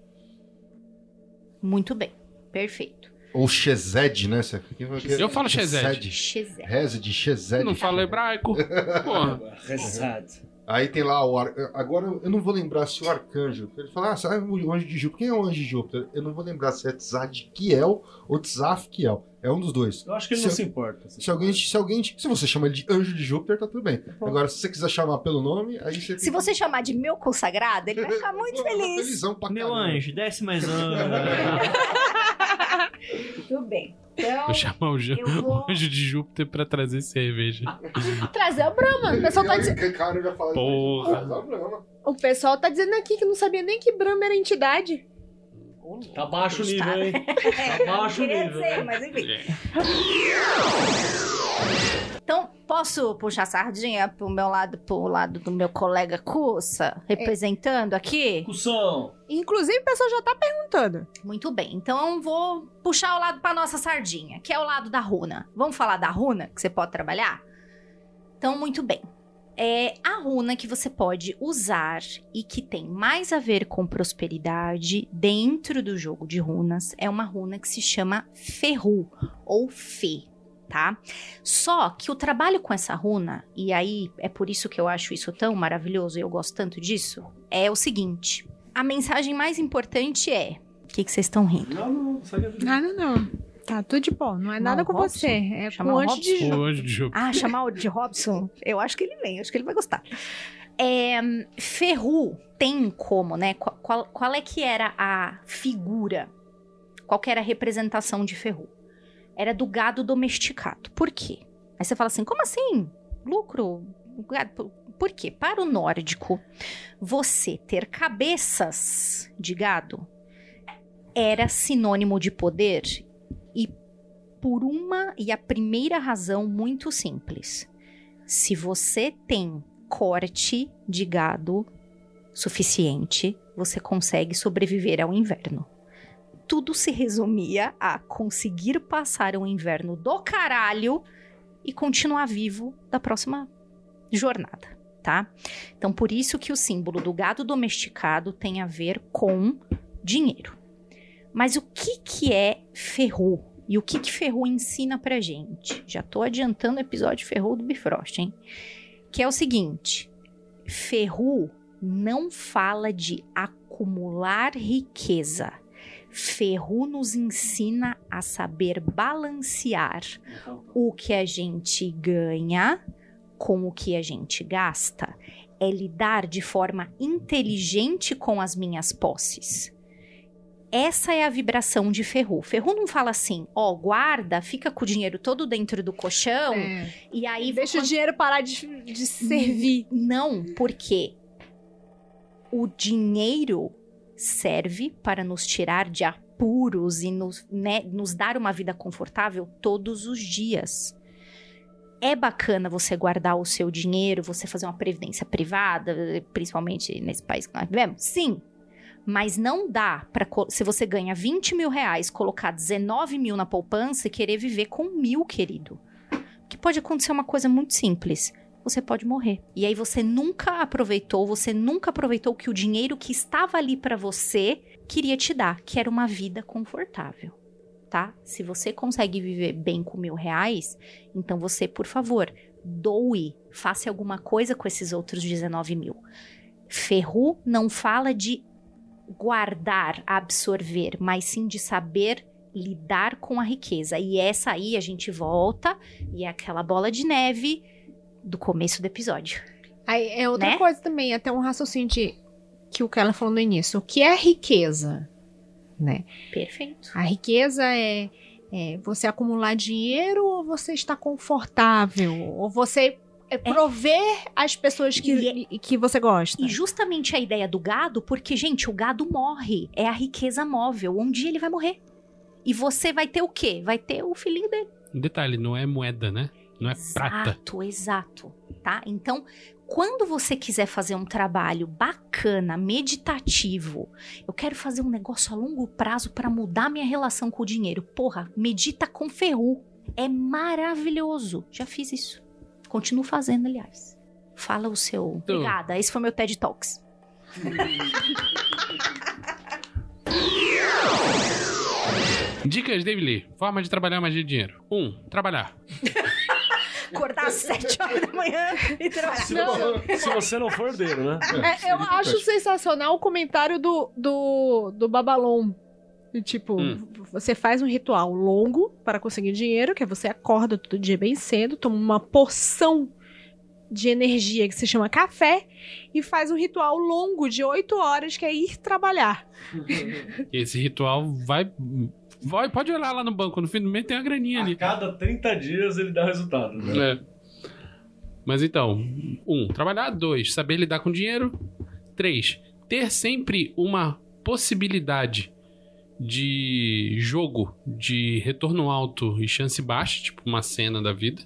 Muito bem, perfeito. Ou Shezed, né? Você- Eu falo Shezed. Xezé. Hesed, Shezed. Eu não falo hebraico. Porra. Rezado. Aí tem lá o ar... Agora eu não vou lembrar se o arcanjo. Ele fala, ah, sabe o anjo de Júpiter? Quem é o anjo de Júpiter? Eu não vou lembrar se é Tzadkiel ou Tzafkiel. É um dos dois. Eu acho que ele Se não eu- se importa. Se alguém, se alguém. Se você chama ele de anjo de Júpiter, tá tudo bem. Agora, se você quiser chamar pelo nome, aí você. Se você chamar de meu consagrado, ele vai ficar muito feliz. Felizão pra Meu caramba. anjo, desce mais um. Tudo bem. Então, Vou chamar o, Ju- eu vou- o anjo de Júpiter pra trazer cerveja. Trazer o Brahma. O pessoal, tá E diz- aí, que cara já fala. Porra. Ah, dá problema. o pessoal tá dizendo aqui que não sabia nem que Brahma era entidade. Tá baixo o nível, hein? É, Tá baixo o queria nível. dizer, né? mas enfim. É. Então, posso puxar a sardinha pro meu lado, pro lado do meu colega Cussa, representando aqui? Discussão. Inclusive, o pessoal já tá perguntando. Muito bem, então vou puxar o lado pra nossa sardinha, que é o lado da runa. Vamos falar da runa, que você pode trabalhar? Então, muito bem. É a runa que você pode usar e que tem mais a ver com prosperidade dentro do jogo de runas é uma runa que se chama Ferru, ou Fê, tá? Só que o trabalho com essa runa, e aí é por isso que eu acho isso tão maravilhoso e eu gosto tanto disso, é o seguinte: a mensagem mais importante é... O que que vocês estão rindo? Não, não, não sabia. Nada não. Tá tudo de bom. Não é Chamar nada o com Robson? você. É Chamar com o o anjo de Robson? Ju. O anjo de Júpiter. Ah, chamar o de Robson? Eu acho que ele vem, acho que ele vai gostar. É, Ferru tem como, né? Qual, qual, qual é que era a figura? Qual que era a representação de Ferru? Era do gado domesticado. Por quê? Aí você fala assim, como assim? Lucro? Gado? Por, por quê? Para o nórdico, você ter cabeças de gado era sinônimo de poder e por uma e a primeira razão muito simples. Se você tem corte de gado suficiente, você consegue sobreviver ao inverno. Tudo se resumia a conseguir passar um inverno do caralho e continuar vivo da próxima jornada, tá? Então, por isso que o símbolo do gado domesticado tem a ver com dinheiro. Mas o que que é Ferru? E o que que Ferru ensina pra gente? Já tô adiantando o episódio Ferru do Bifrost, hein? Que é o seguinte: Ferru não fala de acumular riqueza. Ferru nos ensina a saber balancear o que a gente ganha com o que a gente gasta. É lidar de forma inteligente com as minhas posses. Essa é a vibração de Ferru. Ferru não fala assim, ó, guarda, fica com o dinheiro todo dentro do colchão É. e aí... Deixa o quando- dinheiro parar de, de servir. Não, porque o dinheiro serve para nos tirar de apuros e nos, né, nos dar uma vida confortável todos os dias. É bacana você guardar o seu dinheiro, você fazer uma previdência privada, principalmente nesse país que nós vivemos? Sim. Mas não dá pra, co- se você ganha vinte mil reais, colocar dezenove mil na poupança e querer viver com mil, querido. Porque pode acontecer uma coisa muito simples. Você pode morrer. E aí você nunca aproveitou, você nunca aproveitou que o dinheiro que estava ali pra você queria te dar, que era uma vida confortável, tá? Se você consegue viver bem com mil reais, então você, por favor, doe, faça alguma coisa com esses outros dezenove mil. Ferru não fala de guardar, absorver, mas sim de saber lidar com a riqueza. E essa aí a gente volta e é aquela bola de neve do começo do episódio. Aí é outra Né? coisa também, até um raciocínio de, que o Keller falou no início. O que é riqueza? Né? Perfeito. A riqueza é, é você acumular dinheiro ou você estar confortável? Ou você é, prover as pessoas que, E que você gosta? E justamente a ideia do gado, porque, gente, o gado morre. É a riqueza móvel. Um dia ele vai morrer. E você vai ter o quê? Vai ter o filhinho dele. Detalhe, não é moeda, né? Não é prata. Exato, exato. Tá? Então, quando você quiser fazer um trabalho bacana, meditativo, eu quero fazer um negócio a longo prazo para mudar minha relação com o dinheiro. Porra, medita com Ferru. É maravilhoso. Já fiz isso. Continuo fazendo, aliás. Fala o seu... Então- Obrigada, esse foi meu TED Talks. Dicas, David Lee. Forma de trabalhar magia de dinheiro. Um, trabalhar. Acordar às sete horas da manhã e trabalhar. Se, você, se você não for herdeiro, né? É, eu acho sensacional o comentário do, do, do Babalon. E, tipo, Hum. você faz um ritual longo para conseguir dinheiro, que é você acorda todo dia bem cedo, toma uma porção de energia que se chama café e faz um ritual longo de oito horas, que é ir trabalhar. Esse ritual vai... vai pode olhar lá no banco. No fim do mês tem uma graninha ali. A cada trinta dias ele dá resultado, né? É. Mas então, um, trabalhar. Dois, saber lidar com dinheiro. Três, ter sempre uma possibilidade de jogo de retorno alto e chance baixa, tipo uma cena da vida.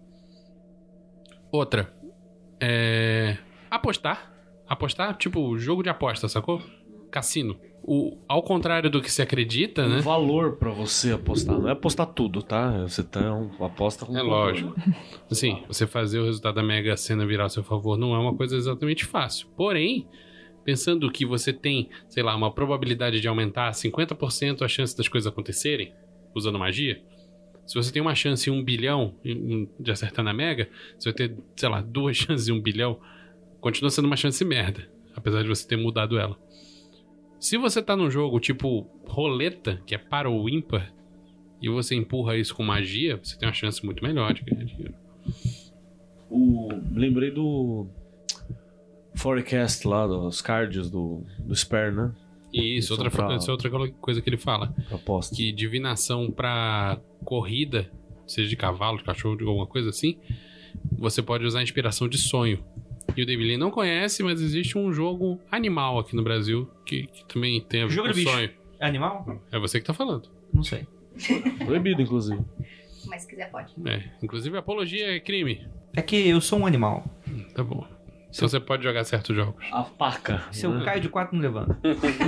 Outra, é apostar. Apostar, tipo jogo de aposta, sacou? Cassino. O, ao contrário do que se acredita, Um né? valor pra você apostar. Não é apostar tudo, tá? Você tem uma aposta com É lógico. Assim, você fazer o resultado da Mega Sena virar a seu favor não é uma coisa exatamente fácil. Porém, pensando que você tem, sei lá, uma probabilidade de aumentar cinquenta por cento a chance das coisas acontecerem, usando magia, se você tem uma chance em um bilhão de acertar na Mega, você vai ter, sei lá, duas chances em um bilhão, continua sendo uma chance merda, apesar de você ter mudado ela. Se você tá num jogo tipo roleta, que é para ou ímpar, e você empurra isso com magia, você tem uma chance muito melhor de ganhar dinheiro. O... Lembrei do forecast lá, dos cards do, do Spare, né? E isso, Isso outra, pra- isso é outra coisa que ele fala. Aposta. Que divinação pra corrida, seja de cavalo, de cachorro, de alguma coisa assim, você pode usar a inspiração de sonho. E o David Lee não conhece, mas existe um jogo animal aqui no Brasil que, que também tem a ver Jogo com do bicho. sonho. É animal? É você que tá falando. Não sei. Proibido, inclusive. Mas se quiser, pode. É, inclusive apologia é crime. É que eu sou um animal. Tá bom. Então você pode jogar certos jogos. A paca. Se eu caio de quatro, não levanta.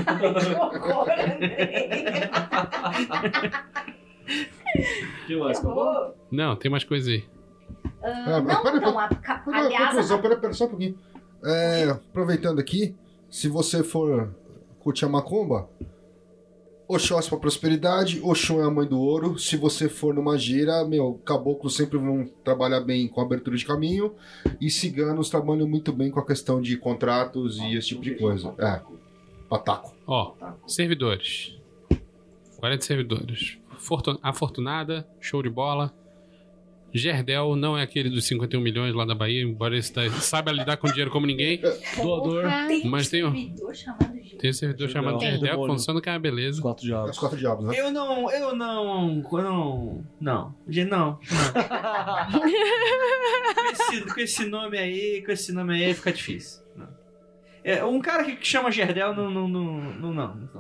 que mais? Acabou? Não, tem mais coisa aí. Ah, não, pera- não, a- ca- Mas, aliás, conclusão, pera, pera, só um pouquinho. É, aproveitando aqui, se você for curtir a macumba, Oxóssi pra prosperidade, Oxum é a mãe do ouro. Se você for numa gira, meu, caboclos sempre vão trabalhar bem com abertura de caminho e ciganos trabalham muito bem com a questão de contratos e esse tipo de coisa. É, pataco. Ó, servidores. quarenta servidores. Fortun- Afortunada, show de bola. Gerdel não é aquele dos cinquenta e um milhões lá da Bahia, embora esse daí saiba lidar com dinheiro como ninguém. Doador. Mas tem um, servidor chamado de... tem um servidor chamado Gerdel. Gerdel que Demônio. funciona que é uma beleza. Os quatro Os diabos. quatro diabos, né? Eu não, eu não, eu não, não, gente, não, não. com, esse, com esse nome aí, com esse nome aí fica difícil. Não. É, um cara que chama Gerdel, não, não, não, não, não. não.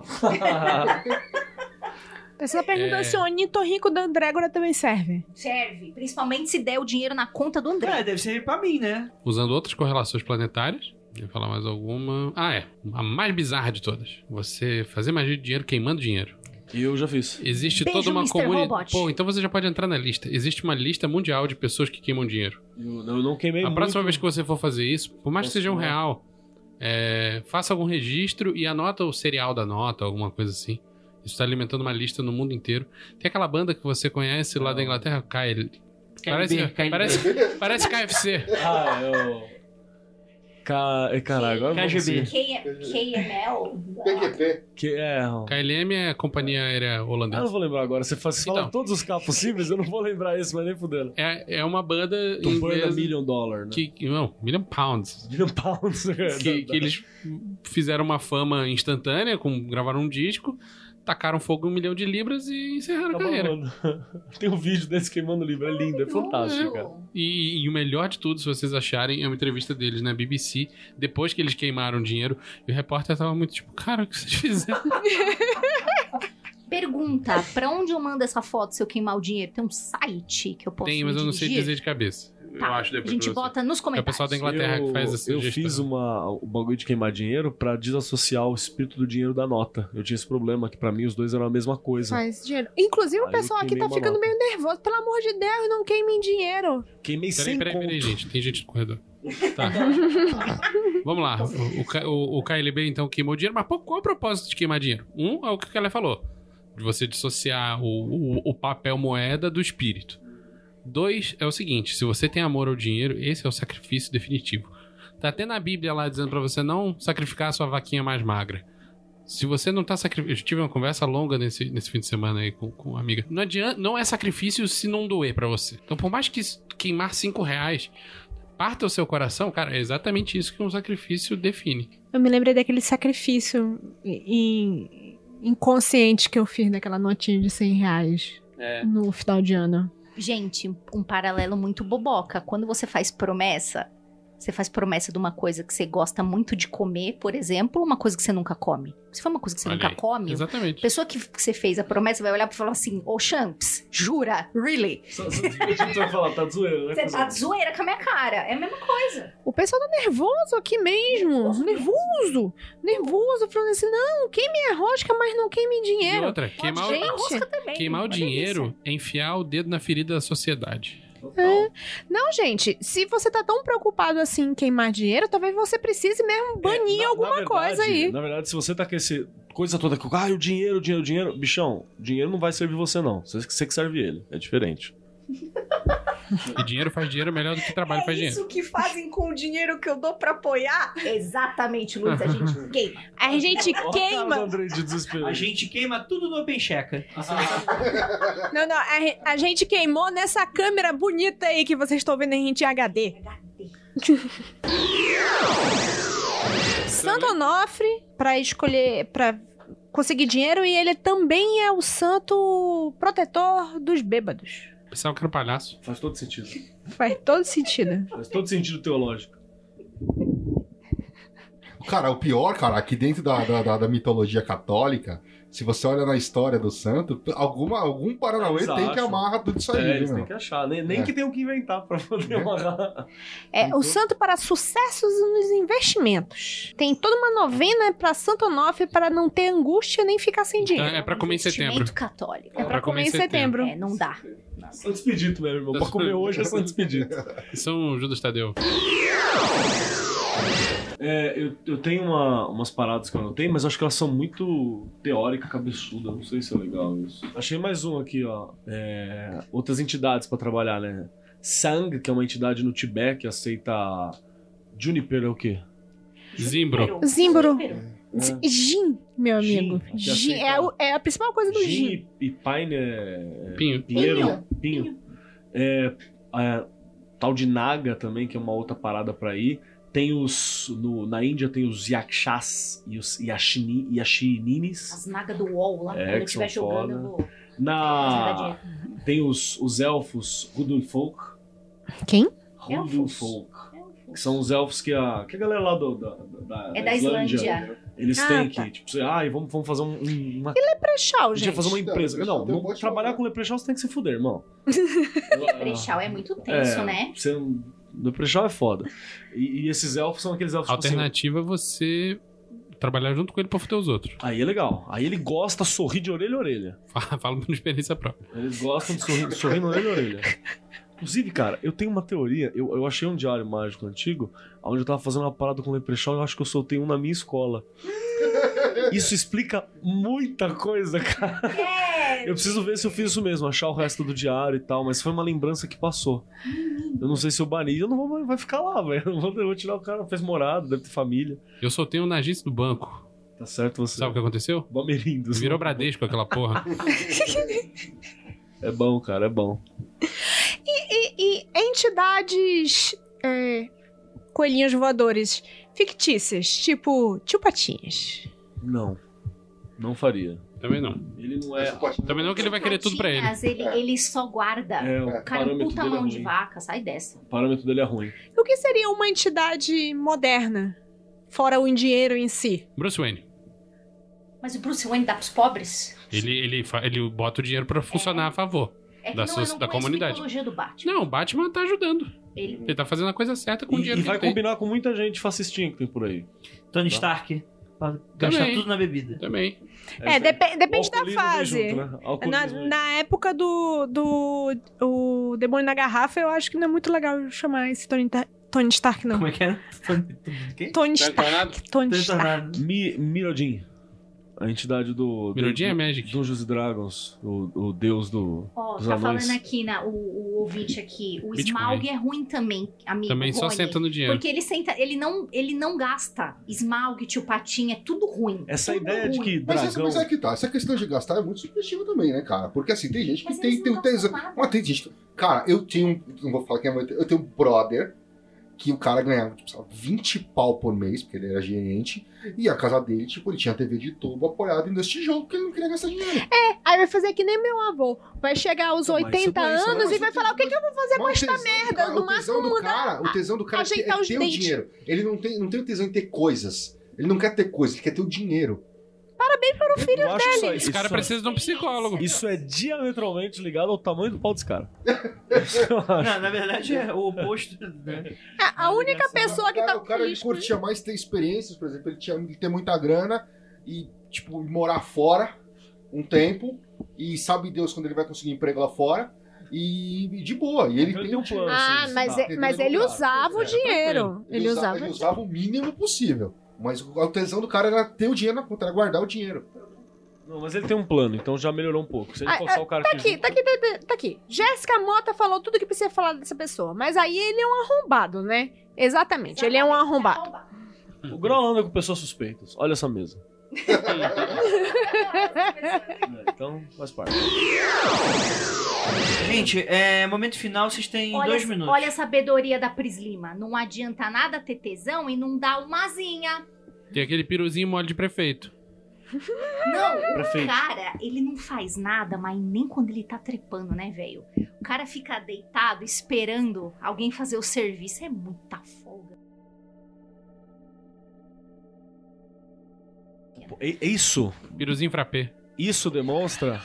Você tá perguntando É. se o ornitorrinco da Andrégora também serve. Serve, principalmente se der o dinheiro na conta do André. É, deve ser pra mim, né? Usando outras correlações planetárias. Ia falar mais alguma. Ah, é. A mais bizarra de todas. Você fazer magia de dinheiro queimando dinheiro. Eu já fiz. Existe Beijo, toda uma mister comunidade. Robot. Pô, então você já pode entrar na lista. Existe uma lista mundial de pessoas que queimam dinheiro. Eu, eu não queimei A muito. próxima vez que você for fazer isso, por mais que Posso seja um queimar? real, é, faça algum registro e anota o serial da nota, alguma coisa assim. Isso tá alimentando uma lista no mundo inteiro. Tem aquela banda que você conhece lá da Inglaterra, K L. Parece, K L B. parece, parece K F C. Ah, eu... Ca... Caralho, agora eu K não G B. consigo. K M L? P Q P. Que é... K L M é a companhia aérea Eu não holandesa. vou lembrar agora. Você, faz, você fala Então. todos os carros possíveis, eu não vou lembrar esse, mas nem fudendo. É, é uma banda To burn a inglesa million dollar, né? que... Não, million pounds. Million pounds. Que, que eles fizeram uma fama instantânea, com, gravaram um disco, tacaram fogo em um milhão de libras e encerraram a carreira. Tem um vídeo desse queimando livro, é lindo, é fantástico, cara. E, e o melhor de tudo, se vocês acharem, é uma entrevista deles na B B C, depois que eles queimaram dinheiro, e o repórter tava muito tipo, cara, o que vocês fizeram? Pergunta, pra onde eu mando essa foto se eu queimar o dinheiro? Tem um site que eu posso Tem, mas eu não sei dirigir? dizer de cabeça. Eu Tá, acho depois a gente pra você. bota nos É o comentários. pessoal da Inglaterra que faz essa Eu gestão. fiz uma, o bagulho de queimar dinheiro pra desassociar o espírito do dinheiro da nota. Eu tinha esse problema, que pra mim os dois eram a mesma coisa. Faz dinheiro. Inclusive, o Aí pessoal eu aqui tá queimei uma ficando nota. meio nervoso. Pelo amor de Deus, não queimem dinheiro. Queimei Peraí, sem peraí, conto. peraí, gente. Tem gente no corredor. Tá. Vamos lá. O, o, K- o, o K L B, então, queimou dinheiro. Mas pô, qual é o propósito de queimar dinheiro? Um é o que o Kelly falou. De você dissociar o, o, o papel moeda do espírito. Dois é o seguinte. Se você tem amor ao dinheiro, esse é o sacrifício definitivo. Tá até na Bíblia lá dizendo pra você não sacrificar a sua vaquinha mais magra. Se você não tá sacrificando... Eu tive uma conversa longa nesse, nesse fim de semana aí com, com uma amiga. Não adianta... Não é sacrifício se não doer pra você. Então, por mais que queimar cinco reais... Parta o seu coração, cara, é exatamente isso que um sacrifício define. Eu me lembrei daquele sacrifício in- inconsciente que eu fiz daquela notinha de cem reais no final de ano. Gente, um paralelo muito boboca. Quando você faz promessa, você faz promessa de uma coisa que você gosta muito de comer, por exemplo, ou uma coisa que você nunca come. Se for uma coisa que você Olha nunca aí. come, a Exatamente. pessoa que, que você fez a promessa vai olhar e falar assim, ô Champs, jura? Really? Só, só, a gente vai falar, tá de zoeira, né? Você cuzão? tá de zoeira com a minha cara. É a mesma coisa. O pessoal tá nervoso aqui mesmo. Nervoso. Nervoso. Falando assim, não, queime a rosca, mas não queime E dinheiro. outra, queimar, o, Gente, Gente, rosca também. queimar o uma dinheiro delícia. é enfiar o dedo na ferida da sociedade. Total. Não, gente, se você tá tão preocupado assim em queimar dinheiro, talvez você precise mesmo banir É, na- alguma na verdade- coisa aí. Na verdade, se você tá com esse coisa toda que, ah, o dinheiro, o dinheiro, o dinheiro, bichão, o dinheiro não vai servir você, não. Você, você que serve ele. É diferente. E dinheiro faz dinheiro melhor do que trabalho faz dinheiro. que fazem com o dinheiro que eu dou pra apoiar? Exatamente, Luiz, a gente queima. A gente Olha a cara do queima. Andrei de desespero. A gente queima tudo no Open Checker. Não, não, a, re- a gente queimou nessa câmera bonita aí que vocês estão vendo a gente em H D. Santo Onofre pra escolher, pra conseguir dinheiro, e ele também é o santo protetor dos bêbados. Pensava que era um palhaço. Faz todo sentido. Faz todo sentido. Faz todo sentido teológico. Cara, o pior, cara, aqui dentro da, da, da- da mitologia católica, se você olha na história do santo, alguma, algum Paranauê Eles tem que acham. amarrar tudo isso aí, É, eles meu. têm que achar. Nem, nem É. que tenham que inventar pra poder amarrar. É o santo para sucessos nos investimentos. Tem toda uma novena pra Santo Onofre para não ter angústia nem ficar sem Então, dinheiro. é pra comer em setembro. Investimento católico. É pra comer em setembro. É, não dá. São Expedito mesmo, irmão. Pra comer hoje é São Expedito. São Judas Tadeu. É, eu, eu tenho uma- umas paradas que eu anotei, mas acho que elas são muito teórica, cabeçuda. Não sei se é legal isso. Achei mais um aqui, ó. É, outras entidades pra trabalhar, né? Sang, que é uma entidade no Tibete que aceita. Juniper é o quê? Zimbro. Zimbro. É. Z- Gin, meu Gin, amigo. que Gin aceita- é, o- é a principal coisa do Gin gin. e, e Pine é. Pinho. Pinheiro. Pinho. É, é, tal de Naga também, que é uma outra parada pra ir. Tem os. No, na Índia tem os Yakshas e os Yashini, Yashininis. As nagas do UOL lá, É, quando eu que estiver são jogando, foda. eu vou. Na. Tem os, os elfos Hudunfolk. Quem? Hudunfolk. Que são os elfos que a, que a galera lá do, da, da, É da Islândia. Eles Ah, têm tá. que, tipo, ah, vamos, vamos fazer um, um- uma. Prechal, A gente gente. vai fazer uma empresa. Leprechaun Não, tem um não monte de trabalhar lugar. com Leprechaun você tem que se fuder, irmão. Leprechaun é muito tenso, É, né? Você não- Leprechaun é foda. E, e esses elfos são aqueles elfos... A tipo assim, alternativa é você trabalhar junto com ele pra fuder os outros. aí é legal. Aí ele gosta de sorrir de orelha a orelha. Fala fala por experiência própria. Eles gostam de sorrir, sorrir no orelha a orelha. Inclusive, cara, eu tenho uma teoria. Eu, eu achei um diário mágico antigo, onde eu tava fazendo uma parada com o Leprechaun e eu acho que eu soltei um na minha escola. Isso explica muita coisa, cara. Eu preciso ver se eu fiz isso mesmo, achar o resto do diário e tal, mas foi uma lembrança que passou. Eu não sei se eu bani, eu não vou, vai ficar lá, velho. Eu vou, eu vou tirar o cara, fez morada, deve ter família. Eu soltei um na agência do banco. Tá certo você. Sabe o que aconteceu? Bamerindos. Virou Bradesco aquela porra. É bom, cara, é bom. E, e entidades é, coelhinhos voadores fictícias, tipo tio Patinhas. Não. Não faria. Também não. Ele não é. Também não que ele vai querer tudo pra ele. Mas ele, ele só guarda. É, o O cara é um parâmetro puta dele é mão de ruim. vaca, sai dessa. O parâmetro dele é ruim. O que seria uma entidade moderna? Fora o dinheiro em si. Bruce Wayne. Mas o Bruce Wayne dá pros pobres? Ele, ele, fa- ele bota o dinheiro pra funcionar a favor. É que Da não, so- eu não da conheço comunidade. a mitologia do Batman. Não, o Batman tá ajudando. Ele... Ele tá fazendo a coisa certa com o E, dinheiro e que vai ele tem. combinar com muita gente fascistinha que tem por aí. Tony Tá. Stark. Pra gastar Também. tudo na bebida. Também. É, depe- depende o da alcoolismo vem fase. junto, né? Na, Alcoolismo vem na época do, do o Demônio na Garrafa, eu acho que não é muito legal chamar esse Tony, Ta- Tony Stark, não. Como é que é? Quem? Tony Tá Stark. entornado? Tony Tony Stark. Tornado. Mi, Mirrodin. A entidade do... Mirrodin do, é Magic. Dungeons and Dragons. O, o deus do... Ó, dos tá anões. falando aqui, na, o, o ouvinte aqui. O Bitcoin. Smaug é ruim também, amigo. Também só Rony. senta no dinheiro. Porque ele senta, ele não, ele não gasta. Smaug, tio Patinha, é tudo ruim. Essa tudo ideia de ruim. que Mas, essa, dragão... mas é que tá, essa questão de gastar é muito subjetiva também, né, cara? Porque assim, tem gente que Mas tem, eles tem não um tesão. gastam nada. Mas tem gente. Cara, eu tenho. um- Não vou falar quem é, mas eu tenho um brother que o cara ganhava, tipo, sei lá, vinte pau por mês, porque ele era gerente, e a casa dele, tipo, ele tinha T V de tubo apoiado nesse tijolo, porque ele não queria gastar dinheiro. Aí vai fazer que nem meu avô. Vai chegar aos Não, mas oitenta isso é- isso é- anos mas e vai o falar: o que, que eu vou fazer com Mas o esta tesão do merda? cara- No o tesão máximo do mudar. cara, o tesão do cara é ter, ajeitar é os ter o dentes. dinheiro. Ele não tem, não tem o tesão em ter coisas. Ele não quer ter coisas, ele quer ter o dinheiro. Para o filho Eu acho isso aí- Esse cara isso- precisa de um psicólogo. Isso é diametralmente ligado ao tamanho do pau desse cara. Isso que eu acho. Não, na verdade é o oposto. Né? A, a única pessoa o que cara, tá o cara ele feliz. curtia mais ter experiências, por exemplo, ele tinha ele ter muita grana e, tipo, morar fora um tempo e sabe Deus quando ele vai conseguir emprego lá fora e, e de boa. E ele Então tem tem um um plano. Ah, assim, mas, tá. é- mas ele usava o É, dinheiro. Ele, Ele usa- usava. ele usava o mínimo possível. Mas o a tesão do cara era ter o dinheiro na conta, era guardar o dinheiro. Não, mas ele tem um plano, então já melhorou um pouco. Se ele Ah, for só o cara Tá que aqui, junta- tá aqui, tá, tá- tá aqui. Jéssica Mota falou tudo que precisa falar dessa pessoa. Mas aí ele é um arrombado, né? Exatamente, ele é um arrombado. O Grol anda com pessoas suspeitas. Olha essa mesa. É, então, faz parte. Gente, é, momento final, vocês têm Olha, dois minutos. olha a sabedoria da Pris Lima. Não adianta nada ter tesão e não dar uma asinha. Tem aquele piruzinho mole de prefeito. Não, Prefeito. o cara, ele não faz nada, mas nem quando ele tá trepando, né, velho? O cara fica deitado esperando alguém fazer o serviço. É muita folga. Pô, é- é isso, Piruzinho frappé. isso demonstra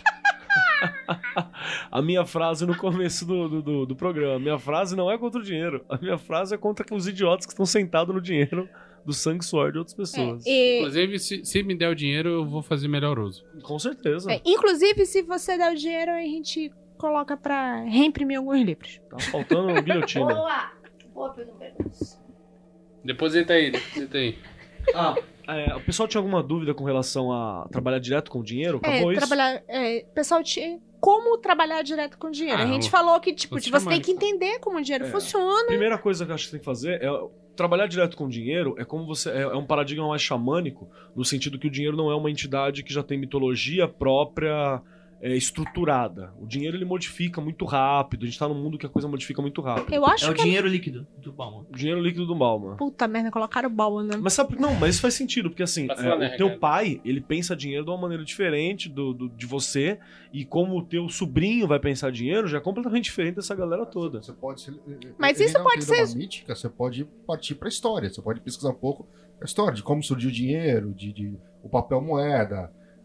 a minha frase no começo do, do, do, do programa. A minha frase não é contra o dinheiro. A minha frase é contra os idiotas que estão sentados no dinheiro do sangue e suor de outras pessoas. E- Inclusive, se, se me der o dinheiro, eu vou fazer melhor uso. Com certeza. é, inclusive, se você der o dinheiro, a gente coloca pra reimprimir alguns livros. Tá faltando guilhotina. Boa! Boa pergunta. Deposita aí, deposita aí. Ah, é, o pessoal tinha alguma dúvida com relação a trabalhar direto com dinheiro? Acabou É, isso? trabalhar. É, pessoal, tinha como trabalhar direto com dinheiro. Ah, a gente o- falou que, tipo, os você tem chamares. que entender como o dinheiro É. funciona. Primeira coisa que eu acho que você tem que fazer é trabalhar direto com dinheiro é como você é, é um paradigma mais xamânico, no sentido que o dinheiro não é uma entidade que já tem mitologia própria é, estruturada. O dinheiro ele modifica muito rápido. A gente tá num mundo que a coisa modifica muito rápido. Eu acho É o que. dinheiro líquido do Balma. O dinheiro líquido do mal, mano. Puta merda, colocaram o Bauer, né? Mas sabe, não, mas isso faz sentido, porque assim, Passa é, lá, né, o teu Ricardo? pai, ele pensa dinheiro de uma maneira diferente do, do- de você, e como o teu sobrinho vai pensar dinheiro, já é completamente diferente dessa galera toda. Você pode ser, Mas ele isso não pode tem uma ser- mítica, você pode partir pra história, você pode pesquisar um pouco a história de como surgiu o dinheiro, de, de o papel moeda,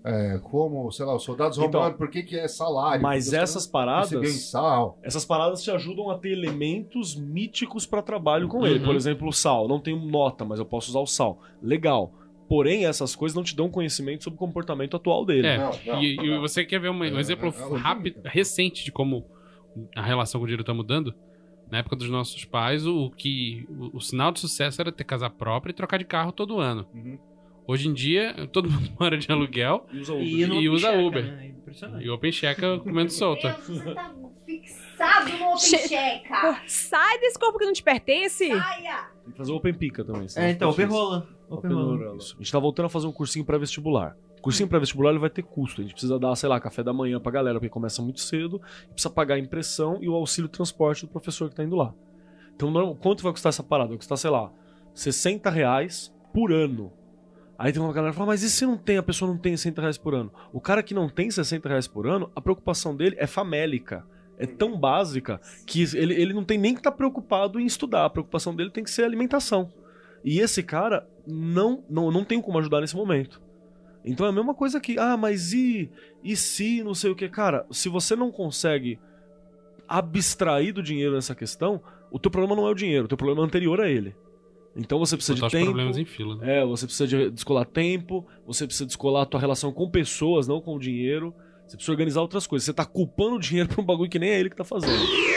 É, como, sei lá, os soldados Então, romanos, por que, que é salário? Mas Porque os essas caras recebem paradas, sal. essas paradas te ajudam a ter elementos míticos pra trabalho com ele. Uhum. Por exemplo, o sal. Não tenho nota, mas eu posso usar o sal. Legal. Porém, essas coisas não te dão conhecimento sobre o comportamento atual dele. É, Não, não, e, e não. você quer ver uma- um É, exemplo é, é rápido, orgânica. recente de como a relação com o dinheiro tá mudando? Na época dos nossos pais, o, o que o, o sinal de sucesso era ter casa própria e trocar de carro todo ano. Uhum. Hoje em dia, todo mundo mora de aluguel E usa Uber. E, no E usa Open Uber. Checa, né? Impressionante. e o Open Checa comendo solta. Você tá fixado no Open Che- Checa. Sai desse corpo que não te pertence. Saia. Tem que fazer o Open Pica também. senão É, então, fica Open difícil. Rola. Open Open Rola. Rola. Isso. A gente tá voltando a fazer um cursinho pré-vestibular. O cursinho pré-vestibular ele vai ter custo. A gente precisa dar, sei lá, café da manhã pra galera, porque começa muito cedo. Precisa pagar a impressão e o auxílio transporte do professor que tá indo lá. Então, normal- quanto vai custar essa parada? Vai custar, sei lá, sessenta reais por ano. Aí tem uma galera que fala, mas e se não tem, a pessoa não tem sessenta reais por ano? O cara que não tem sessenta reais por ano, a preocupação dele é famélica. É tão básica que ele, ele não tem nem que estar preocupado em estudar. A preocupação dele tem que ser alimentação. E esse cara não, não, não tem como ajudar nesse momento. Então é a mesma coisa que, ah, mas e, e se, não sei o que. Cara, se você não consegue abstrair do dinheiro nessa questão, o teu problema não é o dinheiro, o teu problema é anterior a ele. Então você precisa Botar de os tempo. problemas em fila. Né? É, você precisa de descolar tempo, você precisa descolar a tua relação com pessoas, não com o dinheiro. Você precisa organizar outras coisas. Você tá culpando o dinheiro por um bagulho que nem é ele que tá fazendo.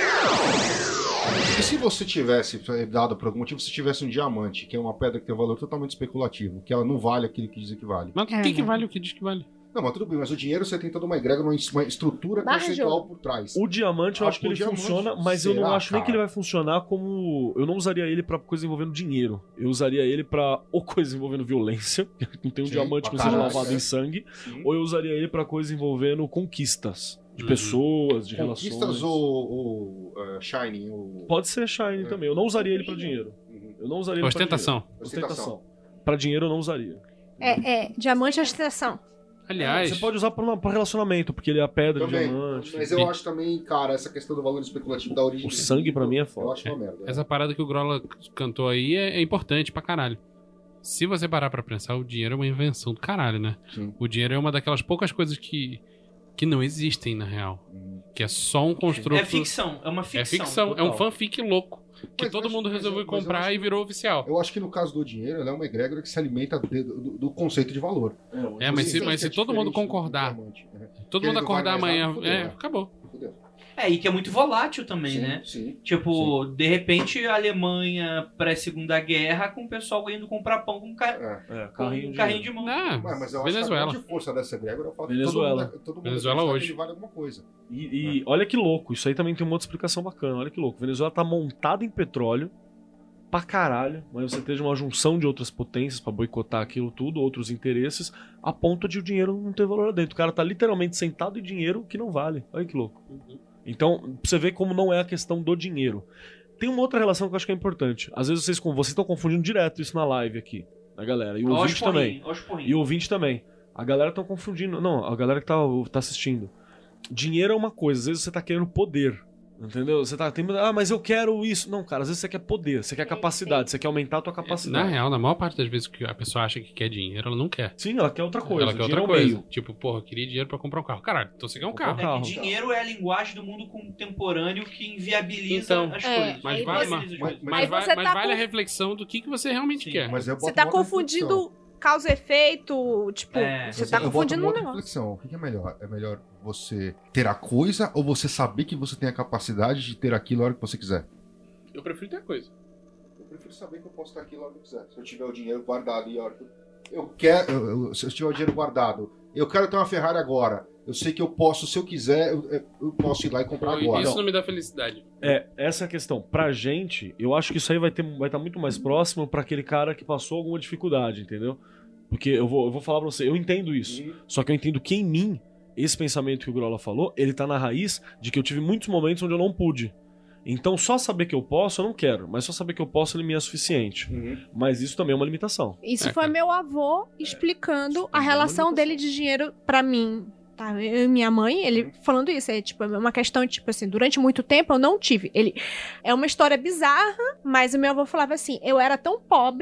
E se você tivesse, dado por algum motivo, se tivesse um diamante, que é uma pedra que tem um valor totalmente especulativo, que ela não vale aquilo que dizem que vale. Mas o que, que vale o que diz que vale? Não, mas tudo bem, mas o dinheiro você tem toda uma egrégora, uma, uma estrutura Barra conceitual por trás. O diamante eu Ah, acho que o ele diamante, funciona, mas eu não será, acho nem cara? que ele vai funcionar como. Eu não usaria ele pra coisa envolvendo dinheiro. Eu usaria ele pra ou coisa envolvendo violência, que não tem um Sim, diamante que pra não seja caralho, lavado é. em sangue, Sim. ou eu usaria ele pra coisa envolvendo conquistas de Uhum. pessoas, de Conquistas relações. ou, ou uh, Shining? Ou... Pode ser Shine É. também. Eu não usaria ele pra dinheiro. Uhum. Eu não usaria ele Ostentação. pra dinheiro. Ostentação. Pra dinheiro eu não usaria. É, é, diamante é ostentação. Aliás, Você pode usar pra, uma- pra relacionamento, porque ele é a pedra de Também, diamante. mas eu acho também, cara, essa questão do valor especulativo da origem. O do sangue livro, pra mim é Eu foda. acho uma merda. essa parada que o Grola cantou aí é, é importante pra caralho. Se você parar pra pensar, o dinheiro é uma invenção do caralho, né? Sim. O dinheiro é uma daquelas poucas coisas que, que não existem na real. Uhum. Que é só um construto. É ficção, é uma ficção. É ficção, é um total. fanfic louco. Que Mas todo eu mundo acho- mas resolveu eu- mas eu comprar acho e virou oficial. Eu acho que no caso do dinheiro, ela é uma egrégora que se alimenta de- do, do conceito de valor. É, mas se, Sim, mas que se é todo mundo diferente do concordar, diamante, né? todo Que mundo ele não vai acordar mais amanhã, nada, fudeu, é, né? acabou. Fudeu. É, e que é muito volátil também, Sim, né? sim. Tipo, de repente a Alemanha pré-segunda guerra com o pessoal indo comprar pão com, ca... É. É, com carrinho um de carrinho de mão. Não, Mas, mas eu acho que a Venezuela. grande força dessa egrégora é o fato Venezuela. de todo mundo, todo mundo Venezuela acreditar hoje. que ele vale alguma coisa. E, e olha que louco, isso aí também tem uma outra explicação bacana. Olha que louco. Venezuela tá montada em petróleo pra caralho, mas você teve uma junção de outras potências pra boicotar aquilo tudo, outros interesses, a ponto de o dinheiro não ter valor lá dentro. O cara tá literalmente sentado em dinheiro que não vale. Olha que louco. Então, pra você ver como não é a questão do dinheiro. Tem uma outra relação que eu acho que é importante. Às vezes vocês vocês estão confundindo direto isso na live aqui, na galera. E o Ó os ouvinte também. porrinhos, ó os porrinhos. E o ouvinte também. A galera tá confundindo. Não, a galera que tá, tá assistindo. Dinheiro é uma coisa, às vezes você tá querendo poder. Entendeu? Você tá tendo. Ah, mas eu quero isso. Não, cara, às vezes você quer poder, você quer capacidade, você quer aumentar a tua Na capacidade. real, na maior parte das vezes que a pessoa acha que quer dinheiro, ela não quer. Sim, ela quer outra coisa. ela quer dinheiro outra é o coisa. meio. Tipo, porra, eu queria dinheiro pra comprar um carro. Caralho, então você quer um Comprar um carro. carro. É que dinheiro é a linguagem do mundo contemporâneo que inviabiliza Então, as é, coisas. Mas, Aí vai, você- mas, Inviabiliza as mas, coisas. mas Aí vai- você mas tá vale com- a reflexão do que, que você realmente Sim. quer. Mas eu boto Você tá uma outra reflexão. confundindo causa e efeito, tipo, É. você Mas tá eu boto confundindo uma um outra negócio. reflexão. O que que é melhor? É melhor você ter a coisa ou você saber que você tem a capacidade de ter aquilo a hora que você quiser? Eu prefiro ter coisa. Eu prefiro saber que eu posso ter aquilo a hora que eu quiser. Se eu tiver o dinheiro guardado e a hora que eu... eu quero, eu- eu- se eu tiver o dinheiro guardado, eu quero ter uma Ferrari agora. Eu sei que eu posso, se eu quiser, eu, eu posso ir lá e comprar Pô, agora. Isso não me dá felicidade. É, essa é a questão. Pra gente, eu acho que isso aí vai estar vai tá muito mais próximo pra aquele cara que passou alguma dificuldade, entendeu? Porque eu vou, eu vou falar pra você, eu entendo isso. Uhum. Só que eu entendo que em mim, esse pensamento que o Grola falou, ele tá na raiz de que eu tive muitos momentos onde eu não pude. Então, só saber que eu posso, eu não quero. Mas só saber que eu posso, ele me é suficiente. Uhum. Mas isso também é uma limitação. Isso É, foi cara. meu avô explicando a É uma relação limitação. dele de dinheiro pra mim. Tá? Eu e minha mãe, ele falando isso. É tipo, é uma questão, tipo assim, durante muito tempo eu não tive. Ele é uma história bizarra, mas o meu avô falava assim: eu era tão pobre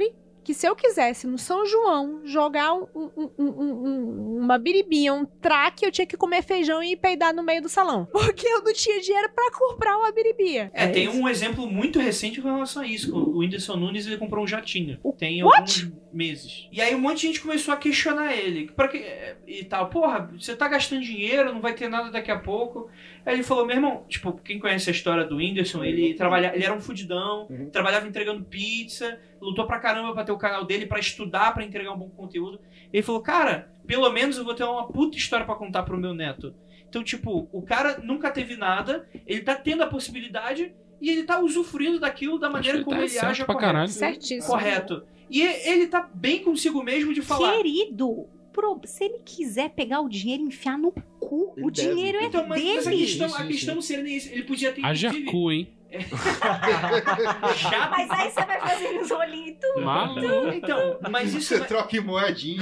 que se eu quisesse no São João jogar um, um, um, um, uma biribinha, um traque, eu tinha que comer feijão e peidar no meio do salão. Porque eu não tinha dinheiro pra comprar uma biribinha. É, É tem isso. um exemplo muito recente com relação a isso. O Whindersson Nunes, ele comprou um jatinho. Tem What? alguns meses. E aí um monte de gente começou a questionar ele. Pra que... E tal. Porra, você tá gastando dinheiro, não vai ter nada daqui a pouco. Aí ele falou, meu irmão, tipo, quem conhece a história do Whindersson, ele, trabalha... ele era um fudidão, Uhum. trabalhava entregando pizza, lutou pra caramba pra ter o canal dele, pra estudar, pra entregar um bom conteúdo. Ele falou, cara, pelo menos eu vou ter uma puta história pra contar pro meu neto. Então, tipo, o cara nunca teve nada, ele tá tendo a possibilidade e ele tá usufruindo daquilo da maneira ele como tá ele certo age pra correto. caralho. Certíssimo. Correto. E ele tá bem consigo mesmo de falar. Querido, pro- se ele quiser pegar o dinheiro e enfiar no cu, Ele o deve. dinheiro é Então, mas, mas a dele. questão, a Sim, sim, questão não seria nem isso. Ele podia ter, Haja inclusive, cu, hein? já... Mas aí você vai fazer os olhinhos tudo. Maluco. Então, mas isso... Você troca em moedinha.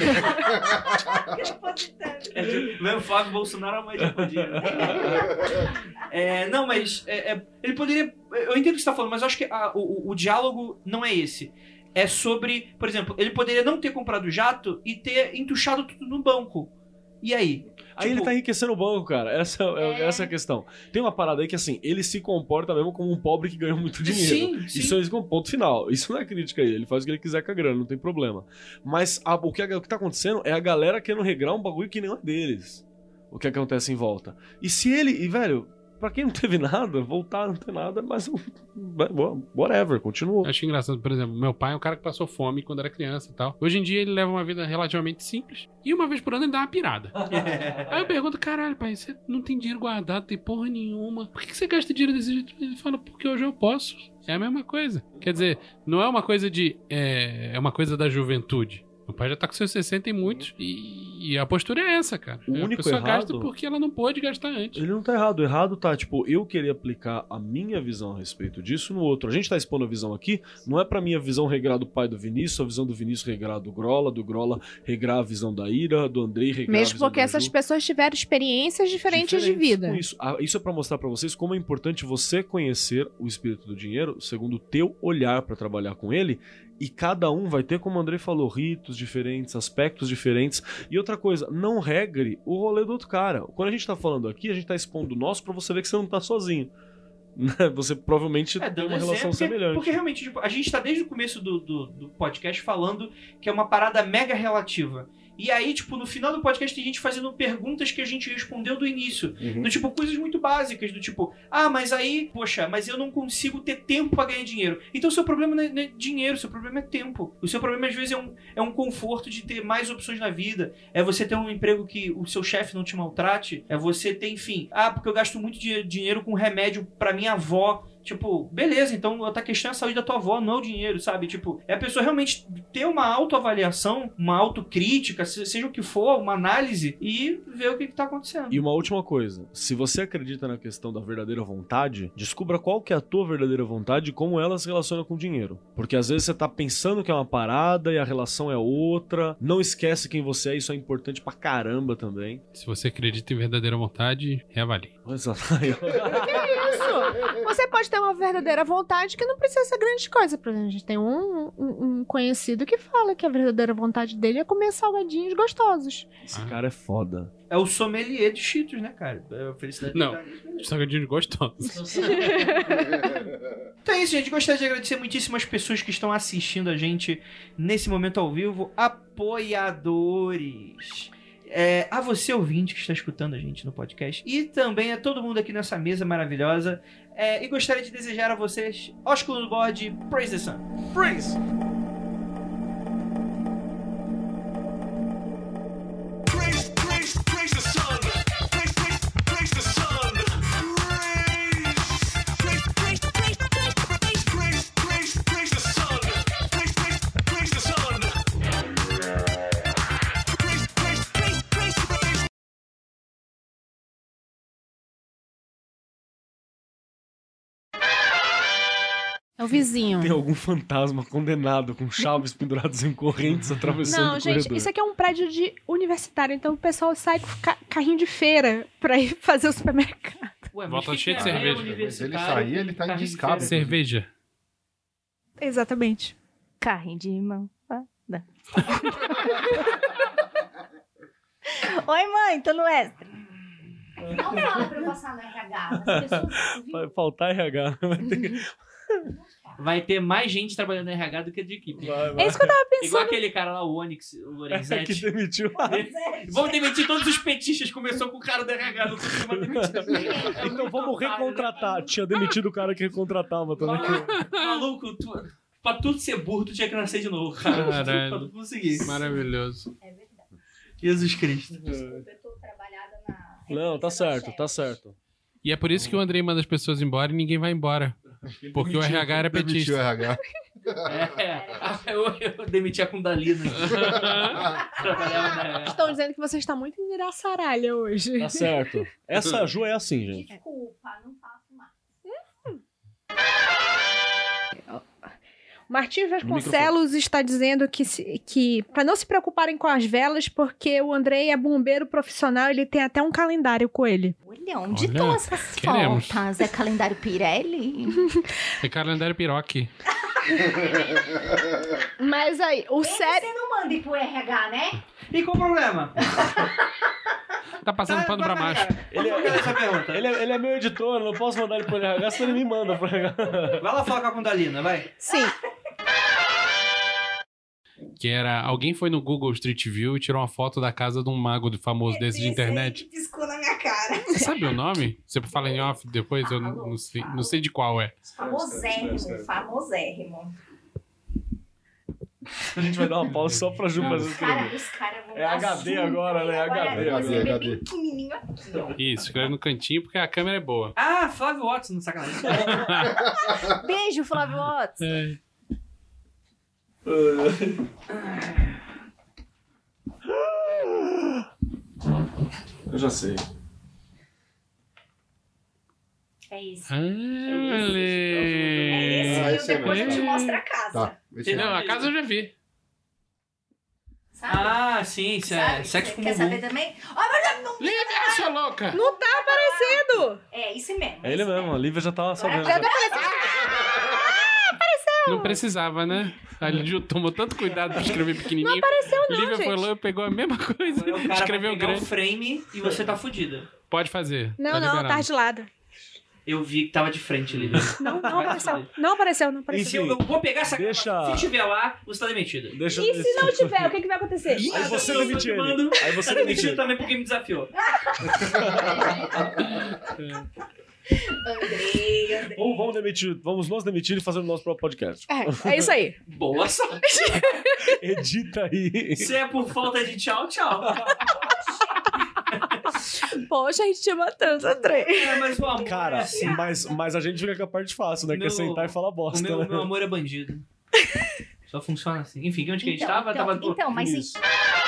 É tipo, mesmo Flávio Bolsonaro é uma de podia. É, não, mas é, é, ele poderia... Eu entendo o que você tá falando, mas eu acho que a- o, o- o diálogo não é esse. É sobre, por exemplo, ele poderia não ter comprado o jato e ter entuchado tudo no banco. E aí? Aí Tipo, ele tá enriquecendo o banco, cara. Essa é, essa é a questão. Tem uma parada aí que, assim, ele se comporta mesmo como um pobre que ganhou muito dinheiro. Sim, sim. Isso é um ponto final. Isso não é crítica a ele. Ele faz o que ele quiser com a grana, não tem problema. Mas a- o, que, o que tá acontecendo é a galera querendo regrar um bagulho que nem é deles. O que acontece em volta. E se ele... E, velho, pra quem não teve nada, voltar não ter nada, mas... Whatever, continua. Acho engraçado, por exemplo, meu pai é um cara que passou fome quando era criança e tal. Hoje em dia ele leva uma vida relativamente simples. E uma vez por ano ele dá uma pirada. Aí eu pergunto, caralho, pai, você não tem dinheiro guardado, tem porra nenhuma. Por que que você gasta dinheiro desse jeito? Ele fala, porque hoje eu posso. É a mesma coisa. Quer dizer, não é uma coisa de... É, é uma coisa da juventude. Meu pai já tá com seus sessenta e muitos e, e a postura é essa, cara. O a único pessoa errado- gasta porque ela não pôde gastar antes. Ele não tá errado. O errado tá, tipo, eu querer aplicar a minha visão a respeito disso no outro. A gente tá expondo a visão aqui, não é pra minha visão regrar do pai do Vinícius, a visão do Vinícius regrar do Grola, do Grola regrar a visão da Ira, do Andrei regrar a Mesmo visão porque da essas Ju. pessoas tiveram experiências diferentes, de vida. Com Isso. Ah, isso é pra mostrar pra vocês como é importante você conhecer o espírito do dinheiro segundo o teu olhar pra trabalhar com ele. E cada um vai ter, como o Andrei falou, ritos diferentes, aspectos diferentes. E outra coisa, não regre o rolê do outro cara. Quando a gente tá falando aqui, a gente tá expondo o nosso pra você ver que você não tá sozinho. Né? Você provavelmente É, tem dando uma relação exemplo, porque, semelhante. porque realmente, tipo, a gente tá desde o começo do, do, do podcast falando que é uma parada mega relativa. E aí, tipo, no final do podcast tem gente fazendo perguntas que a gente respondeu do início. Uhum. Do tipo, coisas muito básicas, do tipo, ah, mas aí, poxa, mas eu não consigo ter tempo pra ganhar dinheiro. Então o seu problema não é, não é dinheiro, o seu problema é tempo. O seu problema, às vezes, é um, é um conforto de ter mais opções na vida. É você ter um emprego que o seu chefe não te maltrate. É você ter, enfim, ah, porque eu gasto muito di- dinheiro com remédio pra minha avó. Tipo, beleza, então a questão é a saúde da tua avó, não é o dinheiro, sabe? Tipo, é a pessoa realmente ter uma autoavaliação, uma autocrítica, se- seja o que for, uma análise e ver o que, que tá acontecendo. E uma última coisa, se você acredita na questão da verdadeira vontade, descubra qual que é a tua verdadeira vontade e como ela se relaciona com o dinheiro. Porque às vezes você tá pensando que é uma parada e a relação é outra. Não esquece quem você é, isso é importante pra caramba também. Se você acredita em verdadeira vontade, reavalie. Exato. Isso! Você pode ter uma verdadeira vontade que não precisa ser grande coisa. Por exemplo, a gente tem um, um, um conhecido que fala que a verdadeira vontade dele é comer salgadinhos gostosos. Esse cara é foda. É o sommelier de Cheetos, né, cara? É a felicidade Não. de estar nisso. Salgadinhos gostosos. Então é isso, gente. Gostaria de agradecer muitíssimo as pessoas que estão assistindo a gente nesse momento ao vivo. Apoiadores. É, a você, ouvinte, que está escutando a gente no podcast. E também a todo mundo aqui nessa mesa maravilhosa. É, e gostaria de desejar a vocês, ósculo do bode, Praise the Sun. Praise! Praise, praise, praise the sun. Praise, praise, praise the sun. Praise, praise, praise, praise, praise, praise, praise, praise the sun. Praise, praise, praise the sun. Praise, praise, praise, praise, praise. É o vizinho. Tem algum fantasma condenado com chaves penduradas em correntes atravessando Não, o gente, corredor. isso aqui é um prédio de universitário, então o pessoal sai com ca- carrinho de feira pra ir fazer o supermercado. Ué, Volta mas que cheio de que é cerveja. universitário Mas ele sair, ele com tá em carrinho de descabro. feira? Cerveja. Exatamente. Carrinho de mão. Ah. Oi, mãe, tô no extra. Não fala pra eu passar no R H. As pessoas... Vai faltar R H. Vai ter que... Vai ter mais gente trabalhando no R H do que de equipe. Vai, É vai. isso que eu tava Igual pensando. aquele cara lá, o Onyx, o É Lorenzetti. que demitiu. Vamos demitir todos os petistas. Começou com o cara do R H, não sei como demitir. Então vamos recontratar. Tinha demitido o cara que recontratava também. Maluco, tu, pra tu ser burro, tu tinha que nascer de novo, cara. Caralho. Pra tu conseguir. Maravilhoso. É verdade. Jesus Cristo. Desculpa, eu tô trabalhada na... Não, tá certo, tá certo. E é por isso que o Andrei manda as pessoas embora e ninguém vai embora. Porque o R H era Demitiu petista. o R H. É, eu, eu demiti a Kundalina. Trabalhava na R H. Estão dizendo que você está muito engraçaralha hoje. Tá certo. Essa Ju é assim, gente. Desculpa, não faço mais. Martim Vasconcelos está dizendo que, se- que para não se preocuparem com as velas, porque o Andrei é bombeiro profissional, ele tem até um calendário com ele. Olha, onde Olha, estão essas queremos. fotos? É calendário Pirelli? É calendário piroque. Mas aí, o sério. Você não manda ir pro R H, né? E qual o problema? Tá passando pano pra vai, macho. cara. Ele é essa pergunta. Ele é, ele é meu editor, eu não posso mandar ele pro R H, senão ele me manda pro R H. Vai lá falar com a Kundalina, vai. Sim. Que era... Alguém foi no Google Street View e tirou uma foto da casa de um mago de famoso desse de internet. Piscou na minha cara. Você sabe o nome? Você fala em off depois? Eu não, não sei, não sei de qual é. Famosérrimo, famosérrimo. A gente vai dar uma pausa só pra Ju fazer Os o caras que os cara vão É dar H D zoom, agora, né? agora H D, eu vou H D, escrever H D. bem pequenininho aqui, ó. Isso, escreve no cantinho porque a câmera é boa. Ah, Flávio Watson, sacanagem. Beijo, Flávio Watson. É. Eu já sei. É isso. Ah, olha. É esse, Ah, e esse é depois eu te mesmo. mostro a casa. Tá. Esse é. Não, a casa eu já vi. Sabe? Ah, sim, isso é Sabe? sexo Você com quer bumbum. saber também? Ó, mas não... Lívia, sua louca! Não tá aparecendo! É, isso mesmo. É ele isso mesmo, a Lívia já tava sabendo. Já já. Não precisava, né? A Lívia tomou tanto cuidado pra escrever pequenininho. Não apareceu não, Lívia foi gente. lá e pegou a mesma coisa. Agora o cara Escreveu vai pegar grande. o frame e você tá fudida. Pode fazer. Não, tá não, liberado. tá de lado. Eu vi que tava de frente ali. Não, não Vai apareceu. fuder. Não apareceu, não apareceu. Se eu, eu vou pegar essa Deixa- gravação, se tiver lá, você tá demitido. Deixa E se não tiver, o que, que vai acontecer? Aí você Eu tô demite ele. mando, Aí você tá demite demitido ele. também porque me desafiou. Andrei, Andrei. Ou vamos demitir, vamos nos demitir e fazer o nosso próprio podcast. É, é isso aí. Boa sorte. Edita aí. Se é por falta de tchau, tchau. Poxa, a gente te ama tanto, André. É, mas o amor é Cara, assim. mas, mas a gente fica com a parte fácil, né? Que Meu- é sentar e falar O bosta, meu, né? meu amor é bandido. Só funciona assim. Enfim, onde que a gente Então, tava? então, tava então, mas Isso.